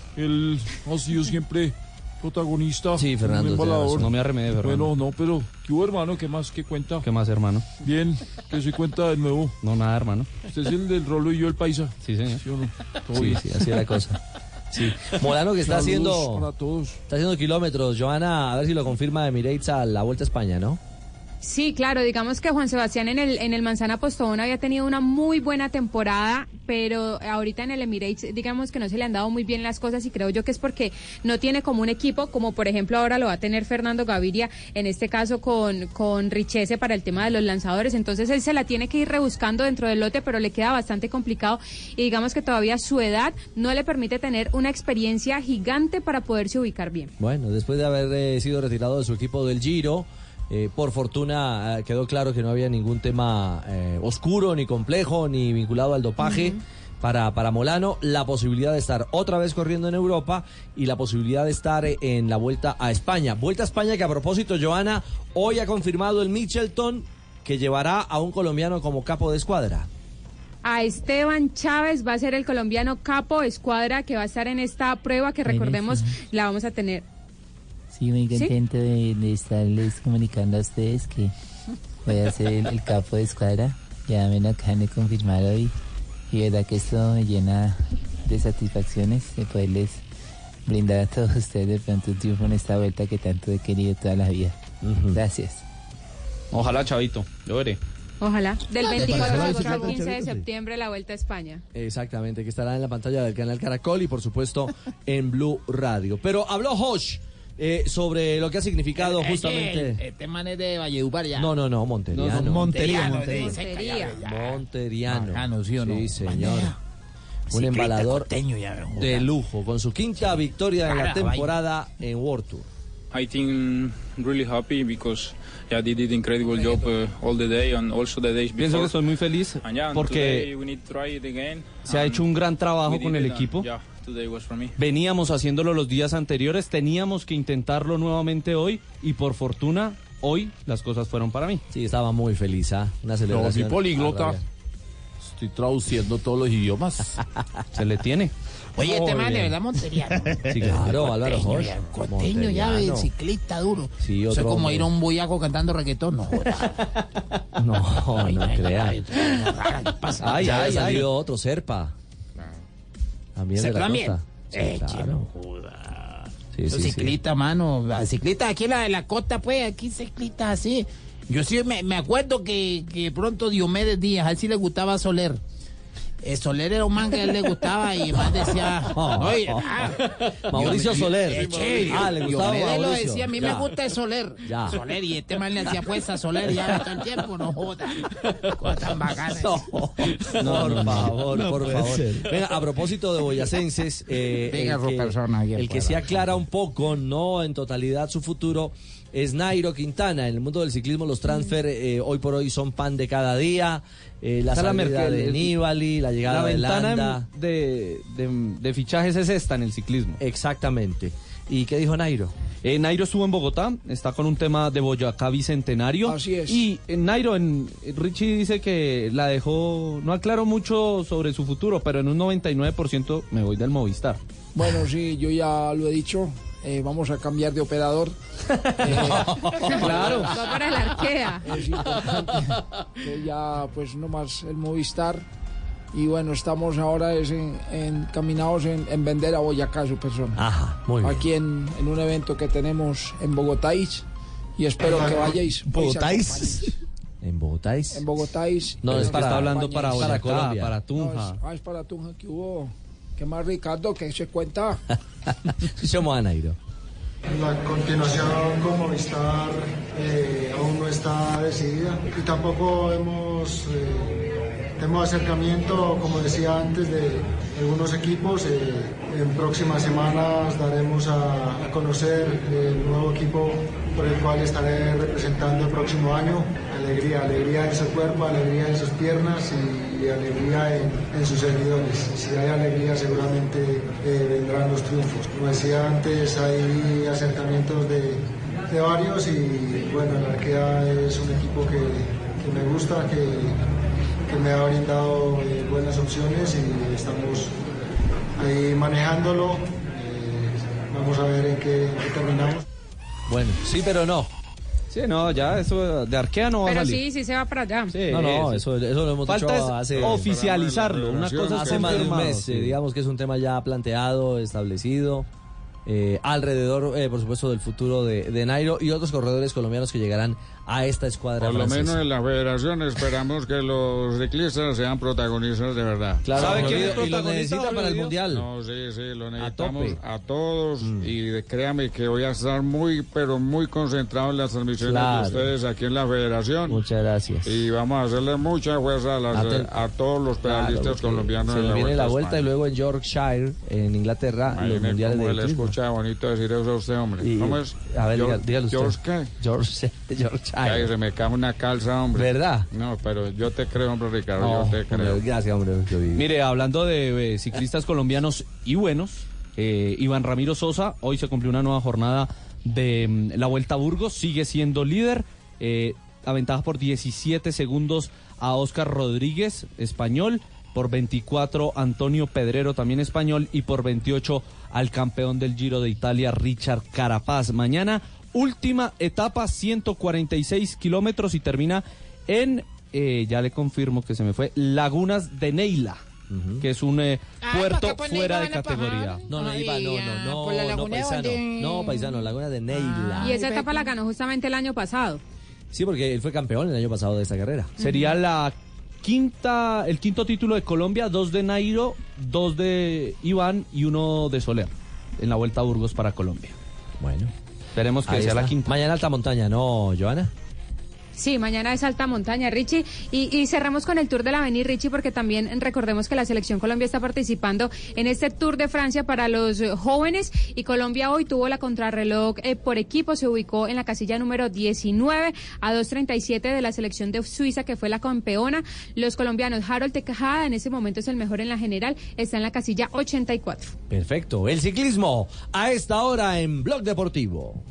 Él ha sido siempre protagonista. Sí, Fernando. No me arremede, Fernando. Bueno, no, pero ¿qué hubo, hermano? ¿Qué más? ¿Qué cuenta? ¿Qué más, hermano? Bien, ¿qué se cuenta de nuevo? No, nada, hermano. ¿Usted es el del Rolo y yo el paisa? Sí, señor. ¿Sí o no? ¿Todo bien? Sí, así es la cosa. Sí. Molano que está haciendo kilómetros. Joana, a ver si lo confirma Emirates a la Vuelta a España, ¿no? Sí, claro, digamos que Juan Sebastián en el Manzana Postobón había tenido una muy buena temporada, pero ahorita en el Emirates digamos que no se le han dado muy bien las cosas y creo yo que es porque no tiene como un equipo, como por ejemplo ahora lo va a tener Fernando Gaviria, en este caso con Richese para el tema de los lanzadores, entonces él se la tiene que ir rebuscando dentro del lote, pero le queda bastante complicado y digamos que todavía su edad no le permite tener una experiencia gigante para poderse ubicar bien. Bueno, después de haber sido retirado de su equipo del Giro, por fortuna quedó claro que no había ningún tema oscuro, ni complejo, ni vinculado al dopaje para Molano. La posibilidad de estar otra vez corriendo en Europa y la posibilidad de estar en la Vuelta a España. Vuelta a España que a propósito, Joana, hoy ha confirmado el Mitchelton que llevará a un colombiano como capo de escuadra. A Esteban Chávez va a ser el colombiano capo de escuadra que va a estar en esta prueba que recordemos la vamos a tener. Sí, muy contento de estarles comunicando a ustedes que voy a ser el capo de escuadra. Ya me lo acaban de confirmar hoy. Y verdad que esto me llena de satisfacciones de poderles brindar a todos ustedes de pronto un triunfo en esta vuelta que tanto he querido toda la vida. Gracias. Ojalá, Chavito, yo veré. Ojalá. Del 24 de agosto al 15 de septiembre la Vuelta a España. Exactamente, que estará en la pantalla del canal Caracol y por supuesto en Blue Radio. Pero habló Hodge sobre lo que ha significado justamente... Este man es de Valledupar ya. No, Monteriano. Monteriano. ¿Sí o no? Sí, señor. Un embalador de lujo, con su quinta victoria en la temporada en World Tour. I think really happy because they did incredible job all the day and also the days before. Pienso que estoy muy feliz porque se ha hecho un gran trabajo con el equipo. Veníamos haciéndolo los días anteriores, teníamos que intentarlo nuevamente hoy y por fortuna hoy las cosas fueron para mí. Sí, estaba muy feliz, una celebración. Soy políglota, estoy traduciendo todos los idiomas. Se le tiene. Oye, este man de verdad monteriano. Sí, claro, Álvaro Hodge. Costeño ya, ciclista duro. Sí, eso es como ir a un boyaco cantando reggaetón, no crea. Ya ha salido otro Serpa. También de la costa. Sí, claro. Ciclita, mano. La ciclita aquí, la de la costa, pues, aquí ciclita así. Yo sí me acuerdo que pronto Diomedes Díaz, a él sí le gustaba Soler. Soler era un man que a él le gustaba y más decía... Oye, Mauricio Soler. Le gustaba Mauricio. lo decía, a mí me gusta el Soler. Soler, y este man le hacía fuerza a Soler ya todo el tiempo, no joda. Cosas tan bacanas. No, por favor. Venga, a propósito de boyacenses, el que se aclara un poco, no en totalidad su futuro, es Nairo Quintana. En el mundo del ciclismo los transfer hoy por hoy son pan de cada día. La salida de Nibali, la llegada de Landa. La ventana de fichajes es esta en el ciclismo. Exactamente. ¿Y qué dijo Nairo? Nairo estuvo en Bogotá, está con un tema de Boyacá Bicentenario. Así es. Y Nairo, Richie dice que la dejó, no aclaró mucho sobre su futuro, pero en un 99% me voy del Movistar. Bueno, sí, yo ya lo he dicho. Vamos a cambiar de operador. Claro. Va para la Arkea. Es importante que ya, pues, no más el Movistar. Y bueno, estamos ahora encaminados en vender a Boyacá a su persona. Ajá, muy bien. Aquí en un evento que tenemos en Bogotá. Y espero que vayáis. ¿Bogotáis? ¿En Bogotáis? En Bogotáis. No, es está hablando para Boyacá, Colombia. para Tunja. No, es para Tunja que hubo. ¿Qué más, Ricardo? ¿Qué se cuenta? Somos a Nairo. La continuación con Movistar aún no está decidida y tampoco tenemos acercamiento, como decía antes, de algunos equipos. En próximas semanas daremos a conocer el nuevo equipo por el cual estaré representando el próximo año. Alegría en su cuerpo, alegría en sus piernas y alegría en sus seguidores. Si hay alegría, seguramente vendrán los triunfos. Como decía antes, hay acercamientos de varios y bueno, el Arkea es un equipo que me gusta, que me ha brindado buenas opciones y estamos ahí manejándolo. Vamos a ver en qué terminamos. Bueno, sí, pero no. Sí, no, ya eso de Arkea no va a salir. Pero sí se va para allá. Sí, no, eso lo hemos dicho hace... oficializarlo. Una cosa hace más de un mes, digamos que es un tema ya planteado, establecido. Alrededor, por supuesto, del futuro de Nairo y otros corredores colombianos que llegarán a esta escuadra Por lo francesa. menos en la federación esperamos que los ciclistas sean protagonistas de verdad. Claro, ¿sabe quién es y lo necesita para el Mundial? No, sí, lo necesitamos a todos y créame que voy a estar muy, pero muy concentrado en las transmisiones de ustedes aquí en la federación. Muchas gracias. Y vamos a hacerle mucha fuerza a todos los pedalistas colombianos. Se viene la vuelta y luego en Yorkshire, en Inglaterra, los mundiales de le escucha bonito decir eso a usted, hombre. ¿Cómo es? A ver, dígalo usted. ¿George qué? Yorkshire. Ay, se me cae una calza, hombre. ¿Verdad? No, pero yo te creo, hombre, Ricardo, yo te creo. Gracias, hombre. Mire, hablando de ciclistas colombianos y buenos, Iván Ramiro Sosa, hoy se cumplió una nueva jornada de la Vuelta a Burgos, sigue siendo líder, aventaja por 17 segundos a Óscar Rodríguez, español, por 24 Antonio Pedrero, también español, y por 28 al campeón del Giro de Italia, Richard Carapaz. Mañana, última etapa, 146 kilómetros y termina en, ya le confirmo que se me fue, Lagunas de Neila. Que es un puerto fuera de categoría. No, paisano, Laguna de Neila. Y esa etapa la ganó justamente el año pasado. Sí, porque él fue campeón el año pasado de esta carrera. Sería el quinto título de Colombia, 2 de Nairo, 2 de Iván y 1 de Soler en la Vuelta a Burgos para Colombia. Bueno, esperemos que sea la quinta. Mañana alta montaña, ¿no, Joana? Sí, mañana es alta montaña, Richie. Y cerramos con el Tour del Avenir, Richie, porque también recordemos que la Selección Colombia está participando en este Tour de Francia para los jóvenes. Y Colombia hoy tuvo la contrarreloj por equipo, se ubicó en la casilla número 19 a 2:37 de la selección de Suiza, que fue la campeona. Los colombianos, Harold Tejada, en ese momento es el mejor en la general, está en la casilla 84. Perfecto. El ciclismo a esta hora en Blog Deportivo.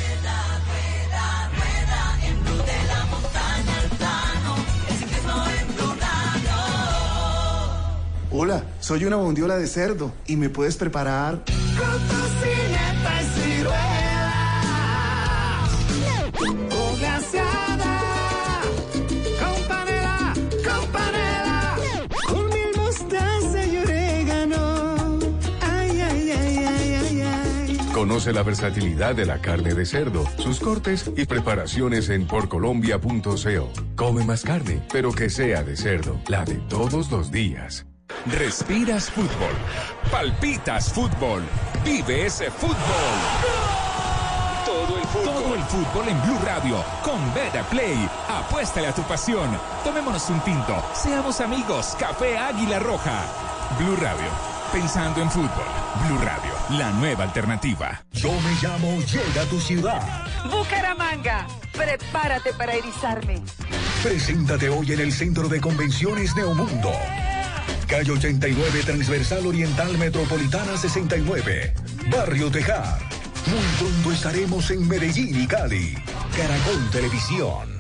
Hola, soy una bondiola de cerdo y me puedes preparar con tocineta y ciruela, o glaseada, con panela, con miel, mostaza y orégano. Ay, ay, ay, ay, ay, ay. Conoce la versatilidad de la carne de cerdo, sus cortes y preparaciones en porcolombia.co. Come más carne, pero que sea de cerdo, la de todos los días. Respiras fútbol, palpitas fútbol, vive ese fútbol. Todo el fútbol en Blue Radio con Beta Play. Apuéstale a tu pasión. Tomémonos un tinto. Seamos amigos. Café Águila Roja. Blue Radio. Pensando en fútbol. Blue Radio. La nueva alternativa. Yo me llamo Llega a tu ciudad. Bucaramanga. Prepárate para erizarme. Preséntate hoy en el Centro de Convenciones Neomundo. Calle 89, Transversal Oriental Metropolitana 69. Barrio Tejar. Muy pronto estaremos en Medellín y Cali. Caracol Televisión.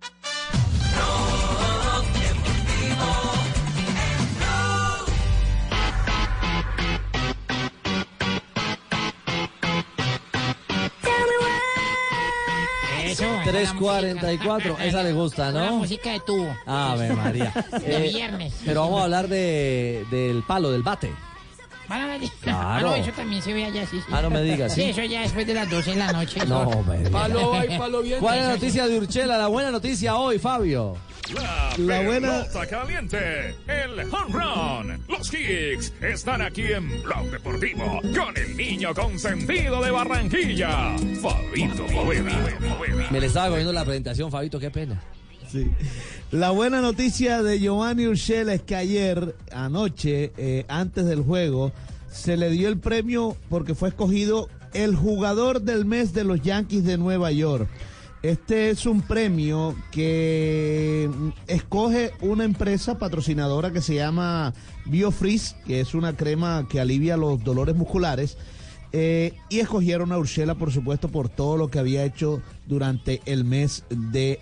3:44, esa le gusta, ¿no? La música de tubo. Ave María. De viernes. Pero vamos a hablar del palo, del bate. Claro. No, eso también se ve allá, sí. No me digas. Sí, eso ya después de las 12 de la noche. No, hombre. Palo hay, palo bien. ¿Cuál es la noticia de Urchela? La buena noticia hoy, Fabio. La buena pelota caliente, el home run. Los Kicks están aquí en Blog Deportivo con el niño consentido de Barranquilla, Fabito Poveda. Me le estaba cogiendo la presentación, Fabito, qué pena. Sí. La buena noticia de Giovanni Urshela es que ayer, anoche, antes del juego, se le dio el premio porque fue escogido el jugador del mes de los Yankees de Nueva York. Este es un premio que escoge una empresa patrocinadora que se llama BioFreeze, que es una crema que alivia los dolores musculares. Y escogieron a Urshela, por supuesto, por todo lo que había hecho durante el mes de...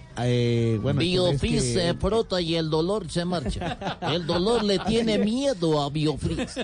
BioFreeze se frota y el dolor se marcha. El dolor le tiene miedo a BioFreeze.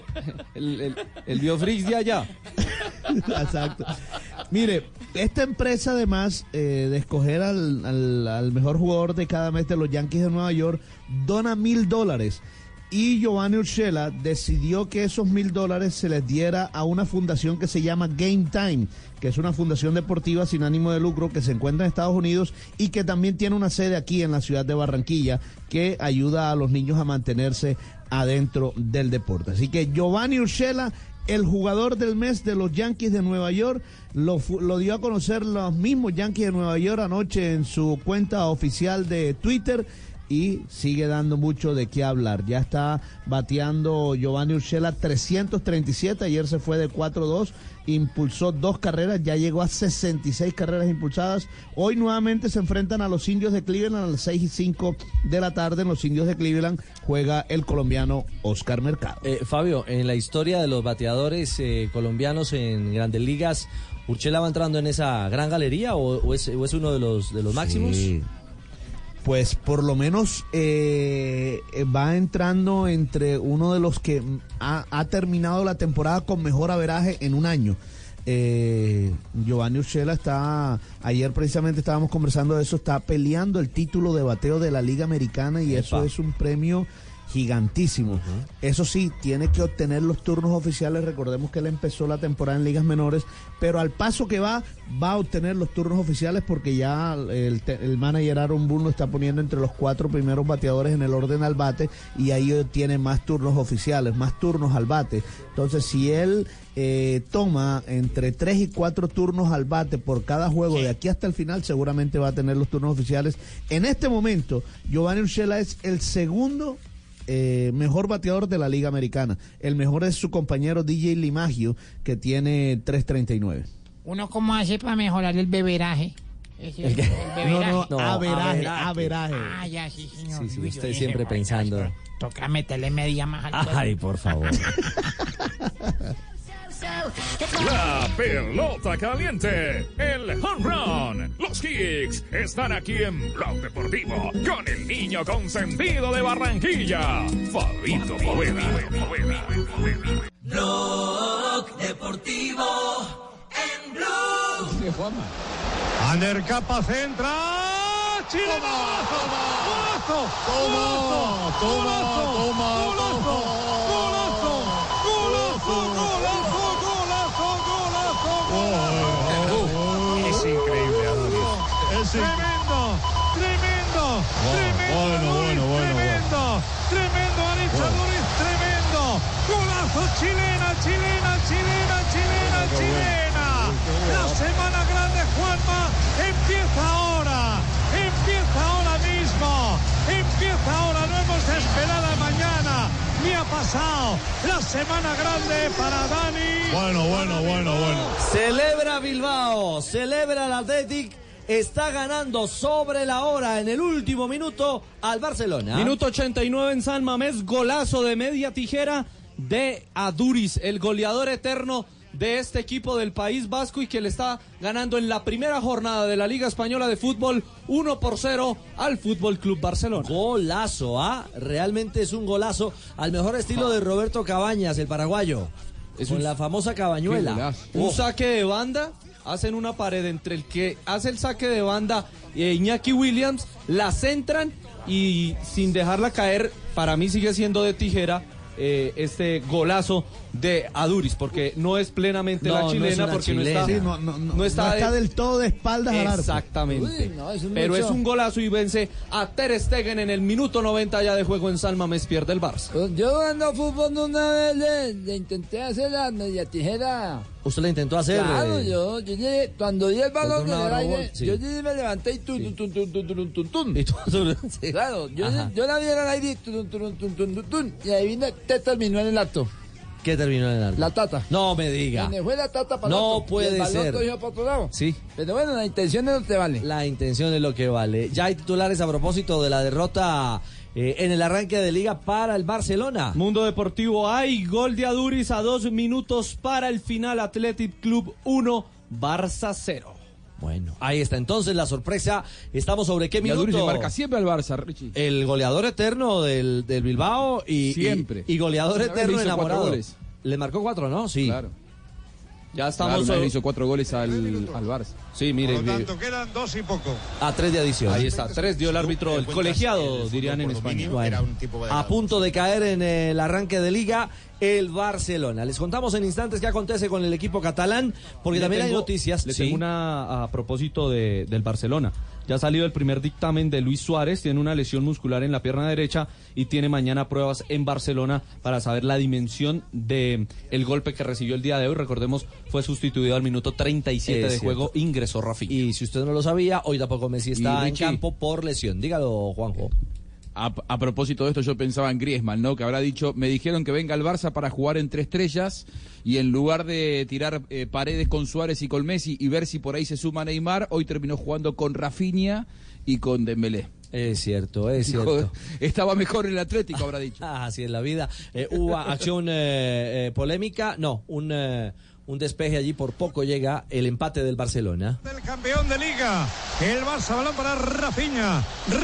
El BioFreeze de allá. Exacto. Mire, esta empresa, además de escoger al mejor jugador de cada mes de los Yankees de Nueva York, dona $1,000. Y Giovanni Urshela decidió que esos $1,000 se les diera a una fundación que se llama Game Time, que es una fundación deportiva sin ánimo de lucro que se encuentra en Estados Unidos y que también tiene una sede aquí en la ciudad de Barranquilla, que ayuda a los niños a mantenerse adentro del deporte. Así que Giovanni Urshela, el jugador del mes de los Yankees de Nueva York, lo dio a conocer los mismos Yankees de Nueva York anoche en su cuenta oficial de Twitter. Y sigue dando mucho de qué hablar. Ya está bateando Giovanni Urshela 337. Ayer se fue de 4-2. Impulsó 2 carreras. Ya llegó a 66 carreras impulsadas. Hoy nuevamente se enfrentan a los Indios de Cleveland a las 6:05 de la tarde. En los Indios de Cleveland juega el colombiano Oscar Mercado. Fabio, en la historia de los bateadores colombianos en Grandes Ligas, ¿Urshela va entrando en esa gran galería o es uno de los máximos? Sí. Pues por lo menos va entrando entre uno de los que ha terminado la temporada con mejor averaje en un año. Giovanni Urshela está, ayer precisamente estábamos conversando de eso, está peleando el título de bateo de la Liga Americana y eso es un premio gigantísimo. Eso sí, tiene que obtener los turnos oficiales. Recordemos que él empezó la temporada en ligas menores, pero al paso que va a obtener los turnos oficiales porque ya el manager Aaron Boone lo está poniendo entre los 4 primeros bateadores en el orden al bate y ahí tiene más turnos oficiales, más turnos al bate. Entonces, si él toma entre 3 y 4 turnos al bate por cada juego de aquí hasta el final, seguramente va a tener los turnos oficiales. En este momento, Giovanni Urshela es el segundo mejor bateador de la Liga Americana. El mejor es su compañero DJ LiMaggio, que tiene 3.39. ¿Uno cómo hace para mejorar el beberaje? El beberaje. No, averaje. Ah, ya, sí, señor. Sí, usted siempre pensando. Toca meterle media más al Ay, por favor. La pelota caliente, el home run. Los Kicks están aquí en Blog Deportivo con el niño consentido de Barranquilla, Fabito Poveda. Blog Deportivo en Blue. Ander Capa centra. chilena. La semana grande, Juanma, empieza ahora mismo. Empieza ahora, no hemos de esperar a mañana. Ni ha pasado la semana grande para Dani. Bueno. Celebra Bilbao, celebra el Athletic. Está ganando sobre la hora en el último minuto al Barcelona. Minuto 89 en San Mamés, golazo de media tijera de Aduriz, el goleador eterno de este equipo del País Vasco y que le está ganando en la primera jornada de la Liga Española de Fútbol 1-0 al Fútbol Club Barcelona. Golazo, realmente es un golazo al mejor estilo de Roberto Cabañas, el paraguayo, con la famosa cabañuela. Un saque de banda. Hacen una pared entre el que hace el saque de banda e Iñaki Williams, la centran y sin dejarla caer, para mí sigue siendo de tijera este golazo de Aduriz, porque no es plenamente la chilena, no porque chilena. No está del todo de espaldas al arco. Exactamente. Pero es un golazo y vence a Ter Stegen en el minuto 90 ya de juego en San Mamés, pierde el Barça. Yo jugando fútbol una vez le intenté hacer la media tijera. ¿Usted la intentó hacer? Claro, yo cuando di el balón que le baile, sí. Yo me levanté y tun. Sí, claro, yo la vi en el aire y ahí vine, te terminó en el acto. ¿Qué terminó en el arco? La tata. No me diga. Me fue la tata para no puede ser. Para otro lado. Sí. Pero bueno, la intención es lo que vale. La intención es lo que vale. Ya hay titulares a propósito de la derrota en el arranque de liga para el Barcelona. Mundo Deportivo, hay gol de Aduriz a 2 minutos para el final. Athletic Club 1, Barça 0. Bueno, ahí está entonces la sorpresa. Estamos sobre qué minuto. Aduriz le marca siempre al Barça, Richie. El goleador eterno del Bilbao y siempre. Y goleador eterno enamorado. Le marcó 4, ¿no? Sí. Claro. Ya estamos. Claro, hizo 4 goles al Barça. Sí, mire. Por lo tanto, quedan 2 y poco. A 3 de adición. Ahí está, 3 dio el árbitro, el colegiado, dirían en España. Bueno, a punto de caer en el arranque de liga el Barcelona. Les contamos en instantes qué acontece con el equipo catalán, porque también hay noticias. Les tengo una a propósito del Barcelona. Ya ha salido el primer dictamen de Luis Suárez, tiene una lesión muscular en la pierna derecha y tiene mañana pruebas en Barcelona para saber la dimensión de el golpe que recibió el día de hoy. Recordemos, fue sustituido al minuto 37 de juego, ingresó Rafinha. Y si usted no lo sabía, hoy tampoco Messi está en campo por lesión. Dígalo, Juanjo. A propósito de esto, yo pensaba en Griezmann, ¿no? Que habrá dicho, me dijeron que venga al Barça para jugar entre estrellas y en lugar de tirar paredes con Suárez y con Messi y ver si por ahí se suma Neymar, hoy terminó jugando con Rafinha y con Dembélé. Es cierto, es cierto. Estaba mejor en el Atlético, habrá dicho. Así es la vida. Hubo acción polémica, no, un despeje allí, por poco llega el empate del Barcelona. El campeón de Liga, el Barça, balón para Rafinha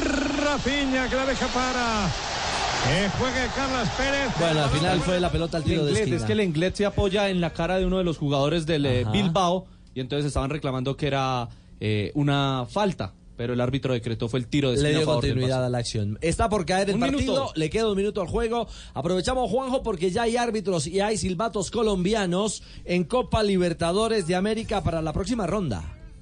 que la deja para que juegue Carlos Pérez. Bueno, al final fue la pelota al tiro de esquina. Es que el Lenglet se apoya en la cara de uno de los jugadores del Bilbao y entonces estaban reclamando que era una falta. Pero el árbitro decretó fue el tiro de esquina. Le dio continuidad a la acción. Está por caer el partido, le queda 1 minuto al juego. Aprovechamos, Juanjo, porque ya hay árbitros y hay silbatos colombianos en Copa Libertadores de América para la próxima ronda.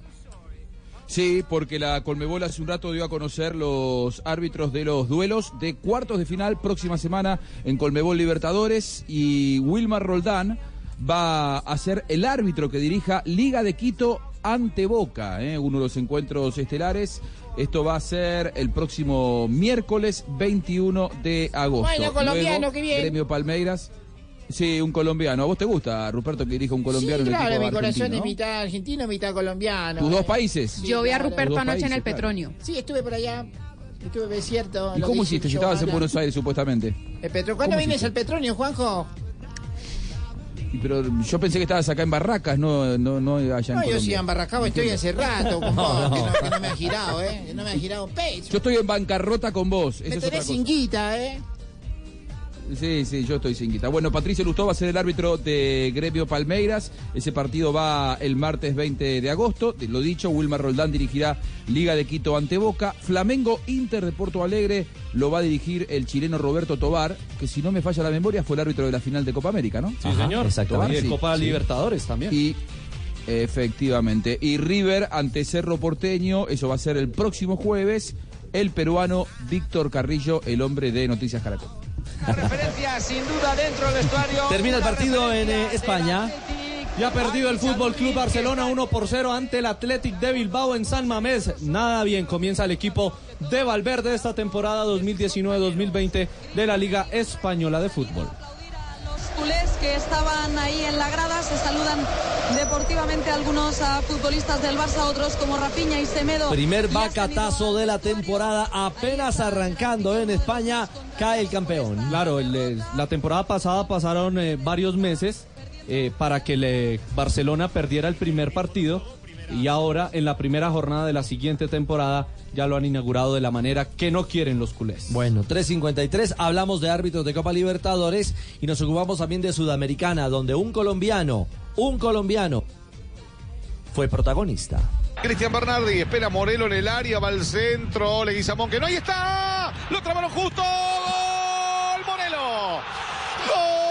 Sí, porque la Conmebol hace un rato dio a conocer los árbitros de los duelos de cuartos de final próxima semana en Conmebol Libertadores y Wilmar Roldán va a ser el árbitro que dirija Liga de Quito ante Boca, uno de los encuentros estelares. Esto va a ser el próximo miércoles 21 de agosto. Bueno, colombiano, luego, qué bien. Gremio Palmeiras. Sí, un colombiano. ¿A vos te gusta, Ruperto, que dirija un colombiano? Sí, en el claro, equipo mi corazón argentino, es mitad argentino, mitad colombiano. ¿Tus dos países? Sí, yo vi a Ruperto anoche países, en el Petronio. Sí, estuve por allá. Estuve, es cierto. ¿Y cómo hiciste? Si estabas en Buenos Aires, supuestamente. ¿Cuándo vienes al Petronio, Juanjo? Pero yo pensé que estabas acá en Barracas, no allá en Colombia. Yo sí en Barracao estoy hace rato con vos, que no me ha girado, que no me ha girado un peso. Yo estoy en bancarrota con vos. Me tenés sin guita, Sí, yo estoy sin guita. Bueno, Patricio Lustó va a ser el árbitro de Gremio Palmeiras. Ese partido va el martes 20 de agosto. Lo dicho, Wilmar Roldán dirigirá Liga de Quito ante Boca. Flamengo Inter de Porto Alegre lo va a dirigir el chileno Roberto Tobar, que si no me falla la memoria fue el árbitro de la final de Copa América, ¿no? Sí, señor. Exactamente. Y de Copa Libertadores también. Y efectivamente. Y River ante Cerro Porteño, eso va a ser el próximo jueves. El peruano Víctor Carrillo, el hombre de Noticias Caracol. Una referencia sin duda dentro del vestuario. Termina el partido en España. Ya ha perdido el Fútbol Club Barcelona 1-0 ante el Athletic de Bilbao en San Mamés. Nada bien comienza el equipo de Valverde esta temporada 2019-2020 de la Liga Española de Fútbol. Culés que estaban ahí en la grada, se saludan deportivamente algunos futbolistas del Barça, otros como Rafinha y Semedo. Primer bacatazo de la temporada, apenas arrancando en España, cae el campeón. Claro, la temporada pasada pasaron varios meses para que Barcelona perdiera el primer partido y ahora en la primera jornada de la siguiente temporada ya lo han inaugurado de la manera que no quieren los culés. Bueno, 3:53, hablamos de árbitros de Copa Libertadores y nos ocupamos también de Sudamericana, donde un colombiano fue protagonista. Cristian Bernardi, espera Morelo en el área, va al centro, Leguizamón que no, ahí está, lo trabaron justo, ¡gol Morelo! ¡Gol!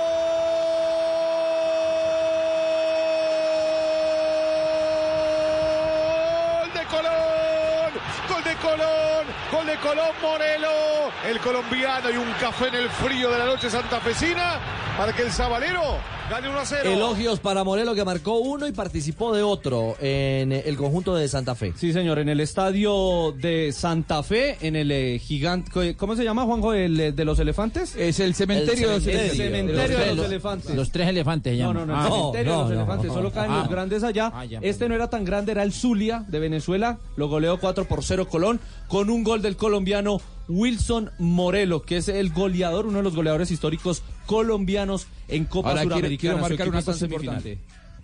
Gol de Colón, Morelo, el colombiano, y un café en el frío de la noche santafesina para que el sabalero gane 1-0. Elogios para Morelo, que marcó uno y participó de otro en el conjunto de Santa Fe. Sí, señor, en el estadio de Santa Fe, en el gigante, ¿cómo se llama, Juanjo, el de los elefantes? Es el cementerio de los elefantes. Los 3 elefantes se llaman. No, el cementerio de los elefantes, solo caen los grandes allá. Este no era tan grande, era el Zulia de Venezuela, lo goleó 4-0 Colón, con un gol del colombiano Wilson Morelo, que es el goleador, uno de los goleadores históricos colombianos en Copa Suramericana. Quiero marcar una cosa importante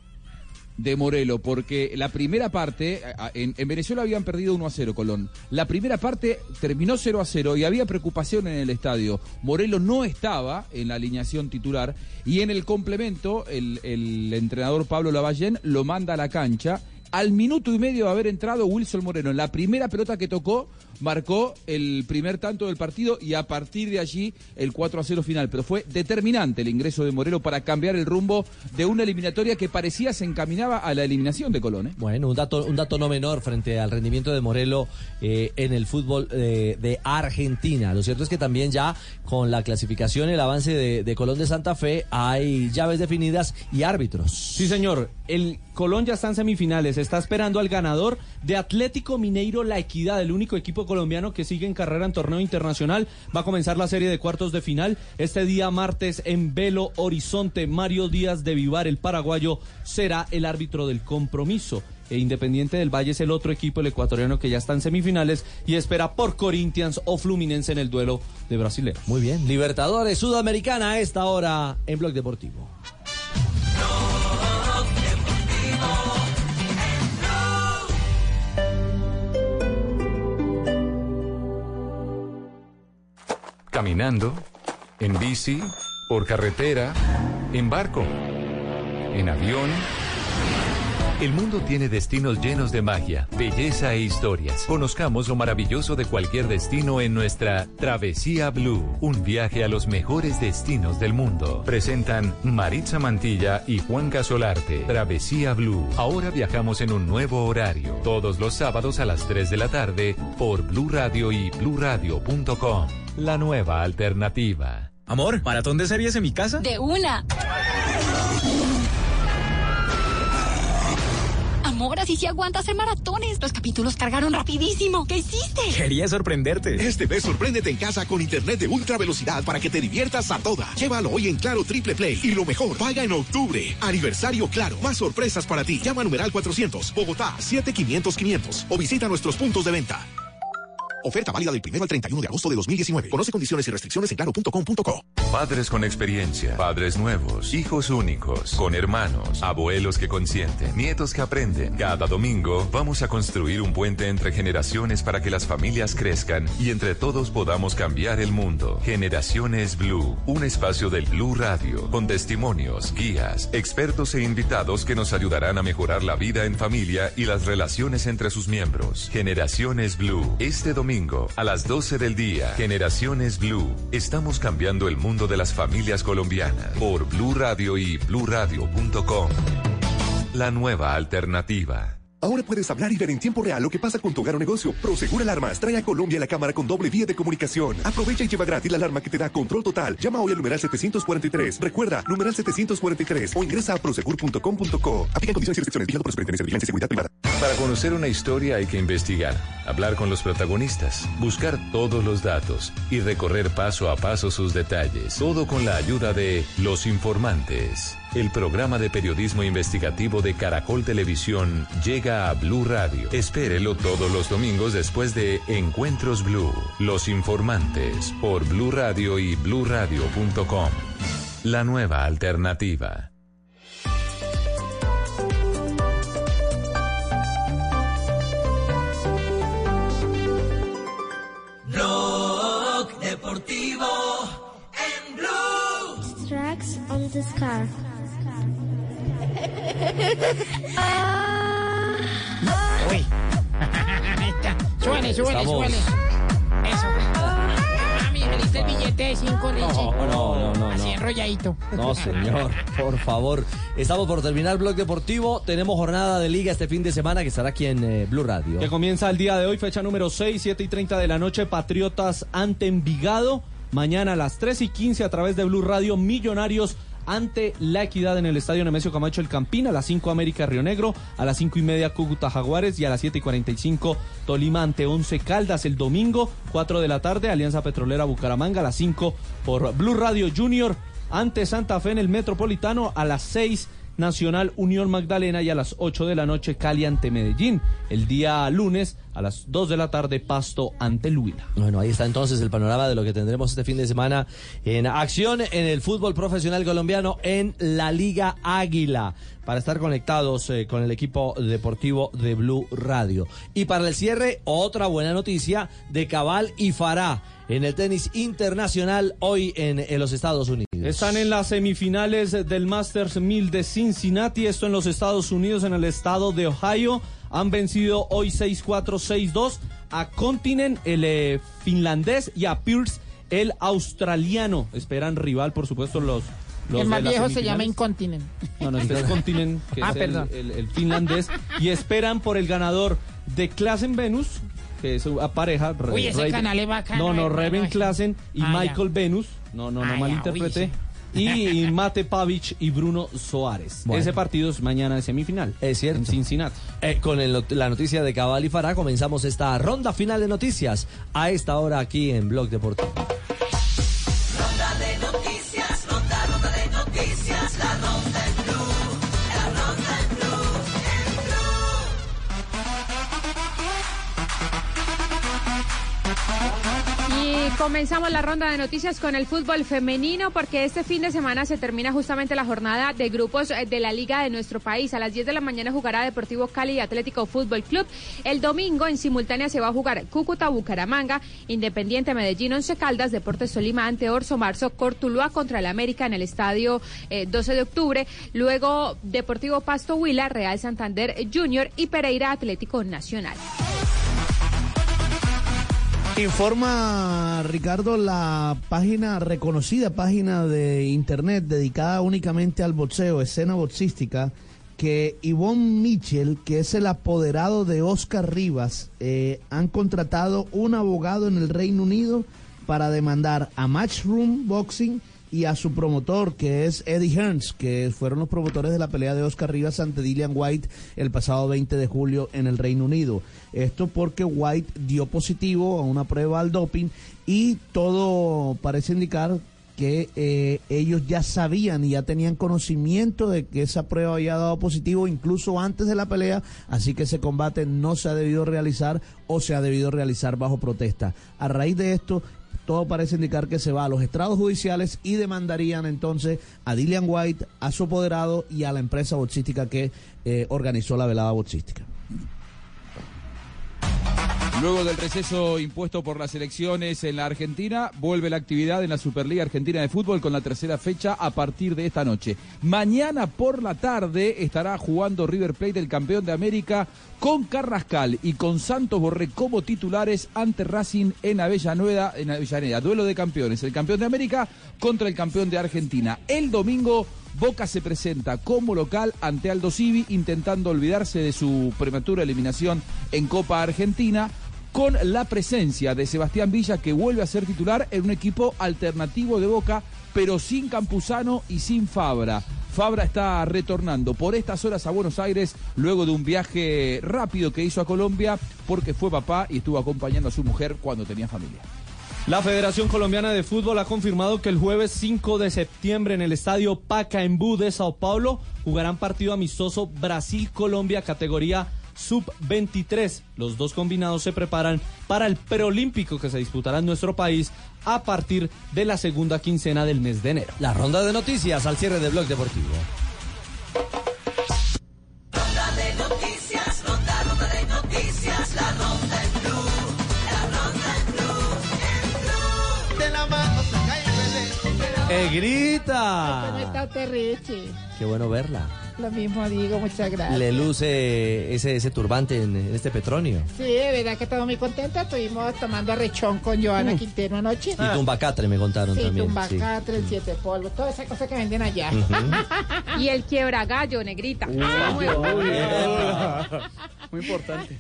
de Morelo, porque la primera parte, en Venezuela habían perdido 1-0 Colón. La primera parte terminó 0-0 y había preocupación en el estadio. Morelo no estaba en la alineación titular y en el complemento el entrenador Pablo Lavallén lo manda a la cancha. Al minuto y medio de haber entrado Wilson Moreno, en la primera pelota que tocó, marcó el primer tanto del partido y a partir de allí el 4-0 final. Pero fue determinante el ingreso de Moreno para cambiar el rumbo de una eliminatoria que parecía se encaminaba a la eliminación de Colón. Bueno, un dato no menor frente al rendimiento de Morelo en el fútbol de Argentina. Lo cierto es que también ya con la clasificación, el avance de Colón de Santa Fe, hay llaves definidas y árbitros. Sí, señor. El Colón ya está en semifinales. Está esperando al ganador de Atlético Mineiro La Equidad, el único equipo colombiano que sigue en carrera en torneo internacional. Va a comenzar la serie de cuartos de final este día martes en Belo Horizonte. Mario Díaz de Vivar, el paraguayo, será el árbitro del compromiso. Independiente del Valle es el otro equipo, el ecuatoriano, que ya está en semifinales y espera por Corinthians o Fluminense en el duelo de brasileños. Muy bien, Libertadores Sudamericana a esta hora en Blog Deportivo. Caminando, en bici, por carretera, en barco, en avión. El mundo tiene destinos llenos de magia, belleza e historias. Conozcamos lo maravilloso de cualquier destino en nuestra Travesía Blue, un viaje a los mejores destinos del mundo. Presentan Maritza Mantilla y Juan Casolarte. Travesía Blue. Ahora viajamos en un nuevo horario, todos los sábados a las 3 de la tarde por Blue Radio y bluradio.com. La nueva alternativa. Amor, ¿maratón de series en mi casa? ¡De una! Amor, así sí aguanta hacer maratones. Los capítulos cargaron rapidísimo. ¿Qué hiciste? Quería sorprenderte. Este mes sorpréndete en casa con internet de ultra velocidad para que te diviertas a toda. Llévalo hoy en Claro Triple Play. Y lo mejor, paga en octubre. Aniversario Claro. Más sorpresas para ti. Llama a numeral 400, Bogotá, 7500-500 o visita nuestros puntos de venta. Oferta válida del 1 al 31 de agosto de 2019. Conoce condiciones y restricciones en claro.com.co. Padres con experiencia, padres nuevos, hijos únicos, con hermanos, abuelos que consienten, nietos que aprenden. Cada domingo vamos a construir un puente entre generaciones para que las familias crezcan y entre todos podamos cambiar el mundo. Generaciones Blue, un espacio del Blue Radio, con testimonios, guías, expertos e invitados que nos ayudarán a mejorar la vida en familia y las relaciones entre sus miembros. Generaciones Blue, este domingo a las 12 del día. Generaciones Blue. Estamos cambiando el mundo de las familias colombianas por Blue Radio y bluradio.com. La nueva alternativa. Ahora puedes hablar y ver en tiempo real lo que pasa con tu hogar o negocio. Prosegur Alarmas trae a Colombia la cámara con doble vía de comunicación. Aprovecha y lleva gratis la alarma que te da control total. Llama hoy al numeral 743. Recuerda, numeral 743 o ingresa a prosegur.com.co. Aplican condiciones y restricciones. Vigilado por Superintendencia de Vigilancia y Seguridad Privada. Para conocer una historia hay que investigar, hablar con los protagonistas, buscar todos los datos y recorrer paso a paso sus detalles. Todo con la ayuda de Los Informantes. El programa de periodismo investigativo de Caracol Televisión llega a Blue Radio. Espérelo todos los domingos después de Encuentros Blue. Los Informantes por Blue Radio y bluradio.com. La nueva alternativa. Blog Deportivo en Blue. Tracks on the scar. Uy. Suele. Eso. Mami, me diste el billete de 5 leche. No. Así enrolladito. No, señor, por favor. Estamos por terminar Blog Deportivo. Tenemos jornada de liga este fin de semana que estará aquí en Blue Radio. Que comienza el día de hoy, fecha número 6, 7:30 de la noche. Patriotas ante Envigado. Mañana a las 3:15 a través de Blue Radio. Millonarios ante La Equidad en el estadio Nemesio Camacho El Campín. A las 5 América Río Negro, a las 5:30 Cúcuta Jaguares y a las 7:45 Tolima ante Once Caldas. El domingo 4 de la tarde Alianza Petrolera Bucaramanga, a las 5 por Blue Radio. Junior ante Santa Fe en el Metropolitano, a las 6 Nacional Unión Magdalena y a las 8 de la noche Cali ante Medellín. El día lunes a las 2 de la tarde Pasto ante el Huila. Bueno, ahí está entonces el panorama de lo que tendremos este fin de semana en acción en el fútbol profesional colombiano en la Liga Águila, para estar conectados con el equipo deportivo de Blue Radio. Y para el cierre, otra buena noticia de Cabal y Farah en el tenis internacional hoy en los Estados Unidos. Están en las semifinales del Masters 1000 de Cincinnati, esto en los Estados Unidos, en el estado de Ohio. Han vencido hoy 6-4, 6-2 a Continent, el finlandés, y a Pierce, el australiano. Esperan rival, por supuesto, los el más viejo se llama Incontinent. No, este es Continent, que es el finlandés. Y esperan por el ganador de Klassen Venus, que es a pareja. Uy, ese canal es bacano. Reven Klassen y Michael Venus. No malinterpreté. Y Mate Pavic y Bruno Soares. Bueno. Ese partido es mañana de semifinal. Es cierto. En Cincinnati. Con la noticia de Cabal y Farah comenzamos esta ronda final de noticias a esta hora aquí en Blog Deportivo. Ronda de noticias, ronda de noticias, la ronda en Blue, la ronda en Blue, Y comenzamos la ronda de noticias con el fútbol femenino, porque este fin de semana se termina justamente la jornada de grupos de la liga de nuestro país. A las 10 de la mañana jugará Deportivo Cali y Atlético Fútbol Club. El domingo en simultánea se va a jugar Cúcuta Bucaramanga, Independiente Medellín, Once Caldas, Deportes Tolima ante Orso Marzo, Cortuluá contra el América en el estadio 12 de octubre. Luego Deportivo Pasto Huila, Real Santander Junior y Pereira Atlético Nacional. Informa, Ricardo, la reconocida página de internet dedicada únicamente al boxeo, escena boxística, que Yvonne Mitchell, que es el apoderado de Oscar Rivas, han contratado un abogado en el Reino Unido para demandar a Matchroom Boxing y a su promotor, que es Eddie Hearns, que fueron los promotores de la pelea de Oscar Rivas ante Dillian White el pasado 20 de julio en el Reino Unido. Esto porque White dio positivo a una prueba al doping y todo parece indicar que ellos ya sabían y ya tenían conocimiento de que esa prueba había dado positivo incluso antes de la pelea, así que ese combate no se ha debido realizar o se ha debido realizar bajo protesta. A raíz de esto, todo parece indicar que se va a los estrados judiciales y demandarían entonces a Dillian White, a su apoderado y a la empresa boxística que organizó la velada boxística. Luego del receso impuesto por las elecciones en la Argentina, vuelve la actividad en la Superliga Argentina de Fútbol con la tercera fecha a partir de esta noche. Mañana por la tarde estará jugando River Plate, el campeón de América, con Carrascal y con Santos Borré como titulares ante Racing en Avellaneda. Duelo de campeones, el campeón de América contra el campeón de Argentina. El domingo Boca se presenta como local ante Aldo Civi, intentando olvidarse de su prematura eliminación en Copa Argentina, con la presencia de Sebastián Villa, que vuelve a ser titular en un equipo alternativo de Boca, pero sin Campuzano y sin Fabra. Fabra está retornando por estas horas a Buenos Aires luego de un viaje rápido que hizo a Colombia porque fue papá y estuvo acompañando a su mujer cuando tenía familia. La Federación Colombiana de Fútbol ha confirmado que el jueves 5 de septiembre en el estadio Pacaembu de Sao Paulo jugarán partido amistoso Brasil-Colombia categoría Sub-23. Los dos combinados se preparan para el preolímpico que se disputará en nuestro país a partir de la segunda quincena del mes de enero. La ronda de noticias al cierre del Blog Deportivo. Ronda de noticias, ronda de noticias, la ronda en Blue, la ronda en Blue, de la mano se cae el bebé. ¡Grita! ¿Cómo está usted, Richie? Qué bueno verla. Lo mismo digo, muchas gracias. Le luce ese turbante en este Petronio. Sí, de verdad que estamos muy contentos. Estuvimos tomando arrechón con Joana Quintero anoche. Y tumbacatre me contaron sí, también. Tumbacatre, el siete polvos, toda esa cosa que venden allá. Y el quiebragallo, negrita. Muy importante.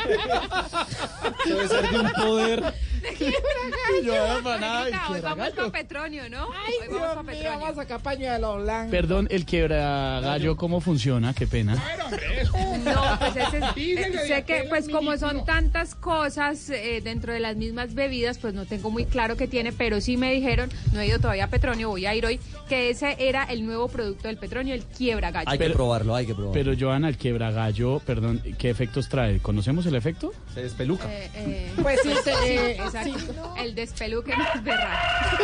Debe ser de un poder. De quiebragallo. Hoy vamos para Petronio, ¿no? Ay, Dios mío, vamos a sacar pañuelo blanco. Perdón, el quiebragallo, ¿cómo funciona? Qué pena. No, pues sé que pues como son tantas cosas dentro de las mismas bebidas, pues no tengo muy claro qué tiene, pero sí me dijeron, no he ido todavía a Petronio, voy a ir hoy, que ese era el nuevo producto del Petronio, el quiebragallo. Hay que probarlo. Pero Joana, el quiebragallo, perdón, ¿qué efectos trae? ¿Conocemos el efecto? Se despeluca. Pues sí, exacto. Sí, no. El despeluque no es verdad.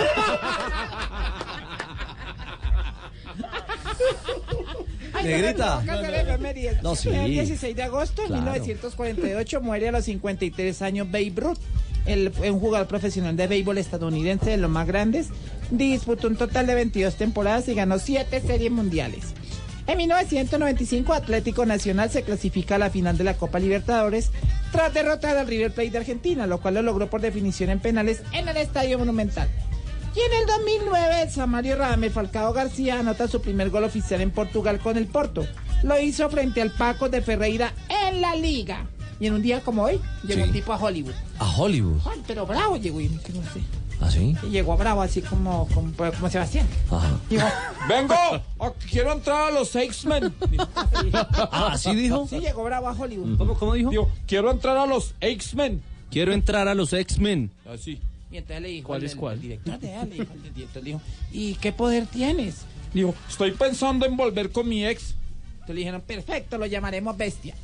Negrita. No, sí. El 16 de agosto de 1948 muere a los 53 años Babe Ruth, un jugador profesional de béisbol estadounidense de los más grandes. Disputó un total de 22 temporadas y ganó 7 series mundiales. En 1995, Atlético Nacional se clasifica a la final de la Copa Libertadores tras derrotar al River Plate de Argentina, lo cual lo logró por definición en penales en el Estadio Monumental. Y en el 2009, Samario Radamel Falcao García anota su primer gol oficial en Portugal con el Porto. Lo hizo frente al Paco de Ferreira en la Liga. Y en un día como hoy, llegó un tipo a Hollywood. ¿A Hollywood? Ay, pero bravo llegó, y no sé. ¿Ah, sí? Y llegó bravo, así como Sebastián. Ajá. Dijo, ¡vengo! ¡Quiero entrar a los X-Men! ¿Así dijo? Sí, llegó bravo a Hollywood. ¿Cómo dijo? Digo, quiero entrar a los X-Men. Quiero entrar a los X-Men. Así. Y entonces le dijo ¿Cuál es cuál? El director de él, el director le dijo, ¿y qué poder tienes? Digo, estoy pensando en volver con mi ex. Entonces le dijeron, perfecto, lo llamaremos Bestia.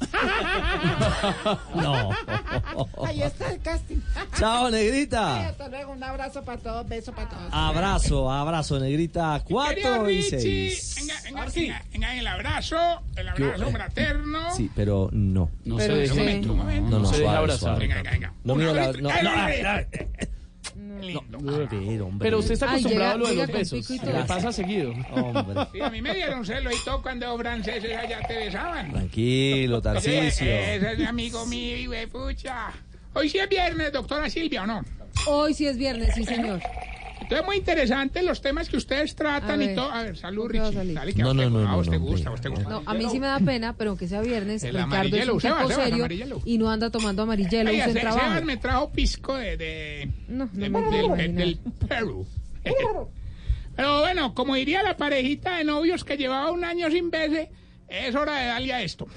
No. Ahí está el casting. Chao, Negrita. Hasta luego, un abrazo para todos, beso para todos. Abrazo, Negrita. 4 y 6. Venga, el abrazo fraterno. Sí, pero no. No se deja. No, se deja abrazar. Venga. No mira la... Pero usted está acostumbrado a lo de los besos. Le pasa seguido. Hombre. Sí, a mí me dieron celo y todo cuando los franceses allá te besaban. Tranquilo, Tarcisio. Ese es mi amigo mío, güey, pucha. Hoy sí es viernes, doctora Silvia, ¿o no? Hoy sí es viernes, sí, señor. Entonces, muy interesante los temas que ustedes tratan y todo. A ver, salud, Richie. Dale, que No. A vos te gusta. No, a mí sí me da pena, pero aunque sea viernes, el Ricardo amarillelo, es un tipo Sebas, serio amarillelo. y no anda tomando amarillelo y se trabaja. Sebas me trajo pisco del Perú. Pero bueno, como diría la parejita de novios que llevaba un año sin verse, es hora de darle a esto.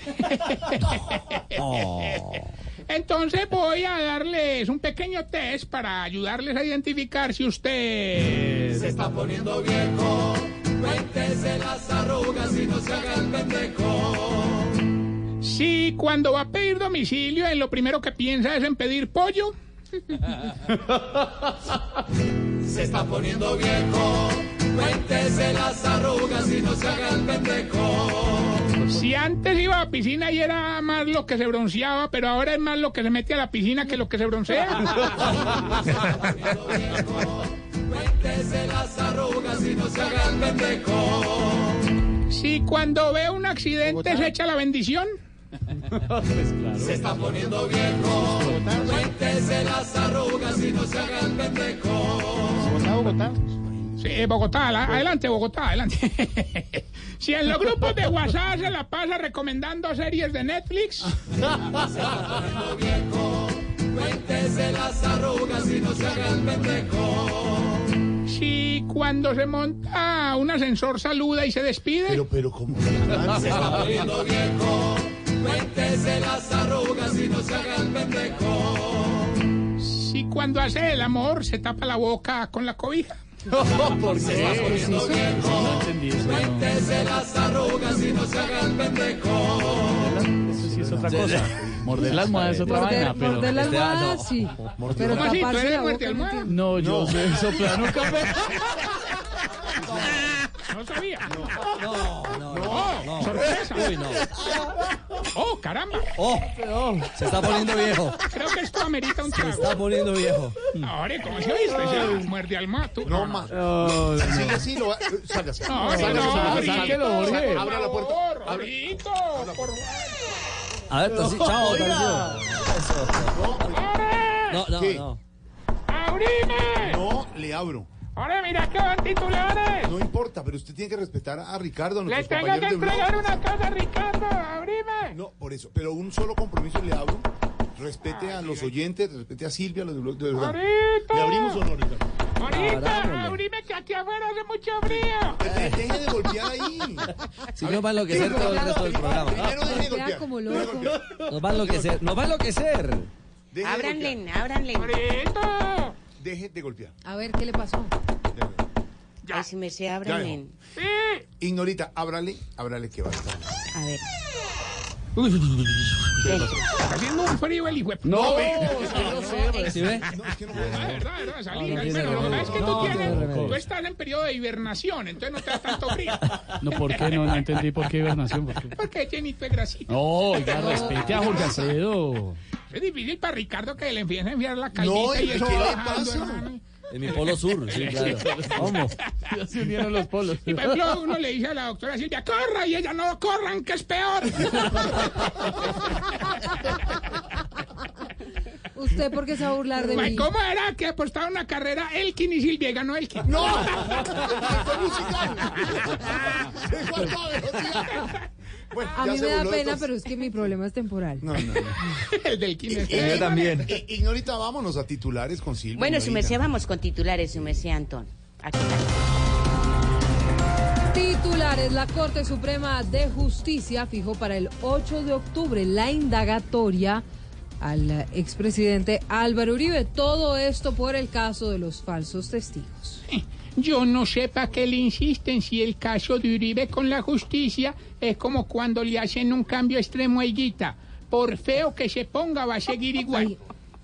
Entonces voy a darles un pequeño test para ayudarles a identificar si usted se está poniendo viejo. Cuéntese las arrugas y no se haga el pendejo. Si cuando va a pedir domicilio, lo primero que piensa es en pedir pollo. Se está poniendo viejo. Cuéntese las arrugas y no se haga el pendejo. Si antes iba a la piscina y era más lo que se bronceaba, pero ahora es más lo que se mete a la piscina que lo que se broncea. Cuéntese las arrugas y no se haga el pendejo. Si cuando ve un accidente se echa la bendición. Pues claro. Se está poniendo viejo. Cuéntese las arrugas y no se haga el pendejo. Sí, Bogotá, adelante, Bogotá, adelante. Si en los grupos de WhatsApp se la pasa recomendando series de Netflix. Cuéntese las arrugas y no se haga el pendejo. Si cuando se monta un ascensor saluda y se despide. Pero ¿cómo? Se está poniendo viejo. Cuéntese las arrugas y no se haga el pendejo. Si cuando hace el amor se tapa la boca con la cobija. ¿Por qué? No entendí eso. Cuéntese las arrugas y no se haga el pendejo. Eso sí es otra cosa. Morder las almohadas es otra vaina, pero... Morder las almohadas, sí. Pero ¿cómo así? ¿Tú taparse eres la muerte boca no almohada? entiendo. No, yo soy soplar un café. No sabía. No. Sorpresa. Uy, no. Oh, caramba. Oh, se está poniendo viejo. Creo que esto amerita un Se trago. está poniendo viejo. Ahora, ¿cómo se oíste? Muerde almohada. No más. Sí, sálgase. Sáquelo, Jorge. Abra la puerta. Rorrito, por favor. A ver, chao, Tarcisio. ¿Qué? No. ¡Abrime! No, le abro. Ahora mira que van titulares. No importa, pero usted tiene que respetar a Ricardo, a Le nuestros tengo que compañeros de entregar Blog. una cosa a Ricardo. ¡Abrime! No, por eso. Pero un solo compromiso le abro. Respete a los oyentes, respete a Silvia, a los de Blog, de verdad. ¡Ahorita! ¿Le abrimos o no, Ricardo? Ahorita, abrime que aquí afuera hace mucho frío. Deje de golpear ahí. Si no va a enloquecer todo el resto del programa. Primero deje de golpear. Como loco. Nos va a enloquecer. Deje de golpear. Ábranle. ¡Ahorita! Deje de golpear. A ver, ¿qué le pasó? Ay, si me se ábranle. Sí. Ignorita, ábrale que va a estar. A ver. Está haciendo un frío el hijo. No, ¿Sí ve? No, es que no De puede. verdad, salí. No tiene Bueno, lo que pasa es que remedio. tú estás en periodo de hibernación, entonces no te da tanto frío. No, ¿por qué? No entendí por qué hibernación. ¿Por qué? Porque llenito de grasita. No, oiga, respete a Jorge Alfredo. Es difícil para Ricardo que le empiece a enviar la No, caldita y ¿qué eso le bajando, pasa? hermano. En mi polo sur, sí, claro. Vamos. Ya se unieron los polos. Y por ejemplo, uno le dice a la doctora Silvia, corra, y ella no corran, que es peor. ¿Usted por qué se va a burlar de mí? ¿Cómo era que apostaba una carrera Elkin y Silvia y ganó Elkin? ¡No! ¡Fue musical! ¡Se faltó velocidad! Bueno, A ya mí se me da burló pena, de pero es que mi problema es temporal. No. El del Elkin es Yo también. Ignorita, vámonos a titulares con Silvia. Bueno, su Ignorita. merced, vamos con titulares, su merced, Antón. Aquí está. Titulares. La Corte Suprema de Justicia fijó para el 8 de octubre la indagatoria al expresidente Álvaro Uribe. Todo esto por el caso de los falsos testigos. Yo no sé para qué le insisten si el caso de Uribe con la justicia es como cuando le hacen un cambio extremo a Higuita. Por feo que se ponga, va a seguir igual.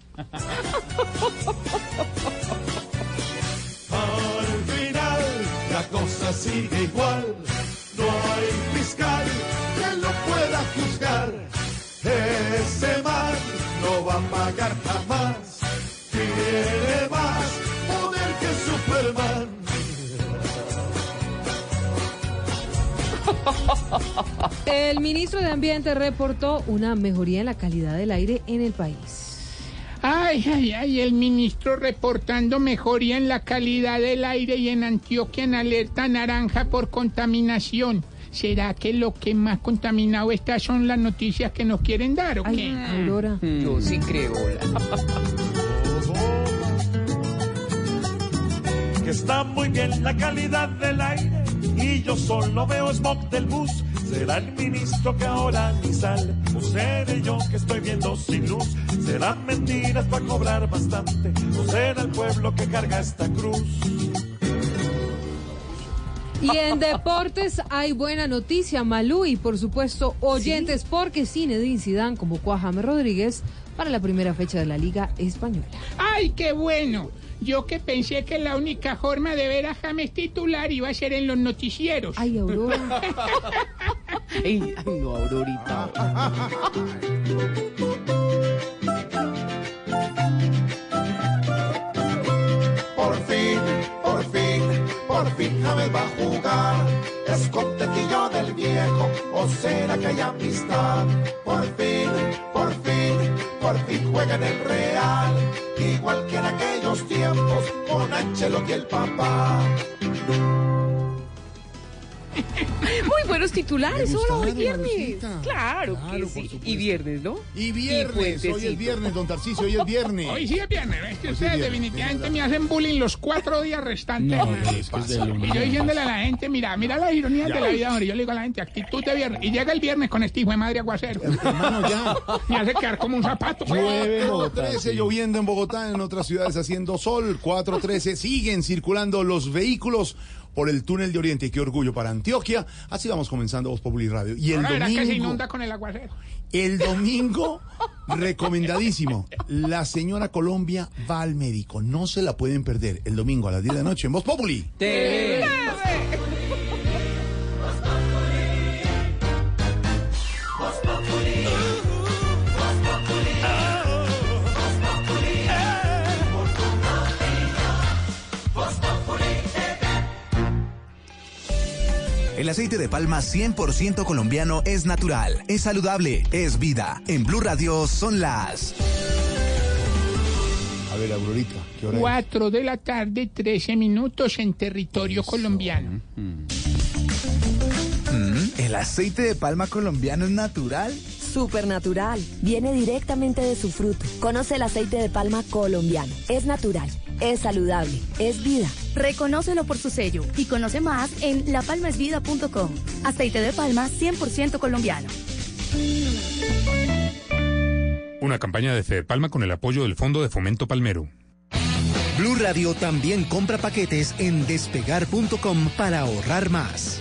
Al final la cosa sigue igual. No hay fiscal que lo pueda juzgar. Ese man no va a pagar jamás. Tiene más poder que Superman. El ministro de Ambiente reportó una mejoría en la calidad del aire en el país. Ay, el ministro reportando mejoría en la calidad del aire y en Antioquia en alerta naranja por contaminación. ¿Será que lo que más contaminado está son las noticias que nos quieren dar o qué? Ay, Aurora. Yo sí creo. Que está muy bien la calidad del aire y yo solo veo smog del bus. ¿Será el ministro que ahora ni sale? ¿O seré yo que estoy viendo sin luz? ¿Serán mentiras para cobrar bastante? ¿O será el pueblo que carga esta cruz? Y en deportes hay buena noticia, Malú, y por supuesto oyentes, porque Zinedine Zidane convocó a James Rodríguez para la primera fecha de la Liga Española. ¡Ay, qué bueno! Yo que pensé que la única forma de ver a James titular iba a ser en los noticieros. Ay, Aurora. Ay, no, Aurorita. Por fin James va a jugar. ¿Es contentillo del viejo o será que hay amistad? Por fin juega en el Real. Igual que en aquellos tiempos con Ancelotti y el papá. Muy buenos titulares, hola, hoy viernes. Maxita. Claro que sí. Y viernes, ¿no? Y viernes, hoy es viernes, don Tarcisio, hoy es viernes. Hoy sí es viernes, es que Hoy sí ustedes es viernes, definitivamente es me hacen bullying los 4 días restantes. No, hermano. es que es de lunes. Y yo diciéndole a la gente, mira las ironías de la vida, hombre. Yo le digo a la gente, actitud de viernes. Y llega el viernes con este hijo de madre aguacero. Hermano, ya. Me hace quedar como un zapato. Llueve en Bogotá, 4:13, lloviendo en Bogotá, en otras ciudades haciendo sol. 4:13, siguen circulando los vehículos por el túnel de Oriente. Qué orgullo para Antioquia. Así vamos comenzando Voz Populi Radio. Y el Ahora verá que se domingo, inunda con el aguacero. el domingo, recomendadísimo. La señora Colombia va al médico. No se la pueden perder. El domingo a las 10 de la noche en Voz Populi. El aceite de palma 100% colombiano es natural, es saludable, es vida. En Blue Radio son las... A ver, Aurorita, ¿qué hora 4 de la tarde, 13 minutos en territorio colombiano. ¿El aceite de palma colombiano es natural? Supernatural. Viene directamente de su fruto. Conoce el aceite de palma colombiano. Es natural, es saludable, es vida. Reconócelo por su sello y conoce más en lapalmaesvida.com. Aceite de palma 100% colombiano. Una campaña de Fede Palma con el apoyo del Fondo de Fomento Palmero. Blue Radio también compra paquetes en despegar.com para ahorrar más.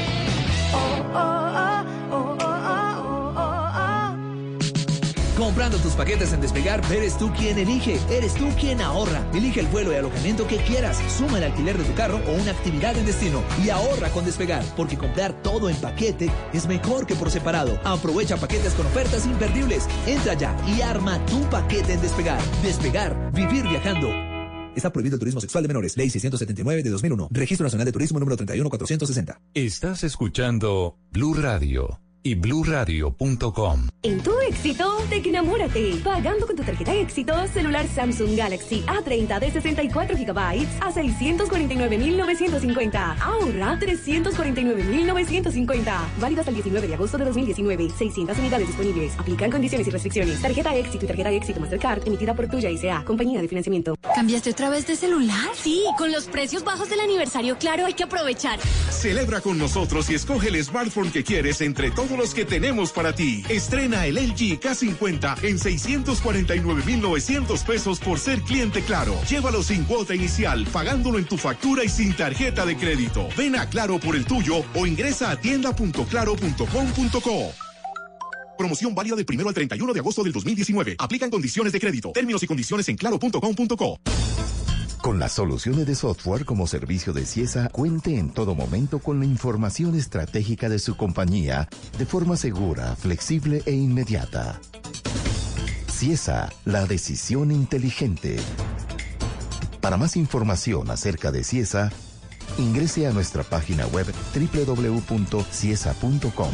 Comprando tus paquetes en Despegar, eres tú quien elige, eres tú quien ahorra. Elige el vuelo y alojamiento que quieras, suma el alquiler de tu carro o una actividad en destino y ahorra con Despegar, porque comprar todo en paquete es mejor que por separado. Aprovecha paquetes con ofertas imperdibles. Entra ya y arma tu paquete en Despegar. Despegar, vivir viajando. Está prohibido el turismo sexual de menores. Ley 679 de 2001. Registro Nacional de Turismo número 31460. Estás escuchando Blue Radio y bluradio.com. En tu éxito, enamórate. Pagando con tu tarjeta éxito, celular Samsung Galaxy A30 de 64 GB a 649.950. Ahorra 349.950. Válido hasta el 19 de agosto de 2019. 600 unidades disponibles. Aplican condiciones y restricciones. Tarjeta éxito y tarjeta éxito Mastercard emitida por Tuya S.A. Compañía de financiamiento. ¿Cambiaste otra vez de celular? Sí, con los precios bajos del aniversario Claro hay que aprovechar. Celebra con nosotros y escoge el smartphone que quieres entre todos los que tenemos para ti. Estrena el LG K50 en 649.900 pesos por ser cliente Claro. Llévalo sin cuota inicial, pagándolo en tu factura y sin tarjeta de crédito. Ven a Claro por el tuyo o ingresa a tienda.claro.com.co. Promoción válida del 1 al 31 de agosto del 2019. Aplican condiciones de crédito. Términos y condiciones en claro.com.co. Con las soluciones de software como servicio de Ciesa, cuente en todo momento con la información estratégica de su compañía de forma segura, flexible e inmediata. Ciesa, la decisión inteligente. Para más información acerca de Ciesa, ingrese a nuestra página web www.ciesa.com.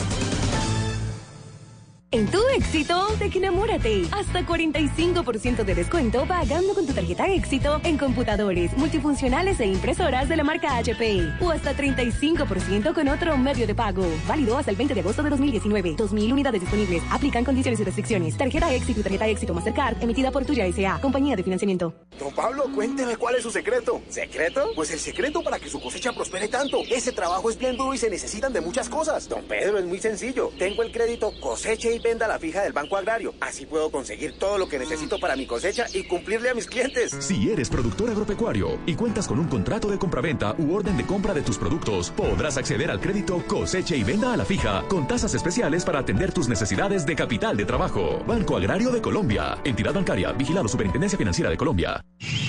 En tu éxito, enamórate. Hasta 45% de descuento pagando con tu tarjeta éxito en computadores, multifuncionales e impresoras de la marca HP. O hasta 35% con otro medio de pago. Válido hasta el 20 de agosto de 2019. 2.000 unidades disponibles. Aplican condiciones y restricciones. Tarjeta éxito y tarjeta éxito Mastercard emitida por Tuya S.A. Compañía de financiamiento. Don Pablo, cuénteme cuál es su secreto. ¿Secreto? Pues el secreto para que su cosecha prospere tanto. Ese trabajo es bien duro y se necesitan de muchas cosas. Don Pedro, es muy sencillo. Tengo el crédito Coseche y Venda a la Fija del Banco Agrario. Así puedo conseguir todo lo que necesito para mi cosecha y cumplirle a mis clientes. Si eres productor agropecuario y cuentas con un contrato de compraventa u orden de compra de tus productos, podrás acceder al crédito Coseche y Venda a la Fija con tasas especiales para atender tus necesidades de capital de trabajo. Banco Agrario de Colombia. Entidad bancaria. Vigilado Superintendencia Financiera de Colombia.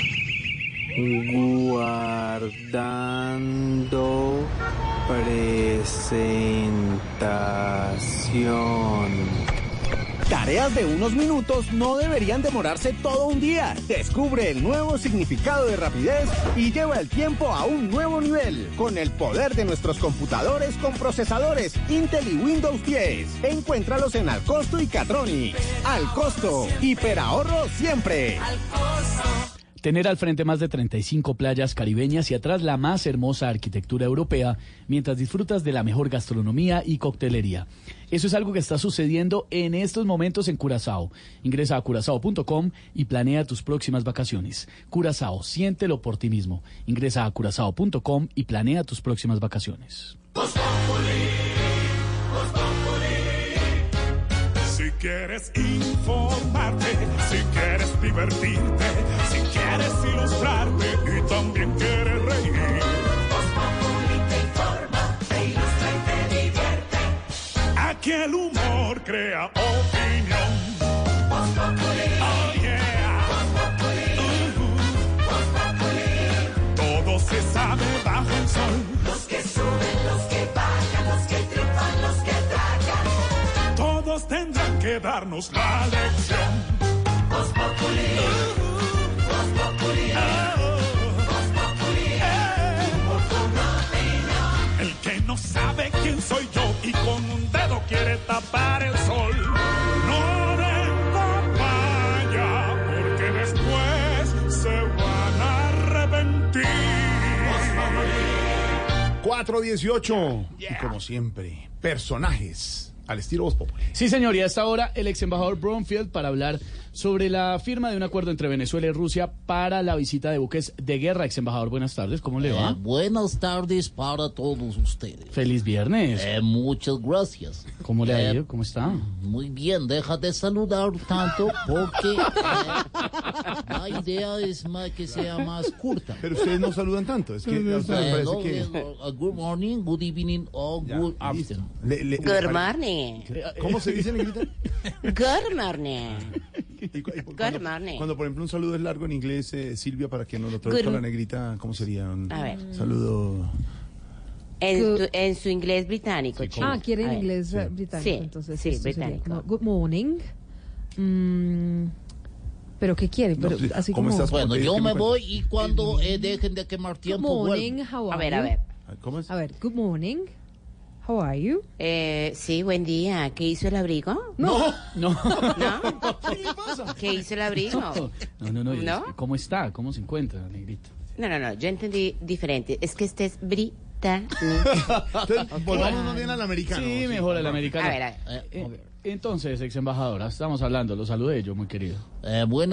Guardando presentación. Tareas de unos minutos no deberían demorarse todo un día. Descubre el nuevo significado de rapidez y lleva el tiempo a un nuevo nivel con el poder de nuestros computadores con procesadores Intel y Windows 10. Encuéntralos en Alcosto y Catronics. Al costo, hiperahorro siempre. Tener al frente más de 35 playas caribeñas y atrás la más hermosa arquitectura europea, mientras disfrutas de la mejor gastronomía y coctelería. Eso es algo que está sucediendo en estos momentos en Curazao. Ingresa a curazao.com y planea tus próximas vacaciones. Curazao, siéntelo por ti mismo. Ingresa a curazao.com y planea tus próximas vacaciones. Si quieres informarte, si quieres divertirte, si quieres ilustrarte y también quieres reír. Voz Populi te informa, te ilustra y te divierte. Aquí el humor crea opinión. Voz Populi, oh yeah. Voz Populi, Voz Populi. Todo se sabe bajo el sol. Los que suben, los que bajan, los que triunfan, los que tragan. Todos tendrán que darnos la lección. Voz Populi, Voz Populi, Voz Populi, humor con opinión. El que no sabe quién soy yo y con un dedo quiere tapar el sol, no de papaya, porque después se van a arrepentir. 4:18. Y como siempre, personajes al estilo Voz Populi. Sí, señor, y hasta ahora el ex embajador Bromfield para hablar sobre la firma de un acuerdo entre Venezuela y Rusia para la visita de buques de guerra. Ex embajador, buenas tardes, ¿cómo le va? Buenas tardes para todos ustedes. Feliz viernes. Muchas gracias. ¿Cómo le ha ido? ¿Cómo está? Muy bien, deja de saludar tanto porque la idea es más que sea más corta. Pero ustedes no saludan tanto, es que a ustedes parece que... Good morning, good evening, or good afternoon. Good morning. ¿Cómo se dice, negrita? Good morning. Good morning. Cuando, por ejemplo, un saludo es largo en inglés, Silvia, para que nos lo traduzca la negrita, ¿cómo sería? A ver. Saludo... En su inglés británico. Sí, quiere inglés británico. Sí, entonces, sí, británico. Good morning. ¿Pero qué quiere? Pero, sí. así ¿Cómo como... estás? Bueno, yo me voy y cuando dejen de quemar tiempo... Good morning, how are you? A ver. ¿Cómo es? A ver, good morning. How are you? Sí, buen día. ¿Qué hizo el abrigo? No. ¿Qué pasa? ¿Qué hizo el abrigo? No. ¿Cómo está? ¿Cómo se encuentra, negrita? No. Yo entendí diferente. Es que este es británico. Entonces, volvamos más bien al americano. Sí, mejor al americano. A ver. Entonces, ex embajadora, estamos hablando, lo saludé yo, muy querido. Bueno.